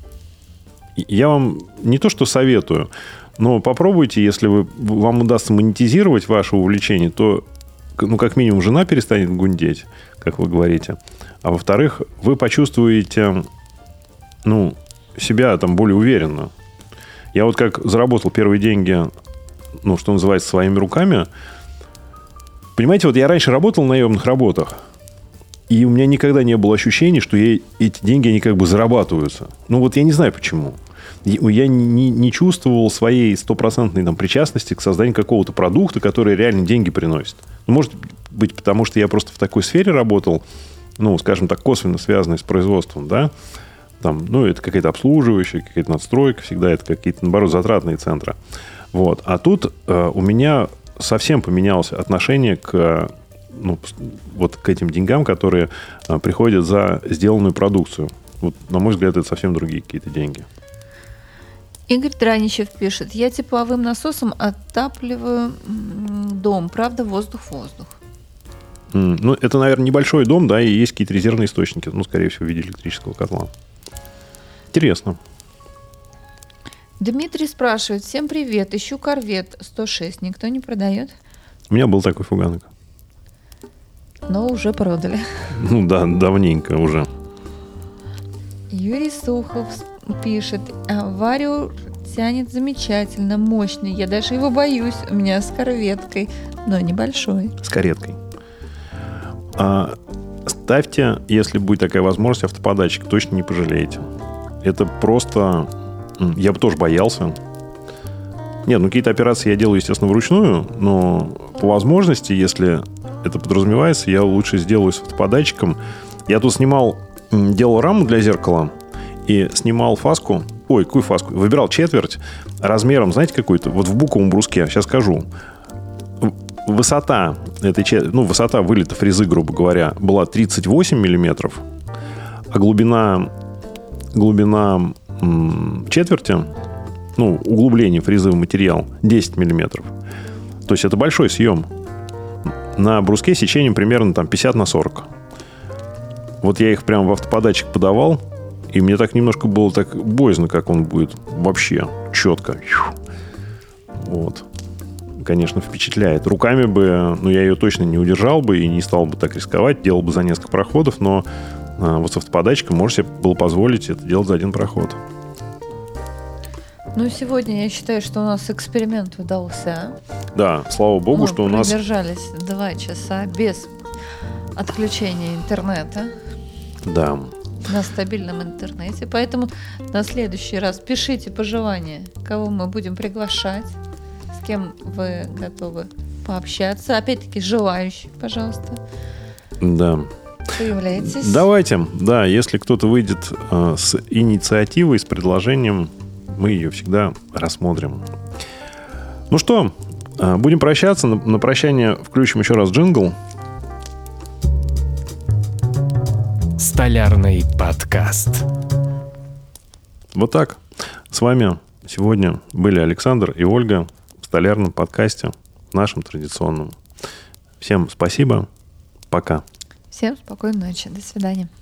я вам не то что советую, но попробуйте, если вы, вам удастся монетизировать ваше увлечение, то, ну, как минимум, жена перестанет гундеть, как вы говорите. А во-вторых, вы почувствуете, ну, себя там более уверенно. Я вот как заработал первые деньги, ну, что называется, своими руками. Понимаете, вот я раньше работал на наемных работах, и у меня никогда не было ощущения, что я, эти деньги, они как бы зарабатываются. Ну, вот я не знаю почему. Я не, не чувствовал своей стопроцентной там причастности к созданию какого-то продукта, который реально деньги приносит. Ну, может быть, потому что я просто в такой сфере работал, ну, скажем так, косвенно связанной с производством, да. Там, ну, это какая-то обслуживающая, какая-то надстройка, всегда это какие-то, наоборот, затратные центры. Вот. А тут э, у меня совсем поменялось отношение к, ну, вот к этим деньгам, которые э, приходят за сделанную продукцию. Вот, на мой взгляд, это совсем другие какие-то деньги. Игорь Драничев пишет, я тепловым насосом отапливаю дом, правда, воздух-воздух. Mm, ну, это, наверное, небольшой дом, да, и есть какие-то резервные источники, ну, скорее всего, в виде электрического котла. Интересно. Дмитрий спрашивает, всем привет, ищу корвет сто шесть, никто не продает? У меня был такой фуганок. Но уже продали. Ну да, давненько уже. Юрий Сухов пишет, Варио тянет замечательно, мощный, я даже его боюсь, у меня с корветкой, но небольшой. С кареткой. А, ставьте, если будет такая возможность, автоподатчик, точно не пожалеете. Это просто... Я бы тоже боялся. Нет, ну какие-то операции я делаю, естественно, вручную, но по возможности, если это подразумевается, я лучше сделаю с автоподатчиком. Я тут снимал, делал раму для зеркала и снимал фаску. Ой, какую фаску? Выбирал четверть размером, знаете, какой-то? Вот в буковом бруске, сейчас скажу. Высота этой, ну, высота вылета фрезы, грубо говоря, была тридцать восемь миллиметров, а глубина, глубина м- четверти, ну, углубление фрезы в материал десять миллиметров. То есть это большой съем. На бруске сечением примерно там пятьдесят на сорок. Вот я их прямо в автоподатчик подавал, и мне так немножко было так боязно, как он будет вообще четко. Вот. Конечно, впечатляет. Руками бы, ну, я ее точно не удержал бы и не стал бы так рисковать, делал бы за несколько проходов, но а, вот с автоподатчиком можете себе было позволить это делать за один проход. Ну, сегодня я считаю, что у нас эксперимент удался. Да, слава богу, Мы что у нас... Мы продержались два часа без отключения интернета. Да. На стабильном интернете. Поэтому на следующий раз пишите пожелания, кого мы будем приглашать, с кем вы готовы пообщаться. Опять-таки, желающие, пожалуйста. Да. Появляйтесь. Давайте, да, если кто-то выйдет э, с инициативой, с предложением, мы ее всегда рассмотрим. Ну что, э, будем прощаться. На, на прощание включим еще раз джингл. Столярный подкаст. Вот так. С вами сегодня были Александр и Ольга в столярном подкасте, нашем традиционном. Всем спасибо. Пока. Всем спокойной ночи. До свидания.